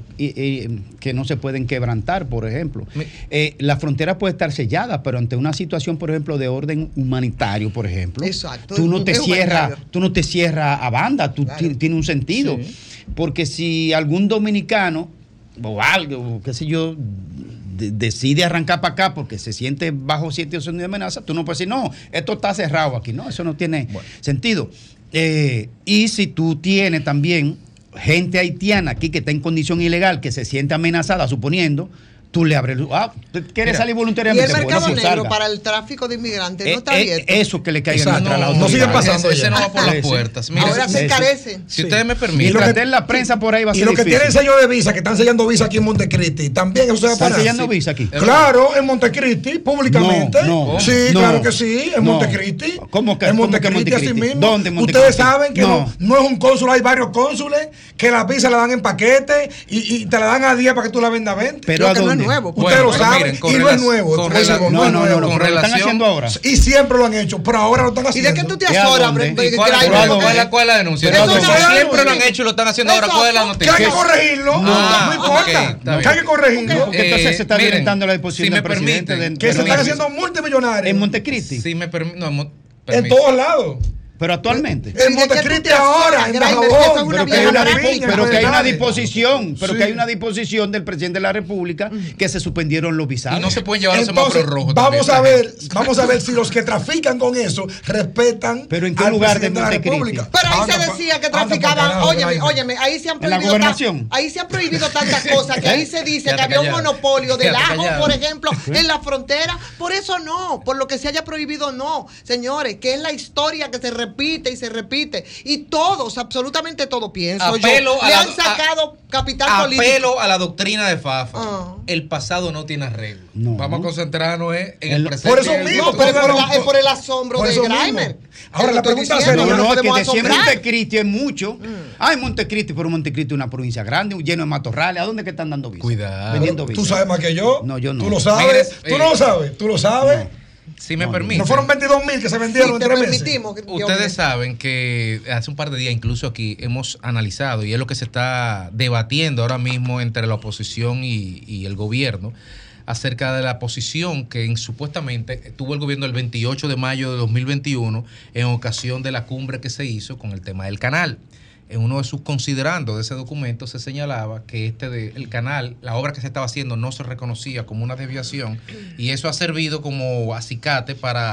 Speaker 19: que no se pueden quebrantar, por ejemplo. Eh, la frontera puede estar sellada, pero ante una situación, por ejemplo, de orden humanitario, por ejemplo,
Speaker 3: Exacto,
Speaker 19: tú no te
Speaker 3: es
Speaker 19: cierras,
Speaker 3: humanitario.
Speaker 19: tú no te cierras a banda, tú
Speaker 3: Claro.
Speaker 19: tiene un sentido.
Speaker 3: Sí.
Speaker 19: Porque si algún dominicano o algo, qué sé yo, de- decide arrancar para acá porque se siente bajo situación de amenaza, tú no puedes decir, no, esto está cerrado aquí. No, eso no tiene sentido. Eh, y si tú tienes también gente haitiana aquí que está en condición ilegal, que se siente amenazada, suponiendo, tú le abres, ah, ¿tú quieres
Speaker 3: Mira,
Speaker 19: salir
Speaker 3: Y
Speaker 19: voluntariamente?
Speaker 3: el mercado
Speaker 19: Bueno, pues
Speaker 3: negro
Speaker 19: salga.
Speaker 3: para el tráfico de inmigrantes
Speaker 19: Eh,
Speaker 3: no está
Speaker 19: eh,
Speaker 3: abierto.
Speaker 19: eso que le caiga en
Speaker 16: Exacto.
Speaker 19: contra a la
Speaker 16: No, no
Speaker 19: autoridad.
Speaker 16: sigue pasando ese, ese no va por las
Speaker 19: Ese.
Speaker 16: puertas. Mira,
Speaker 3: Ahora se
Speaker 19: Ese.
Speaker 3: encarecen.
Speaker 16: Si ustedes me permiten.
Speaker 19: Mientras esté en la prensa por ahí va a
Speaker 5: Y
Speaker 19: ser
Speaker 5: los que
Speaker 19: difícil.
Speaker 5: tienen sello de visa, que están sellando visa aquí en Montecristi, también eso se va a
Speaker 19: ¿Están
Speaker 5: parar.
Speaker 19: sellando
Speaker 5: Sí.
Speaker 19: visa aquí?
Speaker 5: Claro, en Montecristi, públicamente.
Speaker 19: No, no,
Speaker 5: sí,
Speaker 19: no.
Speaker 5: claro que sí, en
Speaker 19: No.
Speaker 5: Montecristi.
Speaker 19: ¿Cómo que-
Speaker 5: En
Speaker 19: cómo que
Speaker 5: Montecristi, así
Speaker 19: Montecristi?
Speaker 5: mismo.
Speaker 19: ¿Dónde en Montecristi?
Speaker 5: Ustedes saben que no.
Speaker 19: No.
Speaker 5: no es un cónsul, hay varios cónsules que las visas la dan en paquete y, y te la dan a día para que tú la vendas a veinte.
Speaker 19: Pero
Speaker 5: Lo
Speaker 19: ¿a
Speaker 5: que no es
Speaker 19: dónde?
Speaker 5: nuevo.
Speaker 16: Bueno,
Speaker 5: Ustedes lo
Speaker 16: pero
Speaker 5: saben
Speaker 16: miren, con
Speaker 5: y no es
Speaker 16: relación-
Speaker 5: nuevo.
Speaker 16: con
Speaker 5: como digo,
Speaker 16: relación-
Speaker 5: no es
Speaker 19: no, no,
Speaker 5: nuevo.
Speaker 19: no, pero lo están
Speaker 16: relación-
Speaker 19: haciendo ahora.
Speaker 5: Y siempre lo han hecho, pero ahora lo están
Speaker 3: ¿Y
Speaker 5: haciendo.
Speaker 3: de qué tú te
Speaker 19: ¿Y a
Speaker 3: azoras?
Speaker 19: dónde?
Speaker 3: Bre-
Speaker 16: ¿Y cuál,
Speaker 3: Driver?
Speaker 16: cuál-
Speaker 3: Porque-
Speaker 16: cuál- cuál- cuál es la denuncia?
Speaker 3: Pero
Speaker 16: No,
Speaker 3: eso
Speaker 16: no,
Speaker 3: no es
Speaker 16: siempre
Speaker 3: algo
Speaker 16: lo han
Speaker 3: que-
Speaker 16: hecho y lo están haciendo ahora. ¿Cuál es la
Speaker 5: Que
Speaker 16: noticia?
Speaker 5: hay que corregirlo,
Speaker 16: Ah,
Speaker 5: no importa.
Speaker 16: ok, está
Speaker 5: que hay
Speaker 16: bien.
Speaker 5: que corregirlo.
Speaker 19: Porque entonces se está
Speaker 16: miren,
Speaker 19: violentando la disposición
Speaker 16: si
Speaker 19: del
Speaker 16: me
Speaker 19: presidente.
Speaker 16: permiten,
Speaker 19: de-
Speaker 5: Que se
Speaker 19: pero-
Speaker 5: están haciendo multimillonarios.
Speaker 19: en Montecristi.
Speaker 16: Si me permiten. No, mo-
Speaker 5: En
Speaker 16: permiso.
Speaker 5: todos lados.
Speaker 19: Pero actualmente.
Speaker 5: En
Speaker 3: ¿Y de qué
Speaker 5: Montecristi
Speaker 3: tú te
Speaker 5: ahora,
Speaker 3: azoras,
Speaker 5: en
Speaker 3: Driver?
Speaker 5: Dajabón.
Speaker 3: Que eso es una
Speaker 19: Pero que, hay
Speaker 3: vieja
Speaker 19: una,
Speaker 3: práctica.
Speaker 19: dispo- pero que hay una
Speaker 5: Dale.
Speaker 19: disposición, pero
Speaker 5: Sí.
Speaker 19: que hay una disposición del presidente de la República que se suspendieron los visados.
Speaker 16: Y no se pueden llevar los
Speaker 5: Entonces,
Speaker 16: semáforos rojos.
Speaker 5: vamos
Speaker 16: también,
Speaker 5: a ver, vamos a ver si los que trafican con eso respetan
Speaker 19: Pero ¿en qué
Speaker 5: al
Speaker 19: lugar de
Speaker 5: presidente de la
Speaker 19: Montecristi?
Speaker 5: República.
Speaker 3: Pero ahí
Speaker 5: Anda
Speaker 3: se
Speaker 5: pa-
Speaker 3: decía que
Speaker 5: anda pa'
Speaker 3: traficaban,
Speaker 5: carajo,
Speaker 3: óyeme,
Speaker 5: Driver.
Speaker 3: óyeme, ahí se han
Speaker 19: ¿En la
Speaker 3: prohibido tan-
Speaker 19: gobernación?
Speaker 3: ahí se han prohibido tantas cosas que ahí se dice que
Speaker 16: Quédate
Speaker 3: había un
Speaker 16: callado.
Speaker 3: monopolio del
Speaker 16: Quédate
Speaker 3: ajo,
Speaker 16: callado.
Speaker 3: por ejemplo, en la frontera. Por eso no, por lo que se haya prohibido no, señores, que es la historia que se repite y se repite. Y todos, absolutamente todos, pienso
Speaker 16: Apelo
Speaker 3: yo,
Speaker 16: a
Speaker 3: le
Speaker 16: la-
Speaker 3: han sacado capital político.
Speaker 16: Apelo a la doctrina de Fafa.
Speaker 3: Ah.
Speaker 16: El pasado no tiene arreglo.
Speaker 19: No.
Speaker 16: Vamos a concentrarnos eh, en
Speaker 19: El-
Speaker 16: el presente.
Speaker 5: por eso
Speaker 16: y en el
Speaker 5: mismo,
Speaker 3: No,
Speaker 16: futuro.
Speaker 3: pero es por,
Speaker 5: Pero-
Speaker 3: la- es por el asombro
Speaker 5: por
Speaker 3: de
Speaker 5: eso mismo.
Speaker 3: Grimer.
Speaker 5: Ahora,
Speaker 3: Eso
Speaker 5: la
Speaker 3: estoy
Speaker 5: pregunta
Speaker 3: diciendo,
Speaker 5: seria,
Speaker 19: No, no, que
Speaker 3: podemos
Speaker 19: decía
Speaker 3: asombrar.
Speaker 19: Montecristi es mucho. Ay, Montecristi, pero Montecristi es una provincia grande, lleno de matorrales. ¿A dónde que están dando visas?
Speaker 16: Cuidado.
Speaker 19: Vendiendo
Speaker 5: Tú
Speaker 19: visas.
Speaker 5: sabes más que yo.
Speaker 19: No, yo no.
Speaker 5: Tú lo sabes.
Speaker 16: Mire,
Speaker 5: tú
Speaker 16: eh,
Speaker 5: no lo sabes. Tú lo sabes.
Speaker 16: Si me
Speaker 19: No,
Speaker 16: permiten.
Speaker 5: No fueron veintidós mil que se vendieron
Speaker 3: Sí,
Speaker 5: en
Speaker 3: te
Speaker 5: tres meses.
Speaker 3: permitimos. que- Dios
Speaker 16: Ustedes
Speaker 3: mío.
Speaker 16: saben que hace un par de días incluso aquí hemos analizado y es lo que se está debatiendo ahora mismo entre la oposición y, y el gobierno acerca de la posición que en- supuestamente tuvo el gobierno el veintiocho de mayo de dos mil veintiuno en ocasión de la cumbre que se hizo con el tema del canal. En uno de sus considerandos de ese documento se señalaba que este de, el canal, la obra que se estaba haciendo no se reconocía como una desviación y eso ha servido como acicate para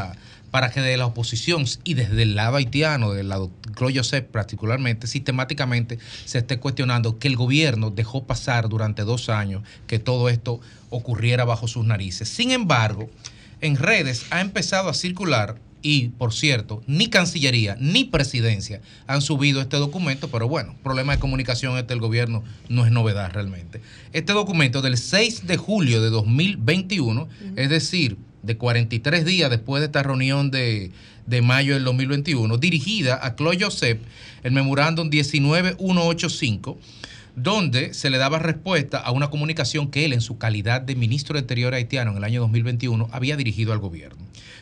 Speaker 16: para que de la oposición y desde el lado haitiano, del lado Claude Joseph particularmente, sistemáticamente se esté cuestionando que el gobierno dejó pasar durante dos años que todo esto ocurriera bajo sus narices. Sin embargo, en redes ha empezado a circular, y por cierto, ni Cancillería ni Presidencia han subido este documento, pero bueno, problema de comunicación este del gobierno no es novedad realmente. Este documento del seis de julio de dos mil veintiuno, uh-huh. es decir, de cuarenta y tres días después de esta reunión de, de mayo del dos mil veintiuno, dirigida a Claude Joseph, el memorándum diecinueve mil ciento ochenta y cinco, donde se le daba respuesta a una comunicación que él, en su calidad de ministro de Exterior haitiano en el año dos mil veintiuno, había dirigido al gobierno.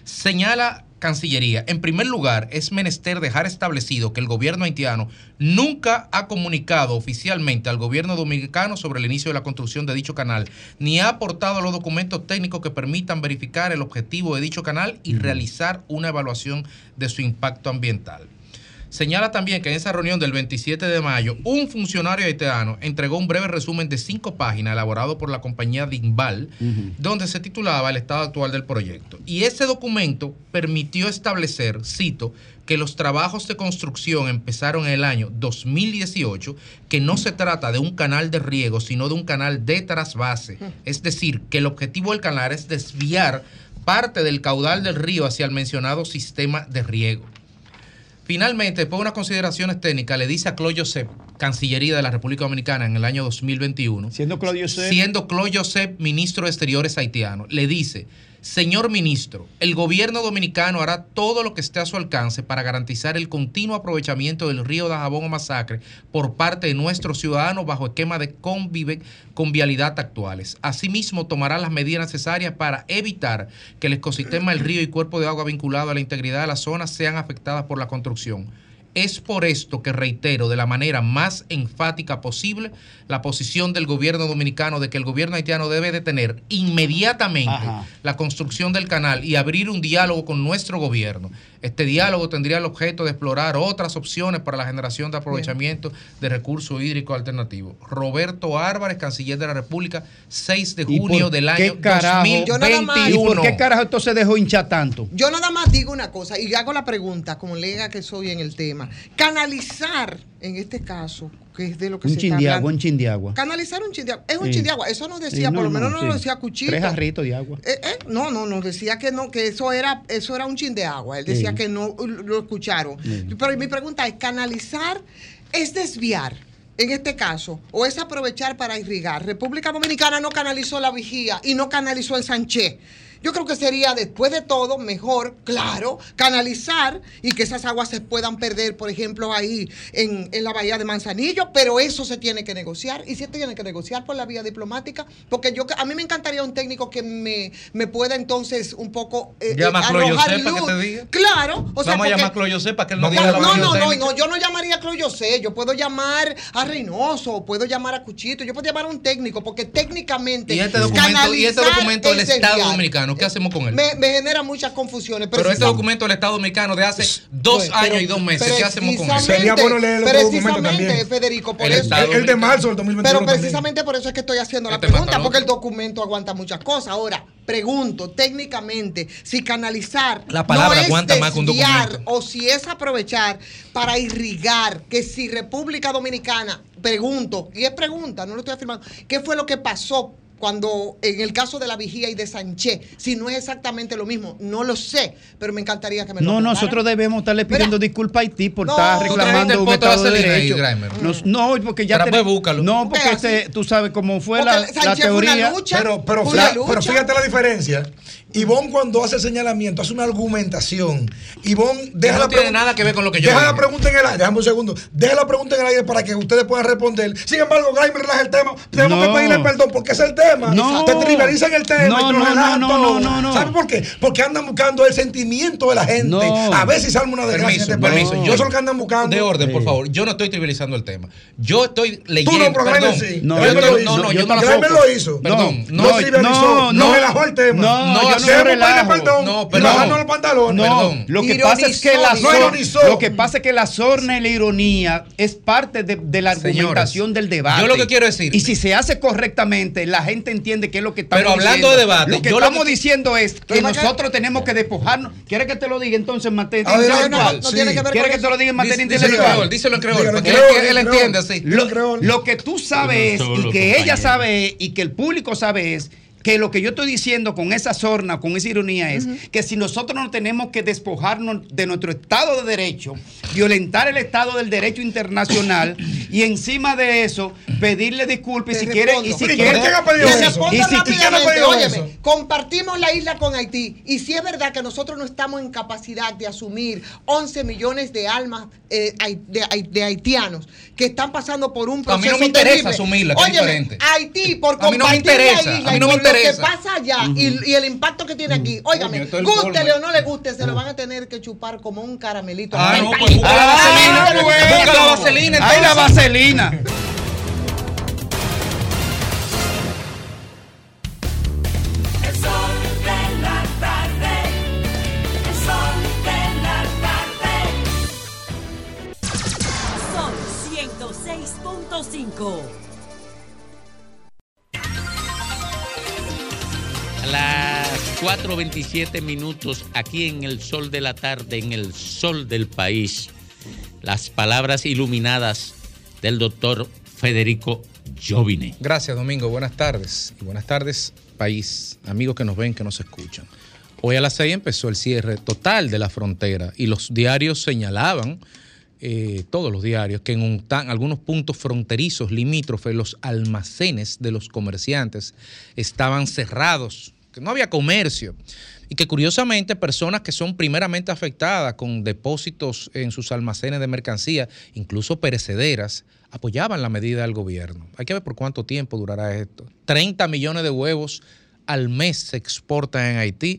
Speaker 16: Señala Cancillería, en primer lugar, es menester dejar establecido que el gobierno haitiano nunca ha comunicado oficialmente al gobierno dominicano sobre el inicio de la construcción de dicho canal, ni ha aportado los documentos técnicos que permitan verificar el objetivo de dicho canal y realizar una evaluación de su impacto ambiental. Señala también que en esa reunión del veintisiete de mayo, un funcionario haitiano entregó un breve resumen de cinco páginas elaborado por la compañía Dinval, uh-huh. donde se titulaba el estado actual del proyecto. Y ese documento permitió establecer, cito, que los trabajos de construcción empezaron en el año dos mil dieciocho, que no se trata de un canal de riego, sino de un canal de trasvase. Uh-huh. Es decir, que el objetivo del canal es desviar parte del caudal del río hacia el mencionado sistema de riego. Finalmente, después de unas consideraciones técnicas, le dice a Claude Joseph, Cancillería de la República Dominicana en el año dos mil veintiuno,
Speaker 19: siendo Claude Joseph,
Speaker 16: siendo Claude Joseph ministro de Exteriores haitiano, le dice: señor ministro, el gobierno dominicano hará todo lo que esté a su alcance para garantizar el continuo aprovechamiento del río Dajabón o Masacre por parte de nuestros ciudadanos bajo esquema de convive, convialidad actuales. Asimismo, tomará las medidas necesarias para evitar que el ecosistema del río y cuerpo de agua vinculado a la integridad de la zona sean afectadas por la construcción. Es por esto que reitero de la manera más enfática posible la posición del gobierno dominicano de que el gobierno haitiano debe detener inmediatamente Ajá. la construcción del canal y abrir un diálogo con nuestro gobierno. Este diálogo tendría el objeto de explorar otras opciones para la generación de aprovechamiento Bien. de recursos hídricos alternativos. Roberto Álvarez, canciller de la República, seis de junio del año
Speaker 19: carajo,
Speaker 16: dos mil veintiuno.
Speaker 19: ¿Y por qué carajo esto se dejó hinchar tanto?
Speaker 3: Yo nada más digo una cosa y hago la pregunta, como lega que soy en el tema. Canalizar, en este caso, que es de lo que
Speaker 19: un
Speaker 3: se está
Speaker 19: chin de
Speaker 3: hablando.
Speaker 19: agua, un chin de agua.
Speaker 3: Canalizar un chin de agua. Es un
Speaker 19: sí.
Speaker 3: chin de agua. Eso nos decía,
Speaker 19: sí, no,
Speaker 3: por lo menos no,
Speaker 19: no
Speaker 3: sí.
Speaker 19: lo
Speaker 3: decía Cuchito.
Speaker 19: Tres jarritos de agua.
Speaker 3: Eh, eh, no, no, nos decía que no, que eso era, eso era un chin de agua. Él decía sí. que no lo escucharon. Sí. Pero mi pregunta es, canalizar es desviar. En este caso, o es aprovechar para irrigar. República Dominicana no canalizó la Vigía y no canalizó el Sánchez. Yo creo que sería, después de todo, mejor, claro, canalizar y que esas aguas se puedan perder, por ejemplo, ahí en, en la bahía de Manzanillo, pero eso se tiene que negociar y se tiene que negociar por la vía diplomática, porque yo a mí me encantaría un técnico que me, me pueda entonces un poco eh,
Speaker 16: Llama a Claude Joseph para que te diga.
Speaker 3: Claro. O sea,
Speaker 16: Vamos
Speaker 3: porque,
Speaker 16: a llamar a Claude Joseph para que él
Speaker 3: no
Speaker 16: nos diga la
Speaker 3: No, no,
Speaker 16: no,
Speaker 3: no, no, yo no llamaría a Claude Joseph, yo puedo llamar a Reynoso, puedo llamar a Cuchito, yo puedo llamar a un técnico, porque técnicamente
Speaker 16: y este documento, y este documento del Estado Dominicano, ¿qué hacemos con él?
Speaker 3: Me, me genera muchas confusiones.
Speaker 16: Pero este documento del Estado Dominicano de hace dos pero, años y dos meses, ¿qué hacemos con él?
Speaker 5: Sería bueno leer el documento también.
Speaker 3: Federico, por
Speaker 5: el,
Speaker 3: eso,
Speaker 5: el, el de marzo del dos mil veintiuno.
Speaker 3: Pero precisamente también. Por eso es que estoy haciendo la este pregunta, porque el documento aguanta muchas cosas. Ahora, pregunto técnicamente si canalizar
Speaker 16: la palabra
Speaker 3: no
Speaker 16: aguanta
Speaker 3: es
Speaker 16: más que un documento,
Speaker 3: o si es aprovechar para irrigar, que si República Dominicana, pregunto, y es pregunta, no lo estoy afirmando, ¿qué fue lo que pasó cuando en el caso de la Vigía y de Sánchez, si no es exactamente lo mismo? No lo sé, pero me encantaría que me lo
Speaker 19: No,
Speaker 3: aclararan.
Speaker 19: nosotros debemos estarle pidiendo
Speaker 3: Mira,
Speaker 19: disculpas a Haití por
Speaker 3: no,
Speaker 19: estar reclamando un Estado de Derecho.
Speaker 16: Mm.
Speaker 19: No, porque ya
Speaker 16: te, búscalo.
Speaker 19: No, porque este, tú sabes cómo fue la, la teoría.
Speaker 3: Lucha,
Speaker 5: pero, pero, fíjate, pero fíjate la diferencia. Ivonne, cuando hace el señalamiento, hace una argumentación. Ivonne deja
Speaker 16: no
Speaker 5: la
Speaker 16: tiene nada que ver con lo que yo
Speaker 5: Deja
Speaker 16: dije.
Speaker 5: la pregunta en el aire, déjame un segundo. Deja la pregunta en el aire para que ustedes puedan responder. Sin embargo, Graimer relaja el tema. Tenemos
Speaker 19: no.
Speaker 5: que pedirle perdón porque es el tema.
Speaker 19: No.
Speaker 5: Te trivializan el tema
Speaker 19: no,
Speaker 5: y te lo
Speaker 19: no,
Speaker 5: relajan
Speaker 19: no,
Speaker 5: todo.
Speaker 19: No, no, no,
Speaker 5: ¿Sabes por qué? Porque andan buscando el sentimiento de la gente.
Speaker 19: No.
Speaker 5: A ver si salga una desgracia.
Speaker 16: Permiso, permiso.
Speaker 5: No. Yo soy lo que andan buscando.
Speaker 16: De orden,
Speaker 5: sí.
Speaker 16: por favor. Yo no estoy trivializando el tema. Yo estoy leyendo.
Speaker 5: Tú no, pero Graimer sí.
Speaker 19: No,
Speaker 5: Graimer
Speaker 19: yo,
Speaker 5: lo hizo.
Speaker 16: No, no, yo no
Speaker 5: Graimer lo hizo.
Speaker 16: Perdón.
Speaker 5: No, no trivializó. No relajó el tema.
Speaker 19: No, yo es un relajo.
Speaker 5: Perdón,
Speaker 19: No,
Speaker 5: y bajando los pantalones.
Speaker 19: No,
Speaker 5: Perdón.
Speaker 19: lo que
Speaker 5: Ironizó,
Speaker 19: pasa es que la
Speaker 5: no
Speaker 19: sor-
Speaker 5: ironizó.
Speaker 19: lo que pasa es que la sorna y la ironía es parte de, de la
Speaker 16: Señores,
Speaker 19: argumentación del debate.
Speaker 16: yo lo que quiero decir-
Speaker 19: Y si se hace correctamente, la gente entiende qué es lo que estamos
Speaker 16: Pero hablando
Speaker 19: diciendo.
Speaker 16: de debate,
Speaker 19: lo que
Speaker 16: yo lo
Speaker 19: estamos
Speaker 16: que-
Speaker 19: diciendo es que
Speaker 16: Pero,
Speaker 19: nosotros tenemos que despojarnos. ¿Quieres que te lo diga entonces en materia
Speaker 16: A ver,
Speaker 19: intelectual?
Speaker 16: no, no, no tiene que ver
Speaker 19: ¿Quieres
Speaker 16: con
Speaker 19: que te lo diga en materia
Speaker 16: Dice- díselo en
Speaker 19: intelectual?
Speaker 16: creol, díselo en creol,
Speaker 19: Dígalo
Speaker 16: porque
Speaker 19: en
Speaker 16: él-
Speaker 19: creol,
Speaker 16: él
Speaker 19: en
Speaker 16: entiende
Speaker 19: creol.
Speaker 16: así.
Speaker 19: Lo, lo que tú sabes
Speaker 2: Pero
Speaker 19: y
Speaker 2: solo,
Speaker 19: que ella
Speaker 2: compañero.
Speaker 19: sabe y que el público sabe es que lo que yo estoy diciendo con esa sorna, con esa ironía es que si nosotros no tenemos que despojarnos de nuestro Estado de Derecho, violentar el Estado del Derecho internacional y encima de eso pedirle disculpas y si quiere y si
Speaker 3: Te
Speaker 19: quiere
Speaker 3: respondo
Speaker 19: y si-
Speaker 3: rápidamente.
Speaker 19: y si-
Speaker 3: Rápidamente, óyeme, compartimos la isla con Haití y si es verdad que nosotros no estamos en capacidad de asumir once millones de almas eh, hai- de, hai- de haitianos que están pasando por un
Speaker 16: A
Speaker 3: proceso
Speaker 16: mí no me interesa
Speaker 3: terrible.
Speaker 16: asumirla, que es
Speaker 3: Óyeme,
Speaker 16: diferente.
Speaker 3: Haití por
Speaker 16: A mí no me
Speaker 3: compartir
Speaker 16: interesa,
Speaker 3: la isla
Speaker 16: a mí
Speaker 3: y
Speaker 16: no me
Speaker 3: por lo que
Speaker 16: interesa.
Speaker 3: pasa allá y, y el impacto que tiene aquí, óigame,
Speaker 16: esto es el
Speaker 3: gústele
Speaker 16: colmo.
Speaker 3: o no le guste, se lo van a tener que chupar como un caramelito.
Speaker 16: Ah, no,
Speaker 3: Ay,
Speaker 16: pues busca la vaselina,
Speaker 3: ah,
Speaker 16: busca la
Speaker 3: bueno.
Speaker 16: vaselina,
Speaker 19: ¡Ay, la
Speaker 16: entonces.
Speaker 19: vaselina!
Speaker 14: El sol de la tarde. El sol de la tarde.
Speaker 18: Son ciento seis punto cinco.
Speaker 2: A las cuatro veintisiete minutos, aquí en el sol de la tarde, en el sol del país, las palabras iluminadas del doctor Federico Jovine.
Speaker 16: Gracias, Domingo. Buenas tardes. Y buenas tardes, país, amigos que nos ven, que nos escuchan. Hoy a las seis empezó el cierre total de la frontera y los diarios señalaban, eh, todos los diarios, que en un tan- algunos puntos fronterizos limítrofes los almacenes de los comerciantes estaban cerrados, que no había comercio y que curiosamente personas que son primeramente afectadas con depósitos en sus almacenes de mercancía, incluso perecederas, apoyaban la medida del gobierno. Hay que ver por cuánto tiempo durará esto. treinta millones de huevos al mes se exportan en Haití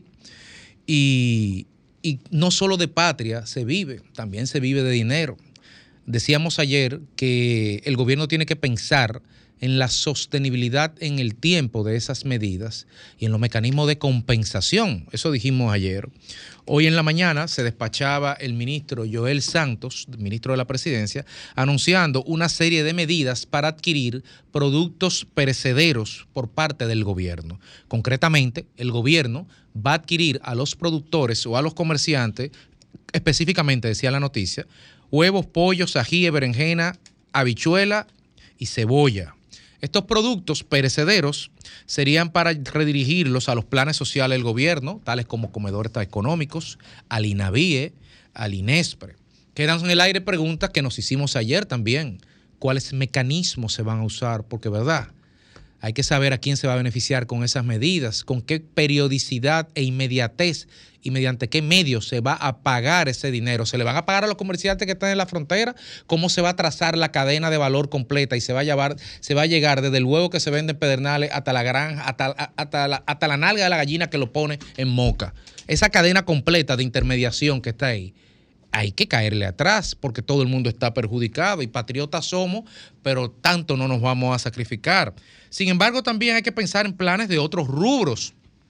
Speaker 16: y, y no solo de patria se vive, también se vive de dinero. Decíamos ayer que el gobierno tiene que pensar en la sostenibilidad en el tiempo de esas medidas y en los mecanismos de compensación. Eso dijimos ayer. Hoy en la mañana se despachaba el ministro Joel Santos, ministro de la Presidencia, anunciando una serie de medidas para adquirir productos perecederos por parte del gobierno. Concretamente, el gobierno va a adquirir a los productores o a los comerciantes, específicamente decía la noticia, huevos, pollos, ají, berenjena, habichuela y cebolla. Estos productos perecederos serían para redirigirlos a los planes sociales del gobierno, tales como comedores económicos, al INAVIE, al INESPRE. Quedan en el aire preguntas que nos hicimos ayer también. ¿Cuáles mecanismos se van a usar? Porque, ¿verdad? Hay que saber a quién se va a beneficiar con esas medidas, con qué periodicidad e inmediatez y mediante qué medios se va a pagar ese dinero. ¿Se le van a pagar a los comerciantes que están en la frontera? ¿Cómo se va a trazar la cadena de valor completa y se va a llevar, se va a llegar desde el huevo que se vende en Pedernales hasta la granja, hasta, hasta, la, hasta la nalga de la gallina que lo pone en Moca? Esa cadena completa de intermediación que está ahí. Hay que caerle atrás porque todo el mundo está perjudicado y patriotas somos, pero tanto no nos vamos a sacrificar. Sin embargo, también hay que pensar en planes de otros rubros.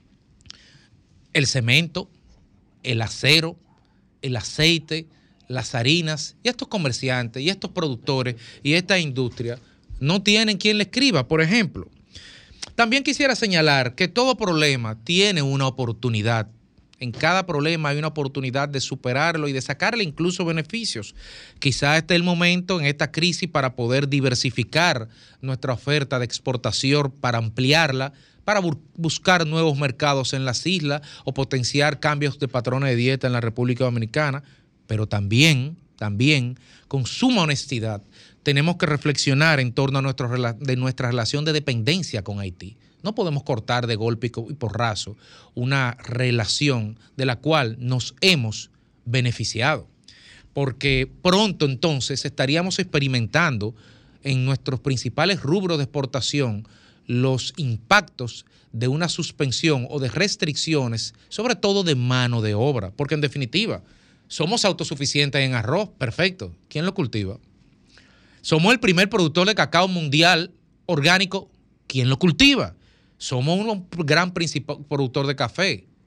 Speaker 16: El cemento, el acero, el aceite, las harinas y estos comerciantes y estos productores y esta industria no tienen quien le escriba, por ejemplo. También quisiera señalar que todo problema tiene una oportunidad. En cada problema hay una oportunidad de superarlo y de sacarle incluso beneficios. Quizá este es el momento en esta crisis para poder diversificar nuestra oferta de exportación, para ampliarla, para bu- buscar nuevos mercados en las islas o potenciar cambios de patrones de dieta en la República Dominicana. Pero también, también, con suma honestidad, tenemos que reflexionar en torno a nuestro, rela- de nuestra relación de dependencia con Haití. No podemos cortar de golpe y co- y porrazo una relación de la cual nos hemos beneficiado, porque pronto entonces estaríamos experimentando en nuestros principales rubros de exportación los impactos de una suspensión o de restricciones, sobre todo de mano de obra, porque en definitiva somos autosuficientes en arroz, perfecto, ¿quién lo cultiva? Somos el primer productor de cacao mundial orgánico, ¿quién lo cultiva? Somos un gran principal productor de café.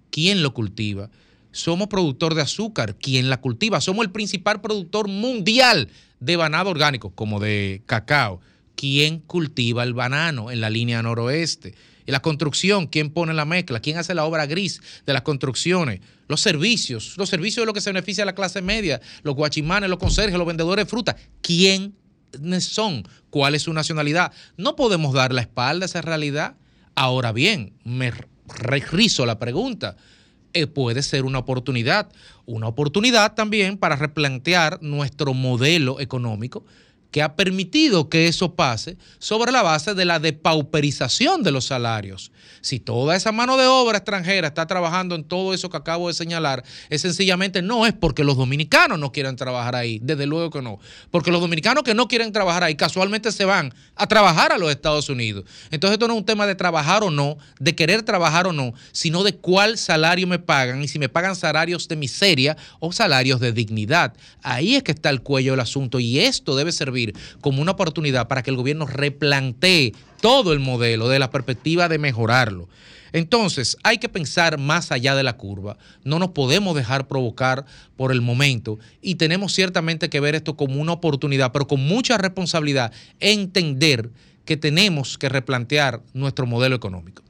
Speaker 16: ¿Quién lo cultiva? Somos productor de azúcar. ¿Quién la cultiva? Somos el principal productor mundial de banano orgánico, como de cacao. ¿Quién cultiva el banano en la línea noroeste? Y la construcción, ¿quién pone la mezcla? ¿Quién hace la obra gris de las construcciones? Los servicios, los servicios de lo que se beneficia a la clase media, los guachimanes, los conserjes, los vendedores de fruta. ¿Quién son? ¿Cuál es su nacionalidad? No podemos dar la espalda a esa realidad. Ahora bien, me rizo la pregunta. Eh, puede ser una oportunidad, una oportunidad también para replantear nuestro modelo económico que ha permitido que eso pase sobre la base de la depauperización de los salarios. Si toda esa mano de obra extranjera está trabajando en todo eso que acabo de señalar, es sencillamente no es porque los dominicanos no quieran trabajar ahí, desde luego que no, porque los dominicanos que no quieren trabajar ahí casualmente se van a trabajar a los Estados Unidos. Entonces esto no es un tema de trabajar o no, de querer trabajar o no, sino de cuál salario me pagan y si me pagan salarios de miseria o salarios de dignidad. Ahí es que está el cuello del asunto y esto debe servir como una oportunidad para que el gobierno replantee todo el modelo de la perspectiva de mejorarlo. Entonces, hay que pensar más allá de la curva. No nos podemos dejar provocar por el momento y tenemos ciertamente que ver esto como una oportunidad, pero con mucha responsabilidad, entender que tenemos que replantear nuestro modelo económico.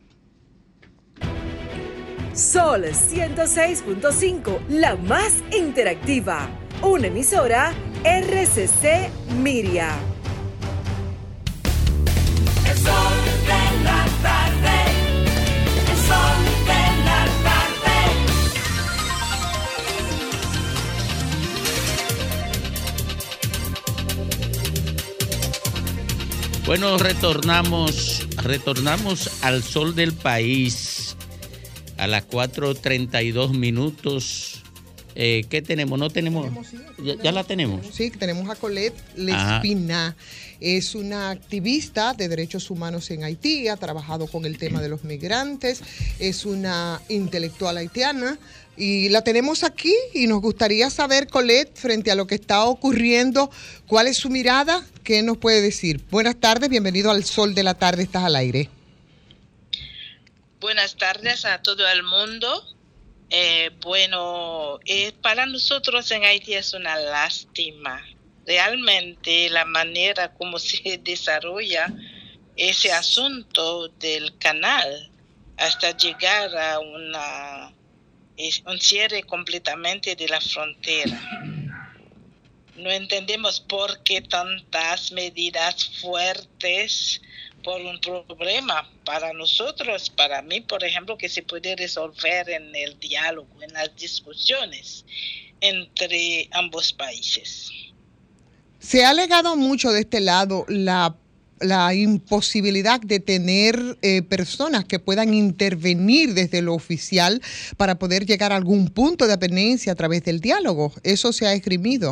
Speaker 18: Sol ciento seis punto cinco, la más interactiva. Una emisora R C C Miria.
Speaker 14: El sol de la tarde. El sol de la
Speaker 2: tarde. Bueno, retornamos, retornamos al sol del país a las cuatro treinta y dos minutos. Eh, ¿Qué tenemos? ¿No tenemos? tenemos sí, ya, tenemos, ¿Ya la tenemos?
Speaker 3: Sí, tenemos a Colette Lespina. Es una activista de derechos humanos en Haití, ha trabajado con el tema de los migrantes, es una intelectual haitiana y la tenemos aquí y nos gustaría saber, Colette, frente a lo que está ocurriendo, ¿cuál es su mirada? ¿Qué nos puede decir? Buenas tardes, bienvenido al Sol de la Tarde, estás al aire.
Speaker 20: Buenas tardes a todo el mundo. Eh, bueno, eh, para nosotros en Haití es una lástima. Realmente la manera como se desarrolla ese asunto del canal hasta llegar a una, un cierre completamente de la frontera. No entendemos por qué tantas medidas fuertes por un problema para nosotros, para mí, por ejemplo, que se puede resolver en el diálogo, en las discusiones entre ambos países.
Speaker 3: Se ha alegado mucho de este lado la, la imposibilidad de tener eh, personas que puedan intervenir desde lo oficial para poder llegar a algún punto de apenencia a través del diálogo. Eso se ha esgrimido.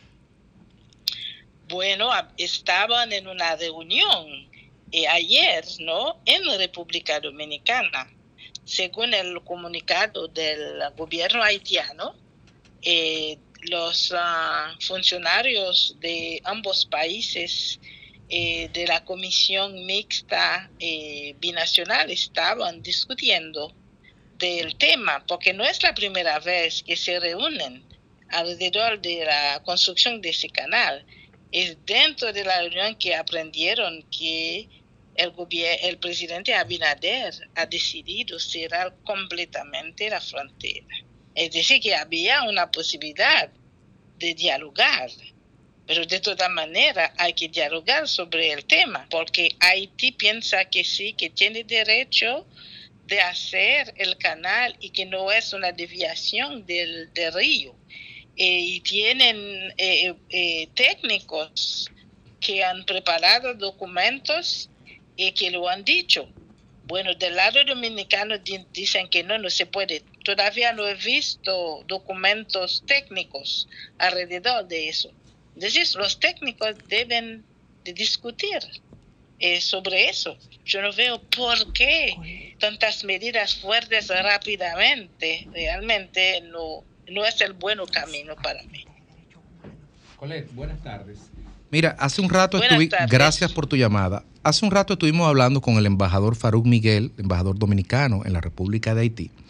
Speaker 20: Bueno, estaban en una reunión Eh, ayer, ¿no?, en la República Dominicana. Según el comunicado del gobierno haitiano, eh, los uh, funcionarios de ambos países eh, de la Comisión Mixta eh, Binacional estaban discutiendo del tema, porque no es la primera vez que se reúnen alrededor de la construcción de ese canal. Es dentro de la reunión que aprendieron que El, el presidente Abinader ha decidido cerrar completamente la frontera. Es decir, que había una posibilidad de dialogar, pero de toda manera hay que dialogar sobre el tema, porque Haití piensa que sí, que tiene derecho de hacer el canal y que no es una desviación del, del río. Eh, y tienen eh, eh, técnicos que han preparado documentos y que lo han dicho. Bueno, del lado dominicano di- dicen que no, no se puede. Todavía no he visto documentos técnicos alrededor de eso. Es decir, los técnicos deben de discutir eh, sobre eso. Yo no veo por qué tantas medidas fuertes rápidamente. Realmente no, no es el buen camino para mí.
Speaker 16: Colette, buenas tardes. Mira, hace un rato
Speaker 20: Buenas
Speaker 16: estuve,
Speaker 20: tardes.
Speaker 16: gracias por tu llamada. Hace un rato estuvimos hablando con el embajador Farouk Miguel, embajador dominicano en la República de Haití,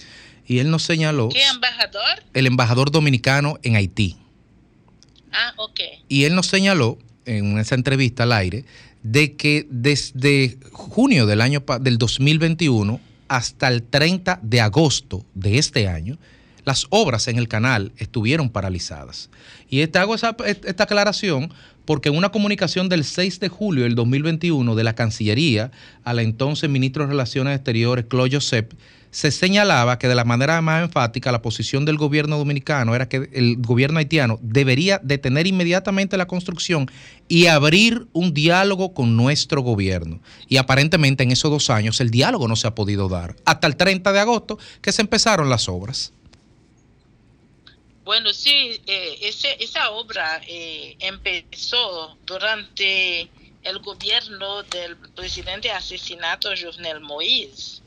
Speaker 16: Y él nos señaló...
Speaker 20: ¿Qué embajador?
Speaker 16: El embajador dominicano en Haití.
Speaker 20: Ah, ok.
Speaker 16: Y él nos señaló en esa entrevista al aire de que desde junio del año pa- del dos mil veintiuno hasta el treinta de agosto de este año, las obras en el canal estuvieron paralizadas. Y te hago esa, esta aclaración porque en una comunicación del seis de julio del dos mil veintiuno de la Cancillería a la entonces ministro de Relaciones Exteriores, Claude Joseph, se señalaba que de la manera más enfática la posición del gobierno dominicano era que el gobierno haitiano debería detener inmediatamente la construcción y abrir un diálogo con nuestro gobierno. Y aparentemente en esos dos años el diálogo no se ha podido dar, hasta el treinta de agosto que se empezaron las obras.
Speaker 20: Bueno, sí, eh, ese, esa obra eh, empezó durante el gobierno del presidente asesinato Jovenel Moïse.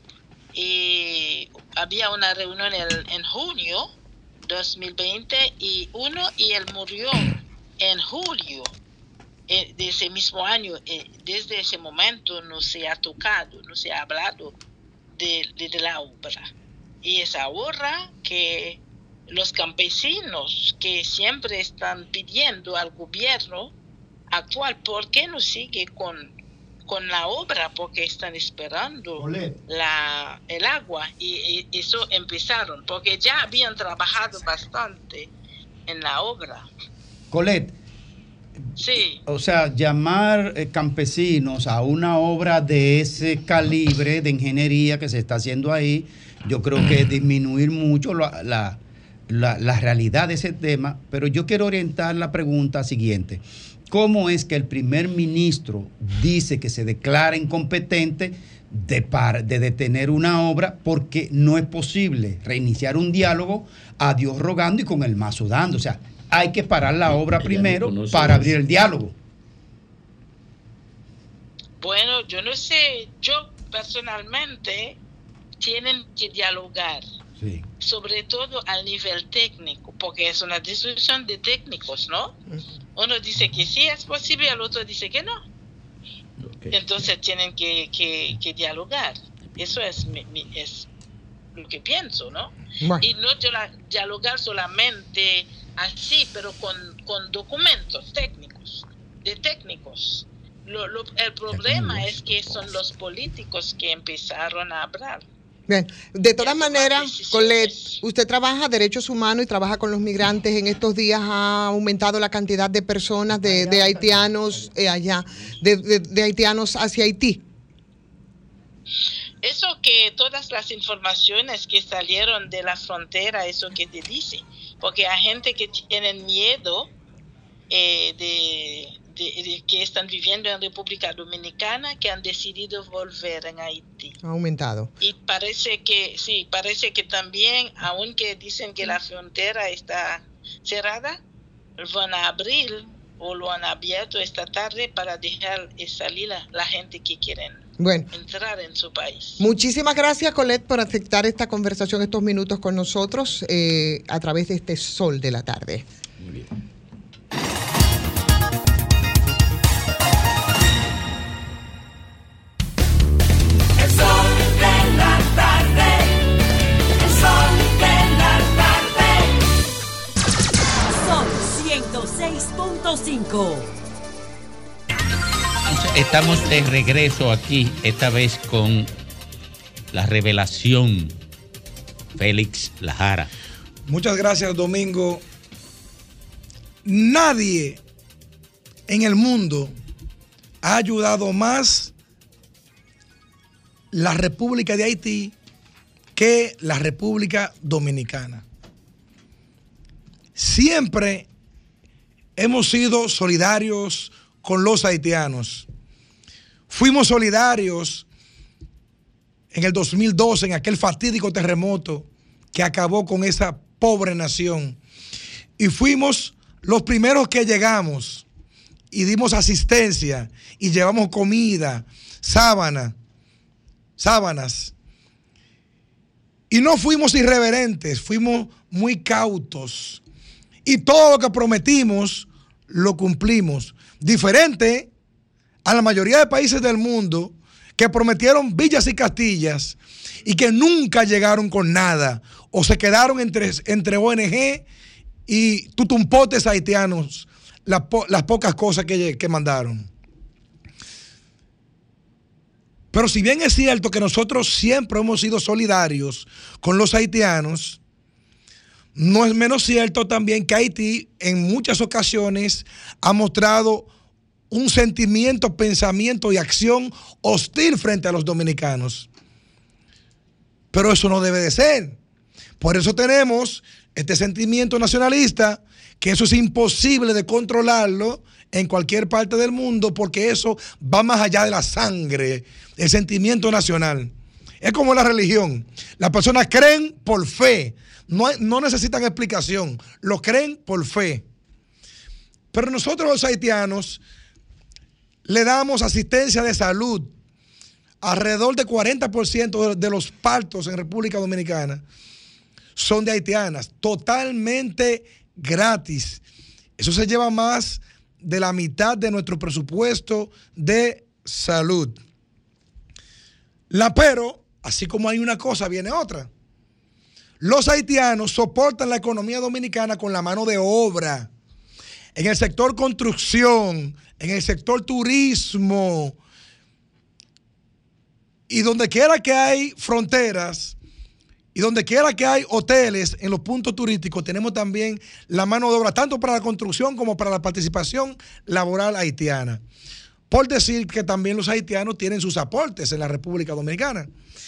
Speaker 20: Y había una reunión el, en junio dos mil veinte y uno y él murió en julio eh, de ese mismo año. Eh, desde ese momento no se ha tocado, no se ha hablado de, de, de la obra. Y es ahora que los campesinos que siempre están pidiendo al gobierno actual, ¿por qué no sigue con con la obra? Porque están esperando la, el agua y, y eso empezaron, porque ya habían trabajado bastante en la obra.
Speaker 19: Colette,
Speaker 20: sí.
Speaker 19: O sea, llamar eh, campesinos a una obra de ese calibre de ingeniería que se está haciendo ahí, yo creo que es disminuir mucho la, la, la, la realidad de ese tema, pero yo quiero orientar la pregunta siguiente. ¿Cómo es que el primer ministro dice que se declara incompetente de, par, de detener una obra porque no es posible reiniciar un diálogo a Dios rogando y con el mazo dando? O sea, hay que parar la obra primero para abrir el diálogo.
Speaker 20: Bueno, yo no sé, yo personalmente tienen que dialogar. Sí. Sobre todo al nivel técnico, porque es una discusión de técnicos, ¿no? Uno dice que sí es posible, el otro dice que no. Okay. Entonces tienen que, que, que dialogar. Eso es, mi, mi, es lo que pienso, ¿no? Bueno. Y no dialogar solamente así, pero con, con documentos técnicos, de técnicos. Lo, lo, el problema es que son los políticos que empezaron a hablar.
Speaker 3: Bien, de todas maneras, Colette, usted trabaja derechos humanos y trabaja con los migrantes. En estos días ha aumentado la cantidad de personas, de, de haitianos eh, allá, de, de, de haitianos hacia Haití.
Speaker 20: Eso que todas las informaciones que salieron de la frontera, eso que te dice, porque hay gente que tienen miedo eh, de... De, de, que están viviendo en República Dominicana, que han decidido volver en Haití.
Speaker 3: Ha aumentado.
Speaker 20: Y parece que, sí, parece que también, aunque dicen que la frontera está cerrada, van a abrir o lo han abierto esta tarde para dejar salir a la gente que quieren
Speaker 3: bueno.
Speaker 20: entrar en su país.
Speaker 3: Muchísimas gracias, Colette, por aceptar esta conversación, estos minutos con nosotros eh, a través de este Sol de la Tarde.
Speaker 2: Muy bien.
Speaker 18: seis punto cinco.
Speaker 2: Estamos de regreso aquí, esta vez con la revelación Félix Lajara.
Speaker 5: Muchas gracias, Domingo. Nadie en el mundo ha ayudado más la República de Haití que la República Dominicana. Siempre hemos sido solidarios con los haitianos. Fuimos solidarios en el dos mil doce, en aquel fatídico terremoto que acabó con esa pobre nación. Y fuimos los primeros que llegamos y dimos asistencia y llevamos comida, sábana, sábanas. Y no fuimos irreverentes, fuimos muy cautos. Y todo lo que prometimos, lo cumplimos. Diferente a la mayoría de países del mundo que prometieron villas y castillas y que nunca llegaron con nada o se quedaron entre, entre O N G y tutumpotes haitianos las, po, las pocas cosas que, que mandaron. Pero si bien es cierto que nosotros siempre hemos sido solidarios con los haitianos, no es menos cierto también que Haití en muchas ocasiones ha mostrado un sentimiento, pensamiento y acción hostil frente a los dominicanos. Pero eso no debe de ser. Por eso tenemos este sentimiento nacionalista, que eso es imposible de controlarlo en cualquier parte del mundo, porque eso va más allá de la sangre, el sentimiento nacional. Es como la religión. Las personas creen por fe. No, no necesitan explicación, lo creen por fe. Pero nosotros los haitianos le damos asistencia de salud. Alrededor del cuarenta por ciento de los partos en República Dominicana son de haitianas, totalmente gratis. Eso se lleva más de la mitad de nuestro presupuesto de salud. La pero, así como hay una cosa, viene otra. Los haitianos soportan la economía dominicana con la mano de obra. En el sector construcción, en el sector turismo. Y donde quiera que hay fronteras y donde quiera que hay hoteles en los puntos turísticos, tenemos también la mano de obra, tanto para la construcción como para la participación laboral haitiana. Por decir que también los haitianos tienen sus aportes en la República Dominicana,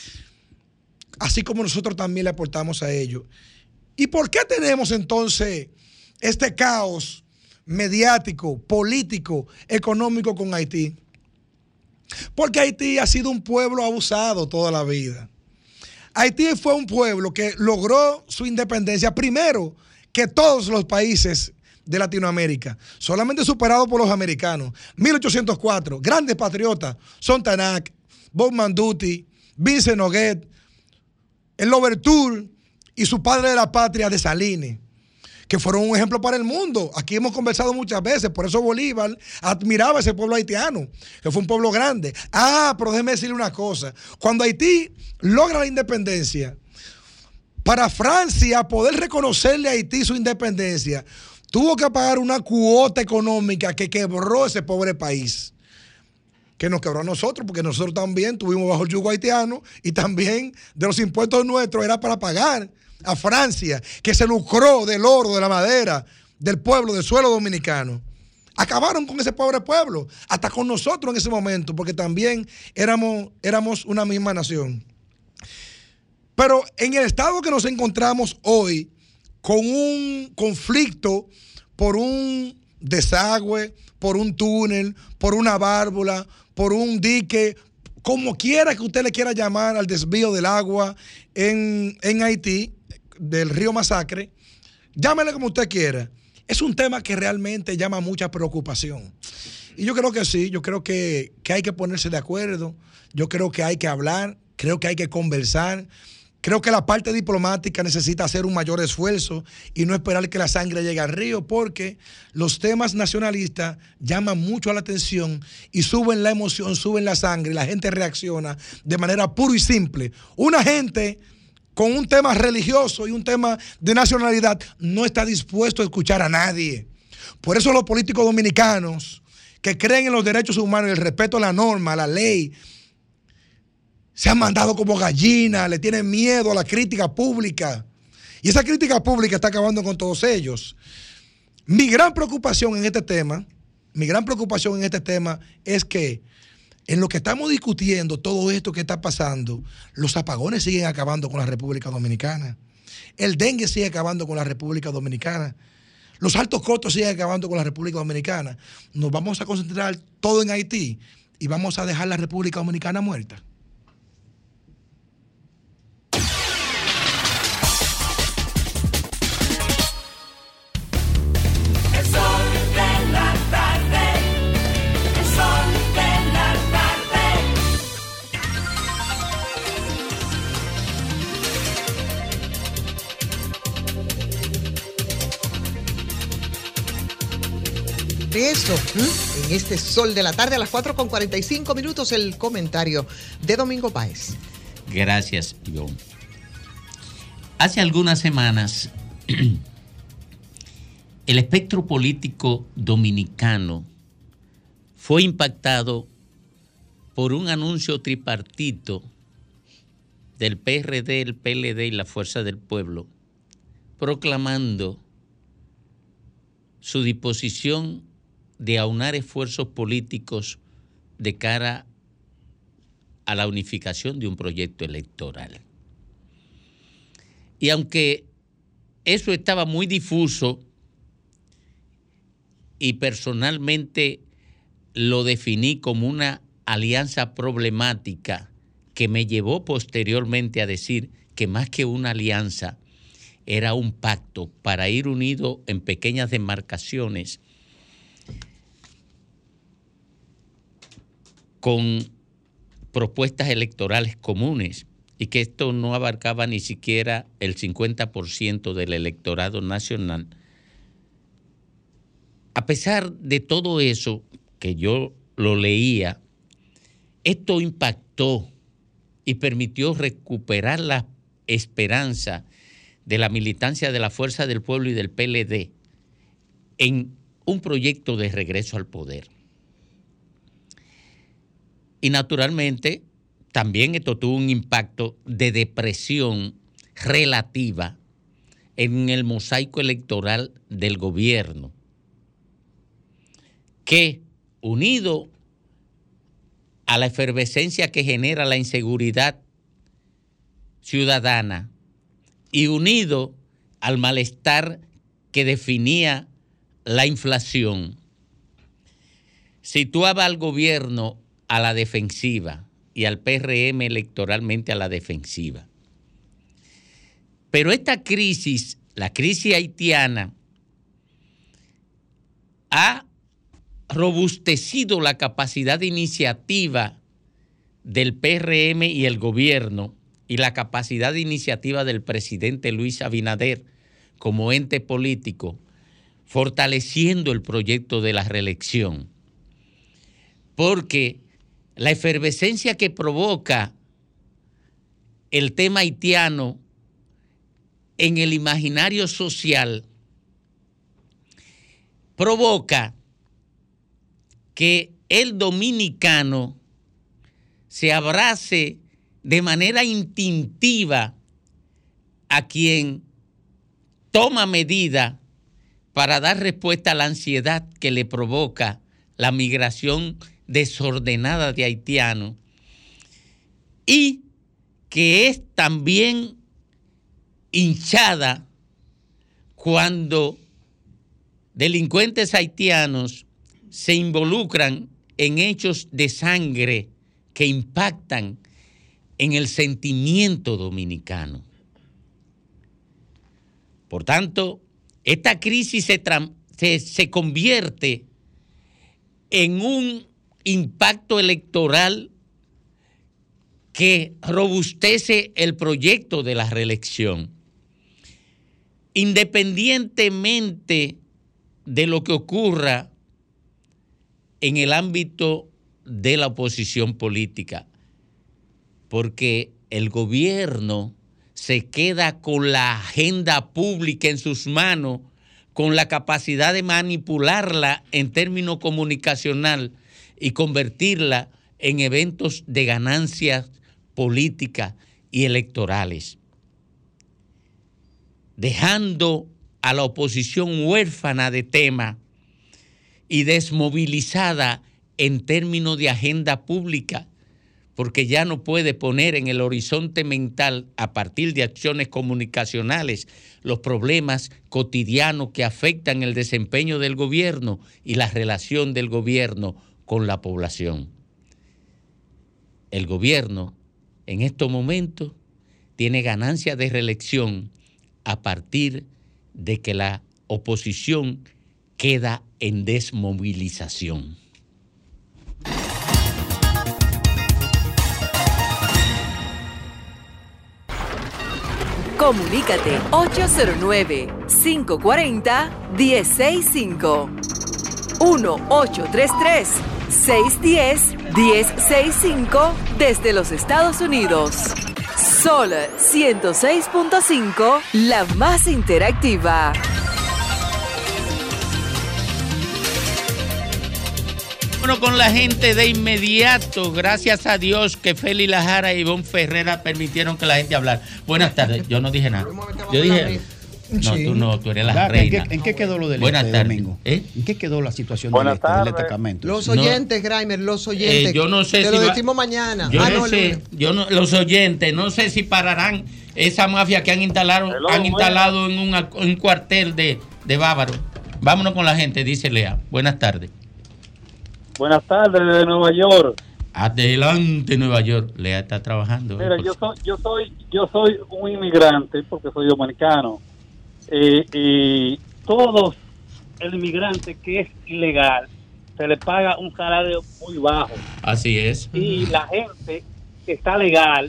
Speaker 5: así como nosotros también le aportamos a ellos. ¿Y por qué tenemos entonces este caos mediático, político, económico con Haití? Porque Haití ha sido un pueblo abusado toda la vida. Haití fue un pueblo que logró su independencia primero que todos los países de Latinoamérica, solamente superado por los americanos. mil ochocientos cuatro, grandes patriotas, Sontanac, Bob Manduti, Vincent Noguet, el Louverture y su padre de la patria, Dessalines, que fueron un ejemplo para el mundo. Aquí hemos conversado muchas veces, por eso Bolívar admiraba a ese pueblo haitiano, que fue un pueblo grande. Ah, pero déjeme decirle una cosa. Cuando Haití logra la independencia, para Francia poder reconocerle a Haití su independencia, tuvo que pagar una cuota económica que quebró ese pobre país. Que nos quebró a nosotros, porque nosotros también tuvimos bajo el yugo haitiano y también de los impuestos nuestros era para pagar a Francia, que se lucró del oro, de la madera, del pueblo, del suelo dominicano. Acabaron con ese pobre pueblo, hasta con nosotros en ese momento, porque también éramos, éramos una misma nación. Pero en el estado que nos encontramos hoy, con un conflicto por un desagüe, por un túnel, por una válvula, por un dique, como quiera que usted le quiera llamar al desvío del agua en, en Haití, del río Masacre, llámele como usted quiera. Es un tema que realmente llama mucha preocupación. Y yo creo que sí, yo creo que, que hay que ponerse de acuerdo, yo creo que hay que hablar, creo que hay que conversar. Creo que la parte diplomática necesita hacer un mayor esfuerzo y no esperar que la sangre llegue al río, porque los temas nacionalistas llaman mucho la atención y suben la emoción, suben la sangre y la gente reacciona de manera pura y simple. Una gente con un tema religioso y un tema de nacionalidad no está dispuesto a escuchar a nadie. Por eso los políticos dominicanos que creen en los derechos humanos y el respeto a la norma, a la ley, se han mandado como gallinas, le tienen miedo a la crítica pública. Y esa crítica pública está acabando con todos ellos. Mi gran preocupación en este tema, mi gran preocupación en este tema es que en lo que estamos discutiendo, todo esto que está pasando, los apagones siguen acabando con la República Dominicana. El dengue sigue acabando con la República Dominicana. Los altos costos siguen acabando con la República Dominicana. Nos vamos a concentrar todo en Haití y vamos a dejar la República Dominicana muerta.
Speaker 3: regreso ¿eh? en este sol de la tarde a las cuatro con cuarenta y cinco minutos, el comentario de Domingo Páez.
Speaker 2: Gracias, Ivonne. Hace algunas semanas, el espectro político dominicano fue impactado por un anuncio tripartito del P R D, el P L D y la Fuerza del Pueblo, proclamando su disposición de aunar esfuerzos políticos de cara a la unificación de un proyecto electoral. Y aunque eso estaba muy difuso y personalmente lo definí como una alianza problemática que me llevó posteriormente a decir que más que una alianza era un pacto para ir unido en pequeñas demarcaciones con propuestas electorales comunes y que esto no abarcaba ni siquiera el cincuenta por ciento del electorado nacional. A pesar de todo eso, que yo lo leía, esto impactó y permitió recuperar la esperanza de la militancia de la Fuerza del Pueblo y del P L D en un proyecto de regreso al poder. Y naturalmente, también esto tuvo un impacto de depresión relativa en el mosaico electoral del gobierno, que, unido a la efervescencia que genera la inseguridad ciudadana y unido al malestar que definía la inflación, situaba al gobierno a la defensiva y al P R M electoralmente a la defensiva. Pero esta crisis, la crisis haitiana, ha robustecido la capacidad de iniciativa del P R M y el gobierno y la capacidad de iniciativa del presidente Luis Abinader como ente político, fortaleciendo el proyecto de la reelección. Porque la efervescencia que provoca el tema haitiano en el imaginario social provoca que el dominicano se abrace de manera instintiva a quien toma medida para dar respuesta a la ansiedad que le provoca la migración desordenada de haitianos y que es también hinchada cuando delincuentes haitianos se involucran en hechos de sangre que impactan en el sentimiento dominicano. Por tanto, esta crisis se, se, se convierte en un impacto electoral que robustece el proyecto de la reelección, independientemente de lo que ocurra en el ámbito de la oposición política, porque el gobierno se queda con la agenda pública en sus manos, con la capacidad de manipularla en términos comunicacional y convertirla en eventos de ganancias políticas y electorales, dejando a la oposición huérfana de tema y desmovilizada en términos de agenda pública, porque ya no puede poner en el horizonte mental, a partir de acciones comunicacionales, los problemas cotidianos que afectan el desempeño del gobierno y la relación del gobierno con la población. El gobierno, en estos momentos, tiene ganancia de reelección a partir de que la oposición queda en desmovilización.
Speaker 18: Comunícate ocho cero nueve, cinco cuatro cero, uno seis cinco. uno ocho tres tres, seis uno cero, uno cero seis cinco desde los Estados Unidos. Sol ciento seis punto cinco, la más interactiva.
Speaker 2: Bueno, con la gente de inmediato, gracias a Dios que Félix Lajara y Ivonne Ferrera permitieron que la gente hablara. Buenas tardes, yo no dije nada. Yo dije... No, tú no, tú eres la
Speaker 19: Claro,
Speaker 2: reina.
Speaker 19: ¿En qué, en qué quedó lo del
Speaker 2: Buenas
Speaker 19: este,
Speaker 2: tardes.
Speaker 19: Domingo?
Speaker 2: ¿Eh?
Speaker 19: ¿En qué quedó la situación
Speaker 2: Buenas
Speaker 19: del, este, del
Speaker 2: tardes.
Speaker 19: destacamento?
Speaker 3: Los
Speaker 2: No.
Speaker 3: oyentes, Graimer, los oyentes.
Speaker 2: Eh, yo no sé
Speaker 3: Te
Speaker 2: si
Speaker 3: lo
Speaker 2: va-
Speaker 3: decimos mañana.
Speaker 2: Yo
Speaker 3: Ah,
Speaker 2: no
Speaker 3: no,
Speaker 2: sé,
Speaker 3: lunes.
Speaker 2: yo no, los oyentes, no sé si pararán esa mafia que han instalado,
Speaker 6: Hello,
Speaker 2: han
Speaker 6: bueno.
Speaker 2: instalado en un, al- un cuartel de, de Bávaro. Vámonos con la gente, dice Lea. Buenas tardes.
Speaker 6: Buenas tardes desde Nueva York.
Speaker 2: Adelante, Nueva York. Lea está trabajando.
Speaker 6: Mira, yo soy, yo soy, yo soy un inmigrante porque soy dominicano. Eh, y todos el inmigrante que es ilegal se le paga un salario muy bajo.
Speaker 2: Así es.
Speaker 6: Y la gente que está legal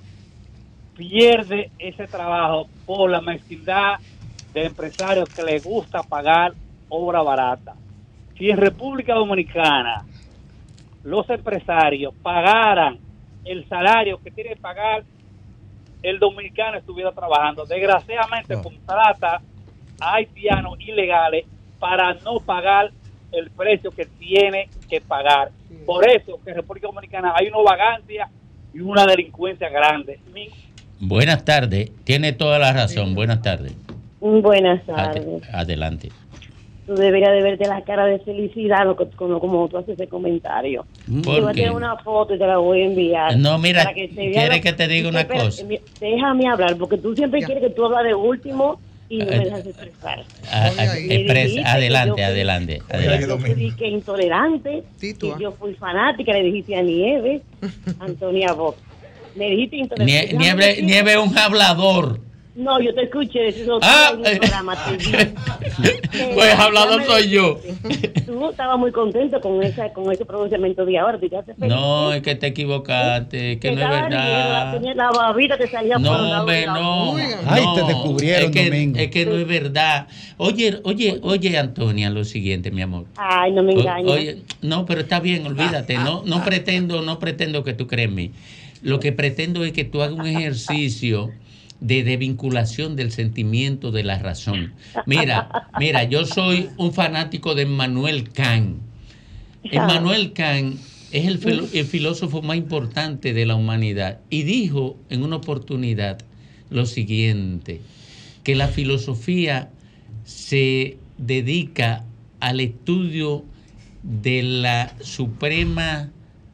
Speaker 6: pierde ese trabajo por la mezquindad de empresarios que les gusta pagar obra barata. Si en República Dominicana los empresarios pagaran el salario que tiene que pagar, el dominicano estuviera trabajando. Desgraciadamente contrata a haitianos ilegales para no pagar el precio que tiene que pagar. Por eso que en República Dominicana hay una vagancia y una delincuencia grande. Mi-
Speaker 2: Buenas tardes. Tiene toda la razón. Buenas tardes.
Speaker 21: Buenas
Speaker 2: Ade-
Speaker 21: tardes.
Speaker 2: adelante.
Speaker 21: Tú deberías de verte la cara de felicidad lo que- como, como tú haces ese comentario.
Speaker 2: ¿Por
Speaker 21: Te voy a
Speaker 2: qué?
Speaker 21: tirar una foto y te la voy a enviar.
Speaker 2: No, mira,
Speaker 21: para que se vea
Speaker 2: ¿quiere
Speaker 21: lo-
Speaker 2: que te diga una
Speaker 21: Espera,
Speaker 2: cosa?
Speaker 21: mi- Déjame hablar, porque tú siempre quieres que tú hablas de último y no me dejas expresar.
Speaker 2: Ah, ah,
Speaker 21: Me
Speaker 2: expres-
Speaker 21: dijiste que
Speaker 2: adelante,
Speaker 21: yo fui-
Speaker 2: adelante,
Speaker 21: que
Speaker 2: adelante.
Speaker 21: Yo fui que intolerante, que yo fui fanática, le dijiste a Nieves, Antonia Bob. Me dijiste intolerante.
Speaker 2: Nie- Nieve, Nieve es un hablador.
Speaker 21: No, yo te escuché decir eso
Speaker 2: Ah,
Speaker 21: en el programa. Te dije.
Speaker 2: Pues hablador soy yo.
Speaker 21: Tú estabas muy contento con esa con ese pronunciamiento de ahora. Te quedaste feliz.
Speaker 2: No, es que te equivocaste, que
Speaker 21: Te
Speaker 2: no es
Speaker 21: estaba riendo,
Speaker 2: verdad.
Speaker 21: tenía la babita te salía por
Speaker 2: No,
Speaker 21: la
Speaker 2: hombre, no.
Speaker 19: Ay,
Speaker 2: no,
Speaker 19: te descubrieron,
Speaker 2: es que,
Speaker 19: Domingo.
Speaker 2: es que no es verdad. Oye, oye, oye, Antonia, lo siguiente, mi amor.
Speaker 21: Ay, no me
Speaker 2: O-
Speaker 21: engañes.
Speaker 2: Oye, no, pero está bien, olvídate. No, no pretendo, no pretendo que tú creas en mí. Lo que pretendo es que tú hagas un ejercicio de desvinculación del sentimiento de la razón. Mira, mira, yo soy un fanático de Emmanuel Kant. Emmanuel Kant es el, filo- el filósofo más importante de la humanidad y dijo en una oportunidad lo siguiente, que la filosofía se dedica al estudio de la suprema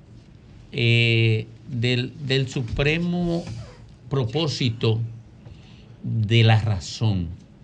Speaker 2: eh, del, del supremo propósito de la razón.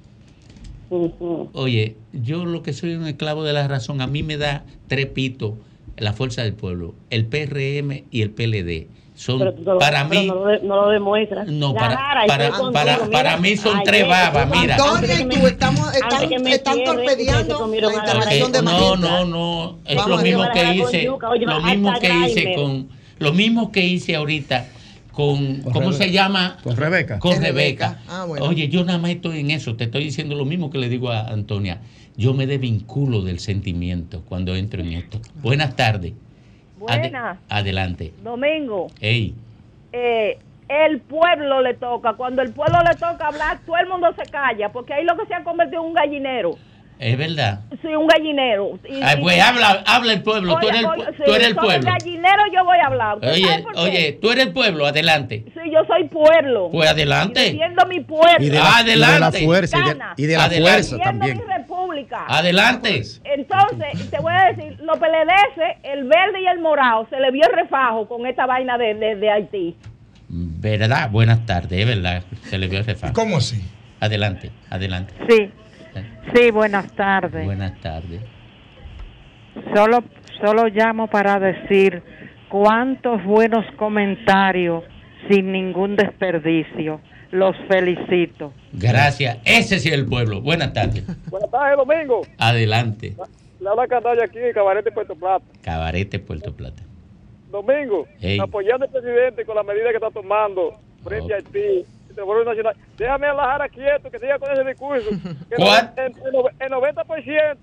Speaker 2: Oye, yo lo que soy un esclavo de la razón, a mí me da tres pitos la fuerza del pueblo, el P R M y el P L D. Son
Speaker 21: Pero tú no lo-
Speaker 2: para
Speaker 21: pero
Speaker 2: mí
Speaker 21: no lo, de- no lo demuestras.
Speaker 2: no,
Speaker 21: La
Speaker 2: para-
Speaker 21: Jara,
Speaker 2: para-
Speaker 21: estoy
Speaker 2: para-
Speaker 21: contigo,
Speaker 2: para
Speaker 21: mira.
Speaker 2: mí son
Speaker 21: Ayer,
Speaker 2: tres babas,
Speaker 21: tú-
Speaker 2: mira.
Speaker 3: Antonia y tú estamos,
Speaker 21: Antes
Speaker 3: están,
Speaker 21: que me
Speaker 3: están
Speaker 21: cierre,
Speaker 3: torpedeando
Speaker 21: ustedes se comieron
Speaker 3: la
Speaker 21: a la
Speaker 3: intervención de
Speaker 2: no,
Speaker 3: Magenta.
Speaker 2: no, no, es
Speaker 3: Vamos
Speaker 2: lo
Speaker 3: a
Speaker 2: mismo
Speaker 21: llevar
Speaker 2: que
Speaker 21: a con
Speaker 2: hice,
Speaker 21: yuca, oye,
Speaker 2: lo
Speaker 21: hasta
Speaker 2: mismo que hice
Speaker 21: Grimer.
Speaker 2: con, lo mismo que hice ahorita con,
Speaker 19: Con
Speaker 2: ¿cómo
Speaker 19: Rebeca.
Speaker 2: se llama?
Speaker 19: Con Rebeca.
Speaker 2: Con
Speaker 3: Es
Speaker 2: Rebeca.
Speaker 3: Rebeca. Ah, bueno.
Speaker 2: Oye, yo nada más estoy en eso, te estoy diciendo lo mismo que le digo a Antonia. Yo me desvinculo del sentimiento cuando entro en esto. Buenas tardes. Ade-
Speaker 22: Buenas.
Speaker 2: adelante.
Speaker 22: Domingo,
Speaker 2: Ey,
Speaker 22: eh, el pueblo le toca. Cuando el pueblo le toca hablar, todo el mundo se calla, porque ahí lo que se ha convertido en un gallinero.
Speaker 2: es verdad.
Speaker 22: Sí, un gallinero. Y-
Speaker 2: Ay,
Speaker 22: y-
Speaker 2: pues habla, habla el pueblo, tú
Speaker 22: Oye,
Speaker 2: eres el,
Speaker 22: oye,
Speaker 2: pu-
Speaker 22: sí,
Speaker 2: tú eres el
Speaker 22: sobre
Speaker 2: pueblo.
Speaker 22: gallinero yo voy a hablar. ¿Usted
Speaker 2: Oye,
Speaker 22: sabe por qué?
Speaker 2: oye, tú eres el pueblo, adelante.
Speaker 22: Sí, yo soy pueblo.
Speaker 2: Pues adelante.
Speaker 22: Y defiendo mi pueblo.
Speaker 19: Y de la,
Speaker 2: Adelante.
Speaker 19: y de la fuerza, y de,
Speaker 22: Gana.
Speaker 19: y de la
Speaker 2: Adelante.
Speaker 19: fuerza
Speaker 22: Defiendo
Speaker 19: también.
Speaker 22: mi república.
Speaker 2: Adelante.
Speaker 22: Entonces, te voy a decir, los P L D, el verde y el morado, se le vio el refajo con esta vaina de, de, de Haití.
Speaker 2: ¿Verdad? Buenas tardes, es verdad. Se le vio el refajo.
Speaker 5: ¿Cómo así?
Speaker 2: Adelante, adelante.
Speaker 22: Sí, sí, buenas tardes.
Speaker 2: Buenas tardes.
Speaker 22: Solo, solo llamo para decir cuántos buenos comentarios sin ningún desperdicio. Los felicito.
Speaker 2: Gracias. Ese sí es el pueblo. Buenas tardes.
Speaker 6: Buenas tardes, Domingo.
Speaker 2: Adelante.
Speaker 6: Le habla Candaya aquí en Cabarete, Puerto Plata.
Speaker 2: Cabarete, Puerto Plata.
Speaker 6: Domingo,
Speaker 2: Hey.
Speaker 6: apoyando al presidente con la medida que está tomando frente a Haití, el Seguro Nacional. Déjame a la Jara quieto, que siga con ese discurso. Que
Speaker 2: ¿Cuál?
Speaker 6: El, el, el noventa por ciento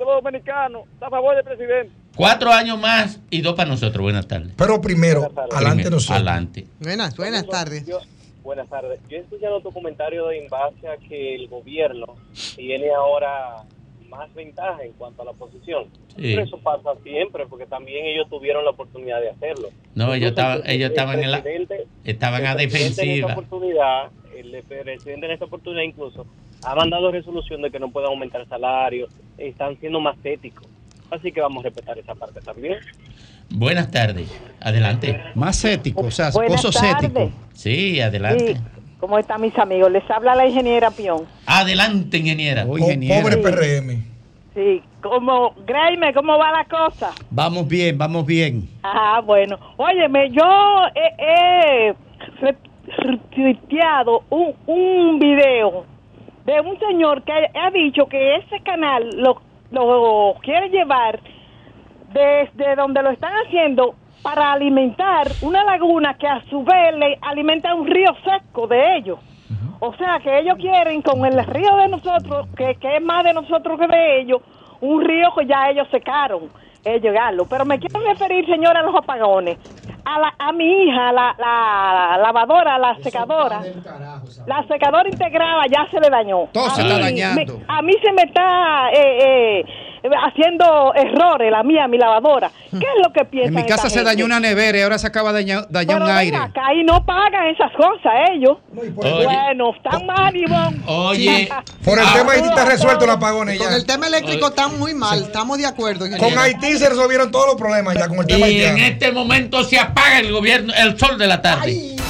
Speaker 10: de los dominicanos está a favor del presidente.
Speaker 2: Cuatro años más y dos para nosotros. Buenas tardes.
Speaker 5: Pero primero, adelante nosotros.
Speaker 2: Adelante.
Speaker 3: Buenas, buenas tardes.
Speaker 1: Yo, buenas tardes. Yo he escuchado tu comentario en base a que el gobierno tiene ahora más ventaja en cuanto a la oposición.
Speaker 2: Sí.
Speaker 1: Pero eso pasa siempre, porque también ellos tuvieron la oportunidad de hacerlo.
Speaker 2: No, ellos estaban, ellos estaban en la,
Speaker 1: presidente-
Speaker 2: estaban a
Speaker 1: el presidente En
Speaker 2: defensiva.
Speaker 1: esta oportunidad, el presidente en esta oportunidad incluso ha mandado resolución de que no puede aumentar salarios, están siendo más éticos. Así que vamos a respetar esa parte también.
Speaker 2: Buenas tardes. Adelante.
Speaker 19: Más ético, o sea,
Speaker 22: Buenas
Speaker 19: pozos
Speaker 22: tardes.
Speaker 19: éticos.
Speaker 2: Sí, adelante.
Speaker 22: Sí. ¿Cómo están mis amigos? Les habla la ingeniera Pion.
Speaker 2: Adelante, ingeniera.
Speaker 19: Oh, ingeniera.
Speaker 5: Pobre P R M.
Speaker 22: Sí, como, Graeme, ¿cómo va la cosa?
Speaker 19: Vamos bien, vamos bien.
Speaker 22: Ah, bueno. Óyeme, yo he, he re- retuiteado un, un video de un señor que ha, ha dicho que ese canal lo, lo quiere llevar desde donde lo están haciendo para alimentar una laguna que a su vez le alimenta un río seco de ellos. O sea que ellos quieren con el río de nosotros, que, que es más de nosotros que de ellos, un río que ya ellos secaron, eh, llegarlo. Pero me quiero referir, señora, a los apagones. A, la, a mi hija, la, la lavadora, la secadora, la secadora integrada ya se le dañó.
Speaker 19: Todo
Speaker 22: A
Speaker 19: se está
Speaker 22: mí
Speaker 19: dañando.
Speaker 22: me- a mí se me está eh, eh, haciendo errores, la mía, mi lavadora. ¿Qué es lo que piensan
Speaker 19: En mi casa
Speaker 22: esta
Speaker 19: se
Speaker 22: gente?
Speaker 19: dañó una nevera y ahora se acaba de dañar, dañar
Speaker 22: Pero
Speaker 19: un
Speaker 22: ven
Speaker 19: aire.
Speaker 22: acá, y no pagan esas cosas ellos.
Speaker 2: Oye.
Speaker 22: Bueno, están mal, Ivonne.
Speaker 2: Oye.
Speaker 5: Por el
Speaker 2: Ah,
Speaker 5: tema Haití está resuelto el apagón
Speaker 3: Con
Speaker 5: ya.
Speaker 3: el tema eléctrico están muy mal, estamos de acuerdo.
Speaker 5: Con
Speaker 3: ingeniero.
Speaker 5: Haití se resolvieron todos los problemas ya con el tema
Speaker 2: Y en
Speaker 5: haitiano.
Speaker 2: este momento se apaga el gobierno, el sol de la tarde.